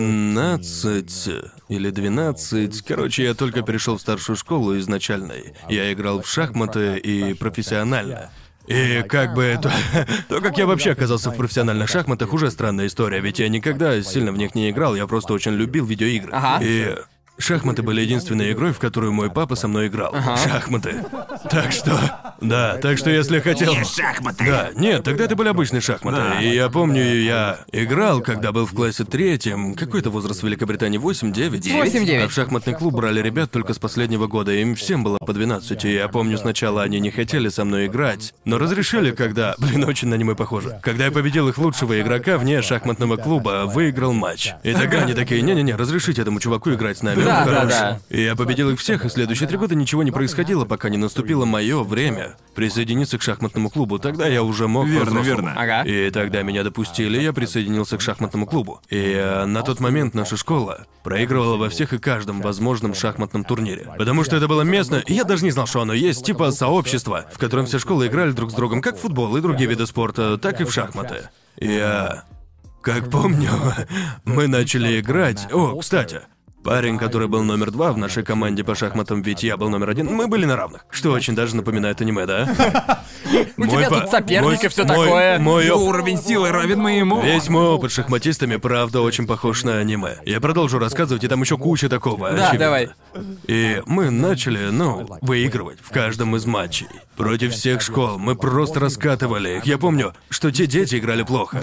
13 или 12, короче, я только перешел в старшую школу изначальной. Я играл в шахматы и профессионально. И как бы то, как я вообще оказался в профессиональных шахматах, уже странная история, ведь я никогда сильно в них не играл, я просто очень любил видеоигры. Ага. И шахматы были единственной игрой, в которую мой папа со мной играл. Шахматы. Так что... Да, так что если хотел... Не шахматы. Да, нет, тогда это были обычные шахматы. Да. И я помню, я играл, когда был в классе 3, какой-то возраст в Великобритании, 8-9. 8-9. А в шахматный клуб брали ребят только с последнего года, им всем было по 12. И я помню, сначала они не хотели со мной играть, но разрешили, когда... Блин, очень на аниме похоже. Когда я победил их лучшего игрока вне шахматного клуба, выиграл матч. И тогда они такие, не-не-не, разрешите этому чуваку играть с нами, Да, он хорош. да. И я победил их всех, и следующие 3 года ничего не происходило, пока не наступило мое время присоединиться к шахматному клубу. Тогда я уже мог Верно, по-взрослому. верно. Ага. И тогда меня допустили, я присоединился к шахматному клубу. И на тот момент наша школа проигрывала во всех и каждом возможном шахматном турнире. Потому что это было местное, и я даже не знал, что оно есть, типа сообщество, в котором все школы играли друг с другом, как в футбол и другие виды спорта, так и в шахматы. Я... Как помню, мы начали играть... О, кстати, парень, который был номер 2 в нашей команде по шахматам, ведь я был номер 1, мы были на равных. Что очень даже напоминает аниме, да? У тебя тут соперник и всё мой- такое. мой Его оп- уровень силы равен моему. Весь мой опыт с шахматистами, правда, очень похож на аниме. Я продолжу рассказывать, и там еще куча такого. Да, очевидно. давай. И мы начали, выигрывать в каждом из матчей. Против всех школ. Мы просто раскатывали их. Я помню, что те дети играли плохо.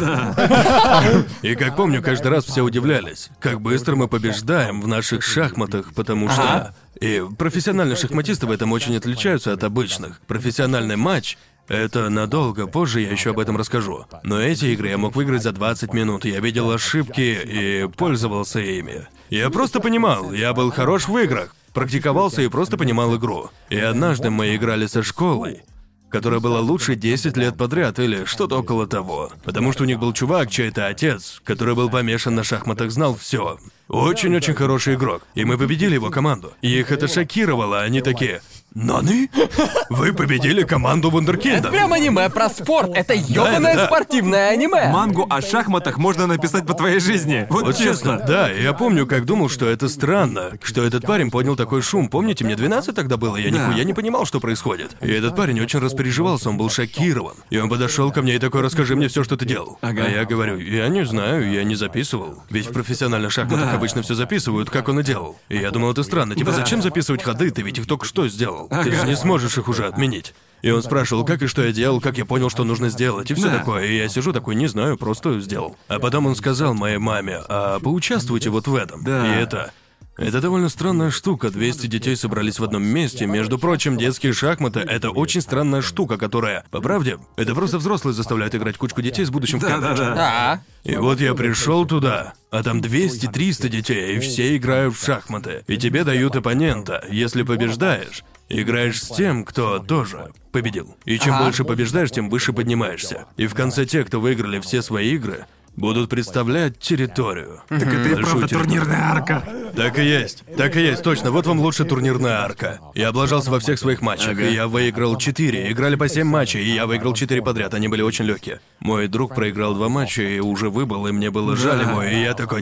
И как помню, каждый раз все удивлялись, как быстро мы побеждаем в наших шахматах, потому что... Ага. И профессиональные шахматисты в этом очень отличаются от обычных. Профессиональный матч — это надолго, позже я еще об этом расскажу. Но эти игры я мог выиграть за 20 минут. Я видел ошибки и пользовался ими. Я просто понимал, я был хорош в играх, практиковался и просто понимал игру. И однажды мы играли со школой, которая была лучше 10 лет подряд или что-то около того. Потому что у них был чувак, чей-то отец, который был помешан на шахматах, знал все. Очень-очень хороший игрок. И мы победили его команду. И их это шокировало, они такие... Наны? Вы победили команду вундеркиндов. Прям аниме про спорт. Это ёбаное да. спортивное аниме. Мангу о шахматах можно написать по твоей жизни. Вот, Вот честно, да, я помню, как думал, что это странно, что этот парень поднял такой шум. Помните, мне 12 тогда было, я Да. нихуя не понимал, что происходит. И этот парень очень распереживался, он был шокирован. И он подошел ко мне и такой, расскажи мне все, что ты делал. Ага. А я говорю, я не знаю, я не записывал. Ведь в профессиональных шахматах обычно все записывают, как он и делал. И я думал, это странно, типа, зачем записывать ходы, ты ведь их только что сделал. Ты же не сможешь их уже отменить. И он спрашивал, как и что я делал, как я понял, что нужно сделать, и все Да. такое. И я сижу такой, не знаю, просто сделал. А потом он сказал моей маме, а поучаствуйте вот в этом. Да. И это довольно странная штука. 200 детей собрались в одном месте. Между прочим, детские шахматы — это очень странная штука, которая, по правде, это просто взрослые заставляют играть кучку детей с будущим в Кембридж. Да-да-да. А, И вот я пришел туда, а там 200-300 детей, и все играют в шахматы. И тебе дают оппонента. Если побеждаешь, играешь с тем, кто тоже победил. И чем больше побеждаешь, тем выше поднимаешься. И в конце те, кто выиграли все свои игры, будут представлять территорию. Так это и Большую правда территорию. турнирная арка. Так и есть, точно. Вот вам лучше турнирная арка. Я облажался во всех своих матчах, Ага. и я выиграл 4. Играли по 7 матчей, и я выиграл 4 подряд. Они были очень легкие. Мой друг проиграл 2 матча и уже выбыл, и мне было жаль его, и я такой...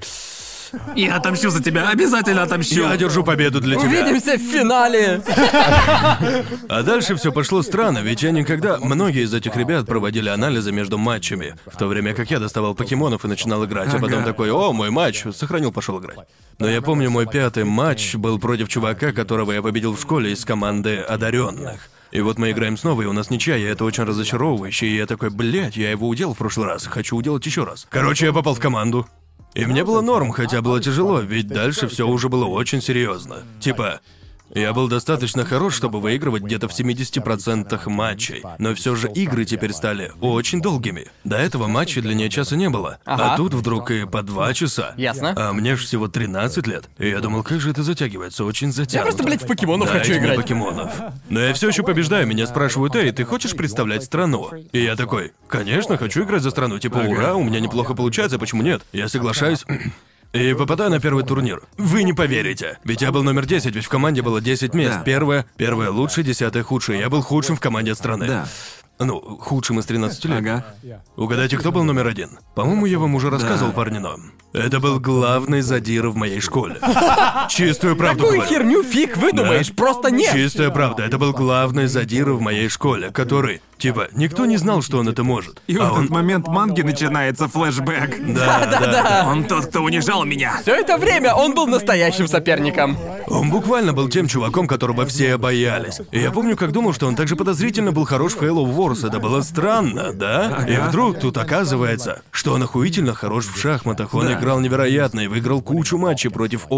Я отомщу за тебя, обязательно отомщу. Я одержу победу для тебя. увидимся в финале. А дальше все пошло странно, ведь я никогда... Многие из этих ребят проводили анализы между матчами, в то время как я доставал покемонов и начинал играть, а потом Ага. такой, о, мой матч, сохранил, пошел играть. Но я помню, мой 5-й матч был против чувака, которого я победил в школе из команды одаренных. И вот мы играем снова, и у нас ничья, и это очень разочаровывающе, и я такой, блядь, я его уделал в прошлый раз, хочу уделать еще раз. Короче, я попал в команду. И мне было норм, хотя было тяжело, ведь дальше все уже было очень серьезно. Типа, Я был достаточно хорош, чтобы выигрывать где-то в 70% матчей. Но все же игры теперь стали очень долгими. До этого матчей длиннее часа не было. Ага. А тут вдруг и по 2 часа. Ясно. А мне ж всего 13 лет. И я думал, как же это затягивается, очень Я затянуто. просто, блядь, в покемонов хочу Дайте мне играть. покемонов. Но я все еще побеждаю, меня спрашивают: эй, ты хочешь представлять страну? И я такой: конечно, хочу играть за страну, типа, ура, у меня неплохо получается, почему нет? Я соглашаюсь. И попадаю на первый турнир. Вы не поверите. Ведь я был номер 10, ведь в команде было 10 мест. Да. Первое лучшее, 10-е худшее. Я был худшим в команде страны. Да. Ну, худшим из 13 лет. Ага. Угадайте, кто был номер 1? По-моему, я вам уже рассказывал, Да. парни, но... Это был главный задира в моей школе. Чистую правду Какую говорю. херню фиг выдумаешь? Просто нет. Чистая правда, это был главный задира в моей школе, который, типа, никто не знал, что он это может. И в А этот он... момент манги начинается флешбэк. Да. Он тот, кто унижал меня. Все это время он был настоящим соперником. Он буквально был тем чуваком, которого все боялись. И я помню, как думал, что он также подозрительно был хорош в Halo Wars. Это было странно, да? И вдруг тут оказывается, что он охуительно хорош в шахматах. Он Да. играл невероятно и выиграл кучу матчей против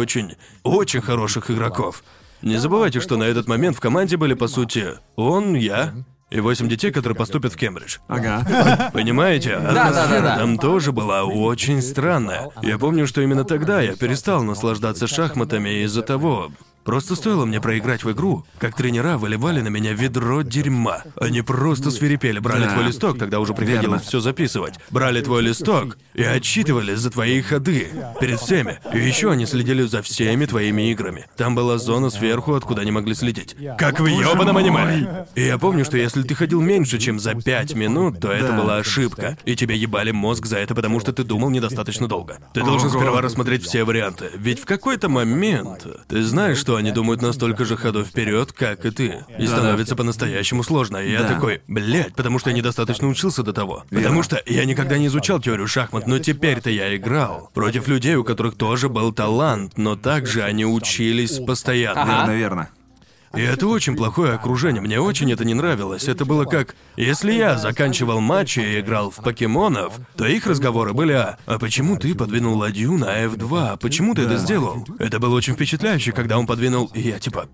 очень хороших игроков. Не забывайте, что на этот момент в команде были, по сути, он, я и 8 детей, которые поступят в Кембридж. Ага. Понимаете? Да. Атмосфера там тоже была очень странная. Я помню, что именно тогда я перестал наслаждаться шахматами из-за того... Просто стоило мне проиграть в игру, как тренера выливали на меня ведро дерьма. Они просто свирепели, брали Да. твой листок, тогда уже приходилось Верно. все записывать. Брали твой листок и отчитывали за твои ходы перед всеми. И еще они следили за всеми твоими играми. Там была зона сверху, откуда они могли следить. Как в ёбаном аниме. И я помню, что если ты ходил меньше, чем за 5 минут, то это Да. была ошибка. И тебе ебали мозг за это, потому что ты думал недостаточно долго. Ты должен Ого. сперва рассмотреть все варианты. Ведь в какой-то момент ты знаешь, что они думают настолько же ходов вперед, как и ты. И становится по-настоящему сложно. И я Да. такой, блядь, потому что я недостаточно учился до того. Потому что я никогда не изучал теорию шахмат, но теперь-то я играл против людей, у которых тоже был талант, но также они учились постоянно. Ага. Наверное. И это очень плохое окружение, мне очень это не нравилось. Это было как, если я заканчивал матчи и играл в покемонов, то их разговоры были а почему ты подвинул ладью на F2? Почему ты это сделал? Это было очень впечатляюще, когда он подвинул, и я типа...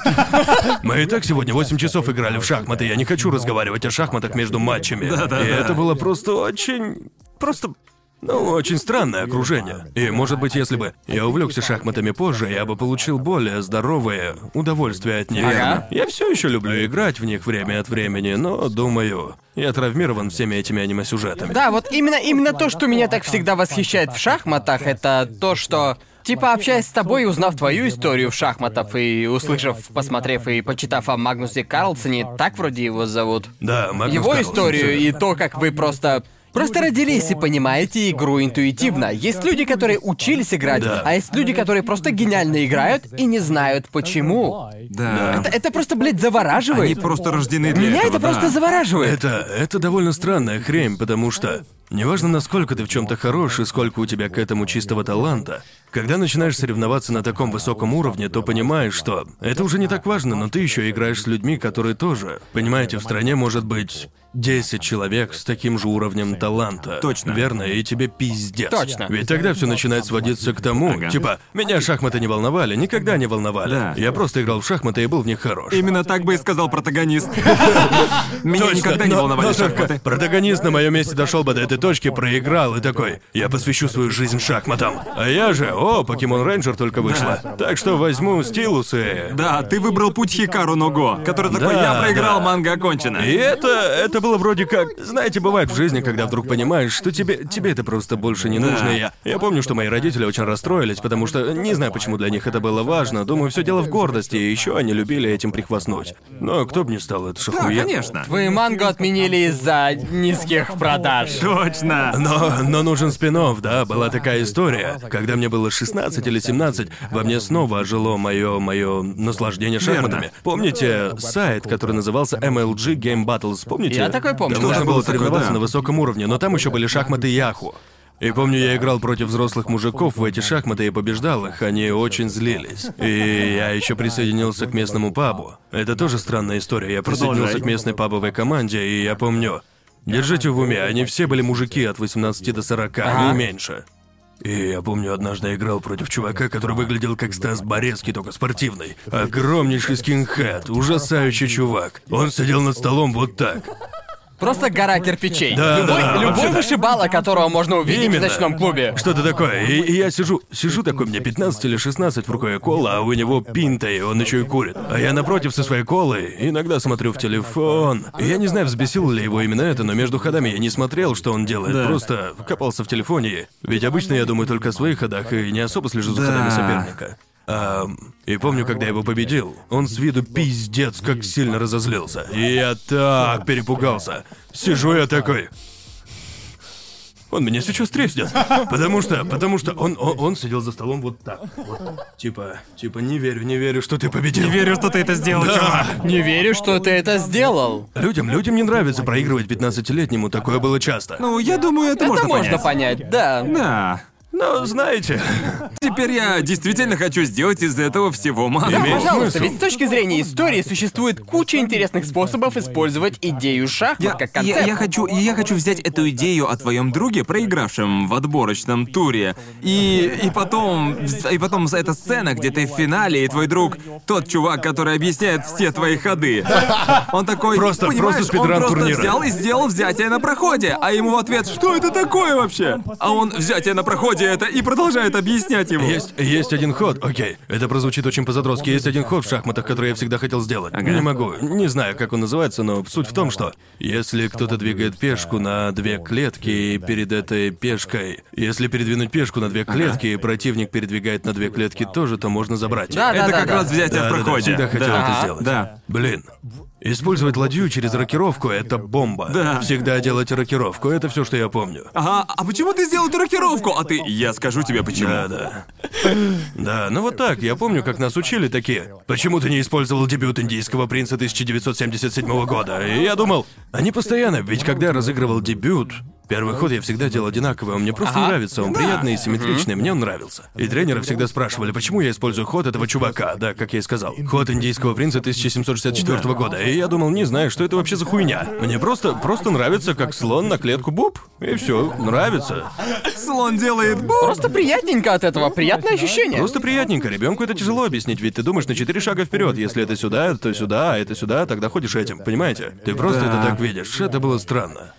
Мы и так сегодня 8 часов играли в шахматы, я не хочу разговаривать о шахматах между матчами. Да-да-да. И это было просто очень... Просто... Ну, очень странное окружение. И, может быть, если бы я увлекся шахматами позже, я бы получил более здоровое удовольствие от них. Ага. Я все еще люблю играть в них время от времени, но, думаю, я травмирован всеми этими аниме-сюжетами. Да, вот именно то, что меня так всегда восхищает в шахматах, это то, что... Типа, общаясь с тобой и узнав твою историю в шахматах, и услышав, посмотрев и почитав о Магнусе Карлсоне, так вроде его зовут. Да, Магнус Его Карлсон, историю всё. и то, как вы просто родились и понимаете игру интуитивно. Есть люди, которые учились играть, Да. а есть люди, которые просто гениально играют и не знают почему. Да. Это просто, блядь, завораживает. Они просто рождены для Меня этого, это просто да. завораживает. Это довольно странная хрень, потому что неважно, насколько ты в чем-то хорош и сколько у тебя к этому чистого таланта, когда начинаешь соревноваться на таком высоком уровне, то понимаешь, что это уже не так важно, но ты еще играешь с людьми, которые тоже. Понимаете, в стране может быть 10 человек с таким же уровнем таланта. Точно. Верно, и тебе пиздец. Точно. Ведь тогда все начинает сводиться к тому, Ага. типа, меня шахматы не волновали, никогда не волновали. Да. Я просто играл в шахматы и был в них хорош. Именно так бы и сказал протагонист. Меня Точно, никогда не но волновали только шахматы. протагонист на моем месте дошел бы до этой точки, проиграл и такой: я посвящу свою жизнь шахматам. А я же, Покемон Рейнджер только вышла. Так что возьму стилус и... Да, ты выбрал путь Хикару Ного, который такой, Да, я проиграл, да. манга окончена. И это было вроде как... Знаете, бывает в жизни, когда вдруг понимаешь, что тебе это просто больше не нужно. И я помню, что мои родители очень расстроились, потому что не знаю, почему для них это было важно. Думаю, все дело в гордости, и еще они любили этим прихвастнуть. Но кто бы не стал, это Да, шахуя. конечно. Вы мангу отменили из-за низких продаж. Точно. Но нужен спин-офф, да, была такая история. Когда мне было 16 или 17, во мне снова ожило мое наслаждение шахматами. Верно. Помните сайт, который назывался MLG Game Battles? Помните? Я такой помню, Там да. можно было Было такое, соревноваться да. на высоком уровне, но там еще были шахматы Яху. И помню, я играл против взрослых мужиков в эти шахматы и побеждал их, они очень злились. И я еще присоединился к местному пабу. Это тоже странная история. Я присоединился Продолжай. к местной пабовой команде, и я помню... Держите в уме, они все были мужики от 18 до 40, не меньше. И я помню, однажды я играл против чувака, который выглядел как Стас Борецкий, только спортивный. Огромнейший скинхед, ужасающий чувак. Он сидел над столом вот так. Просто гора кирпичей. Да, любой вообще-то. вышибала, которого можно увидеть Именно. в ночном клубе. Что-то такое. И я сижу такой, мне 15 или 16 в рукой кола, а у него пинта, и он еще и курит. А я напротив со своей колой иногда смотрю в телефон. И я не знаю, взбесило ли его именно это, но между ходами я не смотрел, что он делает, просто копался в телефоне. Ведь обычно я думаю только о своих ходах и не особо слежу за ходами соперника. И помню, когда я его победил, он с виду пиздец как сильно разозлился. И я так перепугался. Сижу я такой... Он меня сейчас треснет. Потому что он сидел за столом вот так. Вот. Типа, не верю, что ты победил. Не верю, что ты это сделал, чувак. Не верю, что ты это сделал. Людям не нравится проигрывать 15-летнему, такое было часто. Ну, я думаю, это Это можно можно понять. понять, да. Да. Но знаете, Теперь я действительно хочу сделать из этого всего мат. Да, Имеет пожалуйста, смысл. ведь с точки зрения истории существует куча интересных способов использовать идею шахмат как концепт. Я хочу взять эту идею о твоем друге, проигравшем в отборочном туре, и потом эта сцена, где ты в финале, и твой друг тот чувак, который объясняет все твои ходы. Он такой, Просто понимаешь, спидран он просто турнира. взял и сделал взятие на проходе, а ему в ответ, что это такое вообще? А он взятие на проходе это и продолжает объяснять ему. есть один ход, окей, это прозвучит очень по-задротски, есть один ход в шахматах, который я всегда хотел сделать. Ага. Не могу, не знаю, как он называется, но суть в том, что если кто-то двигает пешку на 2 клетки, и перед этой пешкой, если передвинуть пешку на 2 клетки, и противник передвигает на 2 клетки тоже, то можно забрать. Да, Это как раз взятие в Да, проходе. всегда хотел Да. это сделать. Да. Блин. Использовать ладью через рокировку — это бомба. Да. Всегда делать рокировку, это все, что я помню. Ага, а почему ты сделал эту рокировку? А ты, я скажу тебе почему. Да. Да, ну вот так, я помню, как нас учили такие. Почему ты не использовал дебют «Индийского принца» 1977 года? И я думал, они постоянно, ведь когда я разыгрывал дебют, первый ход я всегда делал одинаковый, он мне просто нравится, он приятный и симметричный, мне он нравился. И тренеры всегда спрашивали, почему я использую ход этого чувака, да, как я и сказал. Ход «Индийского принца» 1764 года. И я думал, не знаю, что это вообще за хуйня. Мне просто нравится, как слон на клетку буп, и все, нравится. Слон делает бу. Просто приятненько от этого, приятное ощущение. Просто приятненько, ребенку это тяжело объяснить, ведь ты думаешь на 4 шага вперед. Если это сюда, то сюда, а это сюда, тогда ходишь этим, понимаете? Ты просто Да. это так видишь. Это было странно.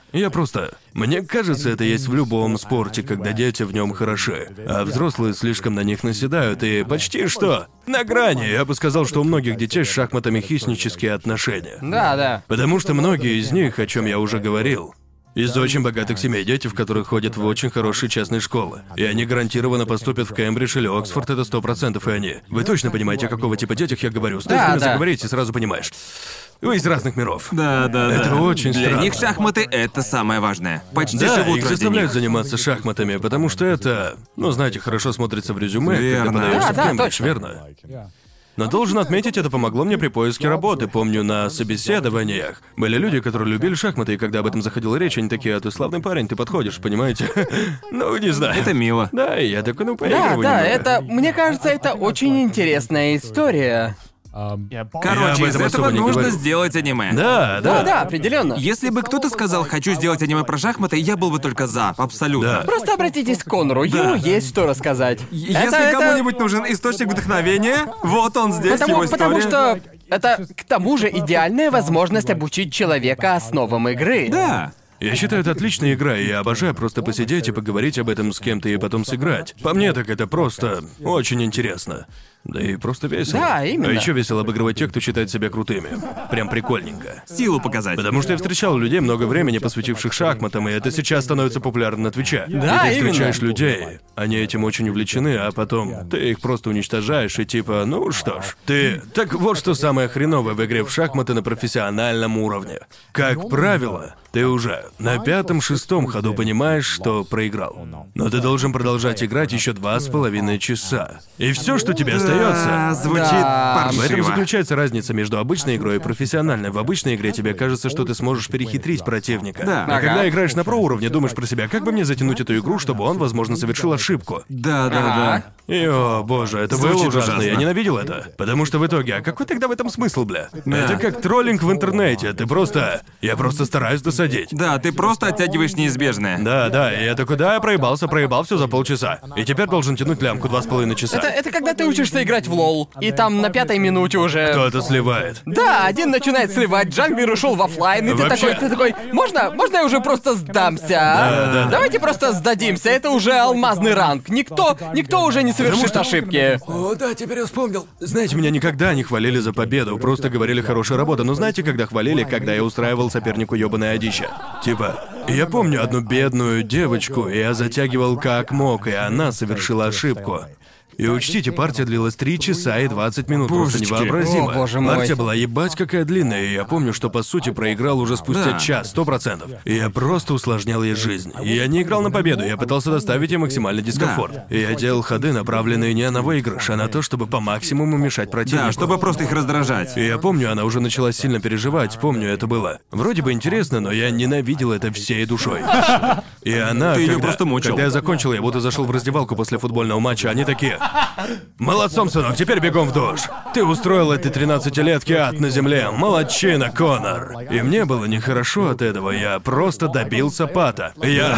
Мне кажется, это есть в любом спорте, когда дети в нем хороши, а взрослые слишком на них наседают и почти что на грани. Я бы сказал, что у многих детей с шахматами хищнические отношения. Да. Потому что многие из них, о чем я уже говорил, из очень богатых семей дети, в которых ходят в очень хорошие частные школы. И они гарантированно поступят в Кембридж или Оксфорд, это 100% и они. Вы точно понимаете, о какого типа детях я говорю? Стоит с ними Да. заговорить, и сразу понимаешь. Вы из разных миров. Да. Это очень Для странно. них шахматы — это самое важное. Почти Да, живут их ради заставляют них. заниматься шахматами, потому что это, знаете, хорошо смотрится в резюме, Верно. когда подаешься Да, в Кембридж, точно. верно? Но должен отметить, это помогло мне при поиске работы. Помню, на собеседованиях были люди, которые любили шахматы, и когда об этом заходила речь, они такие, а ты славный парень, ты подходишь, понимаете? Ну, не знаю. Это мило. Да, и я такой, ну, поигрываю Да, немного. это, мне кажется, это очень интересная история. Я Короче, об из этом особо этого не нужно говорю. сделать аниме. Да, определенно. Если бы кто-то сказал, хочу сделать аниме про шахматы, я был бы только за, абсолютно. Да. Просто обратитесь к Конору, ему есть что рассказать. Если кому-нибудь нужен источник вдохновения, вот он здесь, его история. Потому что это, к тому же, идеальная возможность обучить человека основам игры. Да. Я считаю, это отличная игра, и я обожаю просто посидеть и поговорить об этом с кем-то и потом сыграть. По мне так это просто очень интересно. Да и просто весело. Да, именно. А еще весело обыгрывать тех, кто считает себя крутыми. Прям прикольненько. Силу показать. Потому что я встречал людей, много времени посвятивших шахматам, и это сейчас становится популярно на Твиче. Да, и ты именно. встречаешь людей, они этим очень увлечены, а потом ты их просто уничтожаешь, и типа, ну что ж. Так вот что самое хреновое в игре в шахматы на профессиональном уровне. Как правило, ты уже на 5-6 ходу понимаешь, что проиграл. Но ты должен продолжать играть еще 2,5 часа. И все, что тебе остается. Звучит Да. В этом паршиво. заключается разница между обычной игрой и профессиональной. В обычной игре тебе кажется, что ты сможешь перехитрить противника. Да. А Ага. когда играешь на про-уровне, думаешь про себя, как бы мне затянуть эту игру, чтобы он, возможно, совершил ошибку. Да. И, о боже, это было Звучит ужасно. ужасно. Я ненавидел это. Потому что в итоге, а какой тогда в этом смысл, бля? Да. Это как троллинг в интернете. Я просто стараюсь досадить. Да, ты просто оттягиваешь неизбежное. Да, и я такой, да, я проебал все за полчаса. И теперь должен тянуть лямку 2,5 часа. Это когда ты учишься играть в лол, и там на 5-й минуте уже... Кто-то сливает. Да, один начинает сливать, джанглер ушел в оффлайн, и Вообще- ты такой, можно я уже просто сдамся, а? Да. Давайте просто сдадимся, это уже алмазный ранг. Никто уже не совершит ошибки. О, да, теперь я вспомнил. Знаете, меня никогда не хвалили за победу, просто говорили хорошая работа. Но знаете, когда хвалили, когда я устраивал сопернику ёбаное одище? Типа, я помню одну бедную девочку, и я затягивал как мог, и она совершила ошибку. И учтите, партия длилась 3 часа и 20 минут, просто Божечки. невообразимо. О, боже мой. Партия была ебать какая длинная, и я помню, что по сути проиграл уже спустя Да. час, 100%. И я просто усложнял ей жизнь. И я не играл на победу, я пытался доставить ей максимальный дискомфорт. И я делал ходы, направленные не на выигрыш, а на то, чтобы по максимуму мешать противнику. Да, чтобы просто их раздражать. И я помню, она уже начала сильно переживать, помню, это было. Вроде бы интересно, но я ненавидел это всей душой. И она, Ты её когда, просто мучил. когда я закончил, я будто зашел в раздевалку после футбольного матча, они такие: молодцом, сынок, теперь бегом в душ. Ты устроил этой 13-летке ад на земле, молодчина, Конор. И мне было нехорошо от этого, я просто добился пата.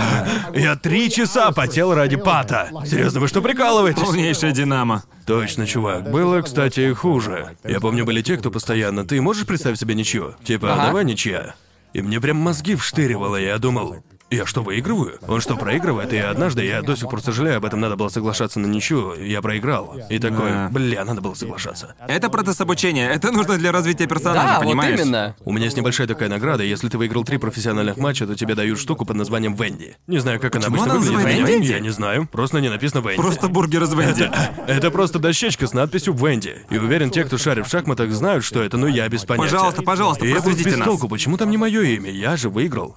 Я 3 часа потел ради пата. Серьезно, вы что, прикалываетесь? Полнейшая динамо. Точно, чувак. Было, кстати, и хуже. Я помню, были те, кто постоянно: ты можешь представить себе ничью? Типа, Ага. давай ничья. И мне прям мозги вштыривало, и я думал: я что, выигрываю? Он что, проигрывает? И однажды, я до сих пор сожалею об этом, надо было соглашаться на ничью, я проиграл. И такой, Да. бля, надо было соглашаться. Это процесс обучения, это нужно для развития персонажа, Да, вот понимаешь? именно. У меня есть небольшая такая награда, если ты выиграл 3 профессиональных матча, то тебе дают штуку под названием Венди. Не знаю, как она Почему обычно она выглядит. называется Венди? Я не знаю, просто на ней написано Венди. Просто бургер из Венди. Это просто дощечка с надписью «Венди». И уверен, те, кто шарит в шахматах, знают, что это, но я без понятия. Пожалуйста, И я был просветите без нас. толку, почему там не мое имя? Я же выиграл.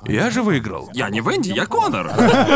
Я не Венди, я Конор.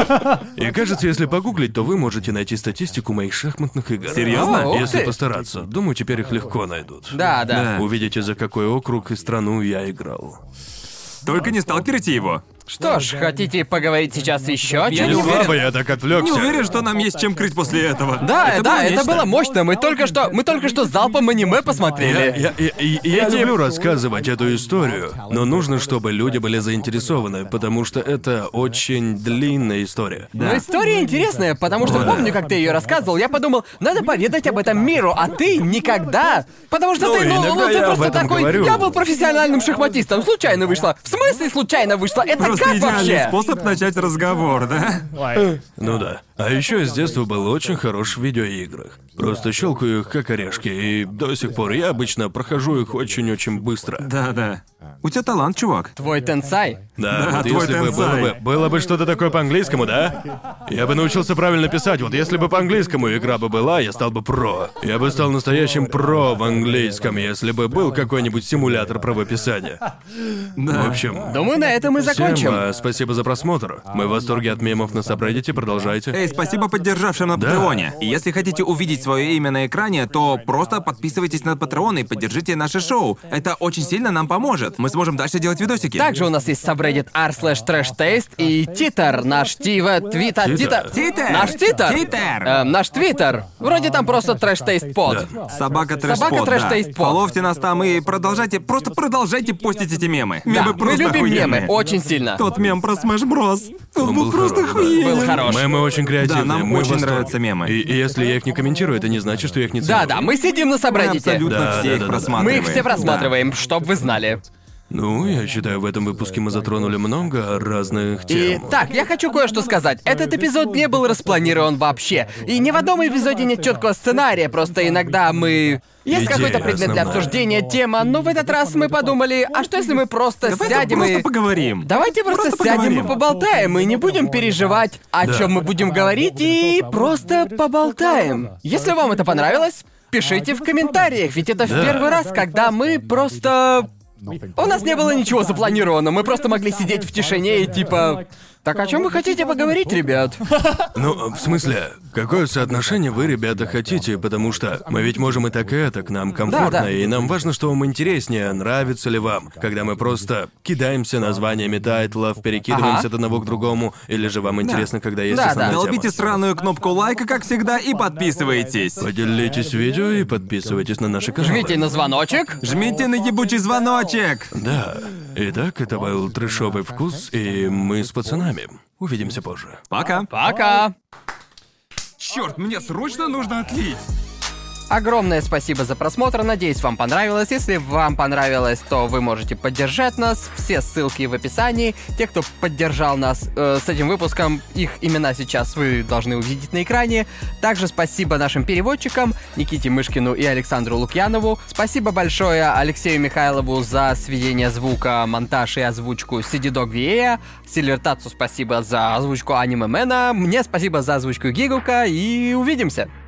И кажется, если погуглить, то вы можете найти статистику моих шахматных игр. Серьезно? О, ух Если ты. постараться. Думаю, теперь их легко найдут. Да. Да. Увидите, за какой округ и страну я играл. Только не сталкерите его. Что ж, хотите поговорить сейчас еще о не чем-нибудь? уверен. Слабо я так отвлекся. Не уверен, что нам есть чем крыть после этого. Да, это нечто. было мощно. Мы только что залпом аниме посмотрели. Я люблю рассказывать эту историю, но нужно, чтобы люди были заинтересованы, потому что это очень длинная история. Но история интересная, потому что помню, как ты ее рассказывал, я подумал, надо поведать об этом миру, а ты никогда. Потому что Ну, ты, иногда ты я об просто этом такой, говорю. я был профессиональным шахматистом, случайно вышло. В смысле случайно вышло? Это Просто как идеальный вообще? способ начать разговор, да? Ну да. А еще я с детства был очень хорош в видеоиграх. Просто щелкаю их как орешки, и до сих пор я обычно прохожу их очень-очень быстро. Да. У тебя талант, чувак. Твой тенсай. Да, вот твой если бы тенсай. было бы что-то такое по-английскому, да? Я бы научился правильно писать. Вот если бы по-английскому игра бы была, я стал бы про. Я бы стал настоящим про в английском, если бы был какой-нибудь симулятор правописания. В общем, Думаю, на этом мы закончим. всем спасибо за просмотр. Мы в восторге от мемов на Subreddit, продолжайте. Эй, спасибо поддержавшим на Да. Патреоне. И если хотите увидеть свое имя на экране, то просто подписывайтесь на Патреон и поддержите наше шоу. Это очень сильно нам поможет. Мы сможем дальше делать видосики. Также у нас есть subreddit r/trashtaste и Титер, наш твиттер. Титер! Наш Титер! Титер! Наш Твиттер. Вроде там просто трэштейст под. Собака трэш Собака Трэш Тейст Под. Фоловьте нас там и продолжайте постить эти мемы. Да, Мемы мы просто любим охуенные. мемы, очень сильно. Тот мем про Smash Bros. Он был был просто хорош, да. охуенен. Был хорош. Мемы очень креативные. Да, нам мы в очень восторге. нравятся мемы. И если я их не комментирую, это не значит, что я их не ценю. Да, мы сидим на Мы сабреддите. абсолютно Да, все да, их да, да. просматриваем. Мы их все просматриваем, чтоб вы знали. Ну, я считаю, в этом выпуске мы затронули много разных И тем. так, я хочу кое-что сказать. Этот эпизод не был распланирован вообще. И ни в одном эпизоде нет четкого сценария, просто иногда мы... Есть Идея какой-то предмет для основная. обсуждения, тема, но в этот раз мы подумали, а что если мы просто Давайте сядем просто и... поговорим. Давайте просто сядем поговорим. и поболтаем, и не будем переживать, о чем мы будем говорить, и просто поболтаем. Если вам это понравилось, пишите в комментариях, ведь это в первый раз, когда мы просто... У нас не было ничего запланировано, мы просто могли сидеть в тишине и типа... Так о чем вы хотите поговорить, ребят? Ну, в смысле, какое соотношение вы, ребята, хотите? Потому что мы ведь можем и так, нам комфортно, Да. и нам важно, что вам интереснее, нравится ли вам, когда мы просто кидаемся названиями тайтлов, перекидываемся от одного к другому, или же вам интересно, когда есть Да, основная да. тема. Долбите сраную кнопку лайка, как всегда, и подписывайтесь. Поделитесь видео и подписывайтесь на наши каналы. Жмите на звоночек. Жмите на ебучий звоночек. Да. Итак, это был трэшовый вкус, и мы с пацанами. Увидимся позже. Пока. Пока. Черт, мне срочно нужно отлить. Огромное спасибо за просмотр, надеюсь, вам понравилось. Если вам понравилось, то вы можете поддержать нас. Все ссылки в описании. Те, кто поддержал нас с этим выпуском, их имена сейчас вы должны увидеть на экране. Также спасибо нашим переводчикам Никите Мышкину и Александру Лукьянову. Спасибо большое Алексею Михайлову за сведение звука, монтаж и озвучку Сидидог VA. Сильвертацу спасибо за озвучку Аниме Мэна. Мне спасибо за озвучку Гигука. И увидимся!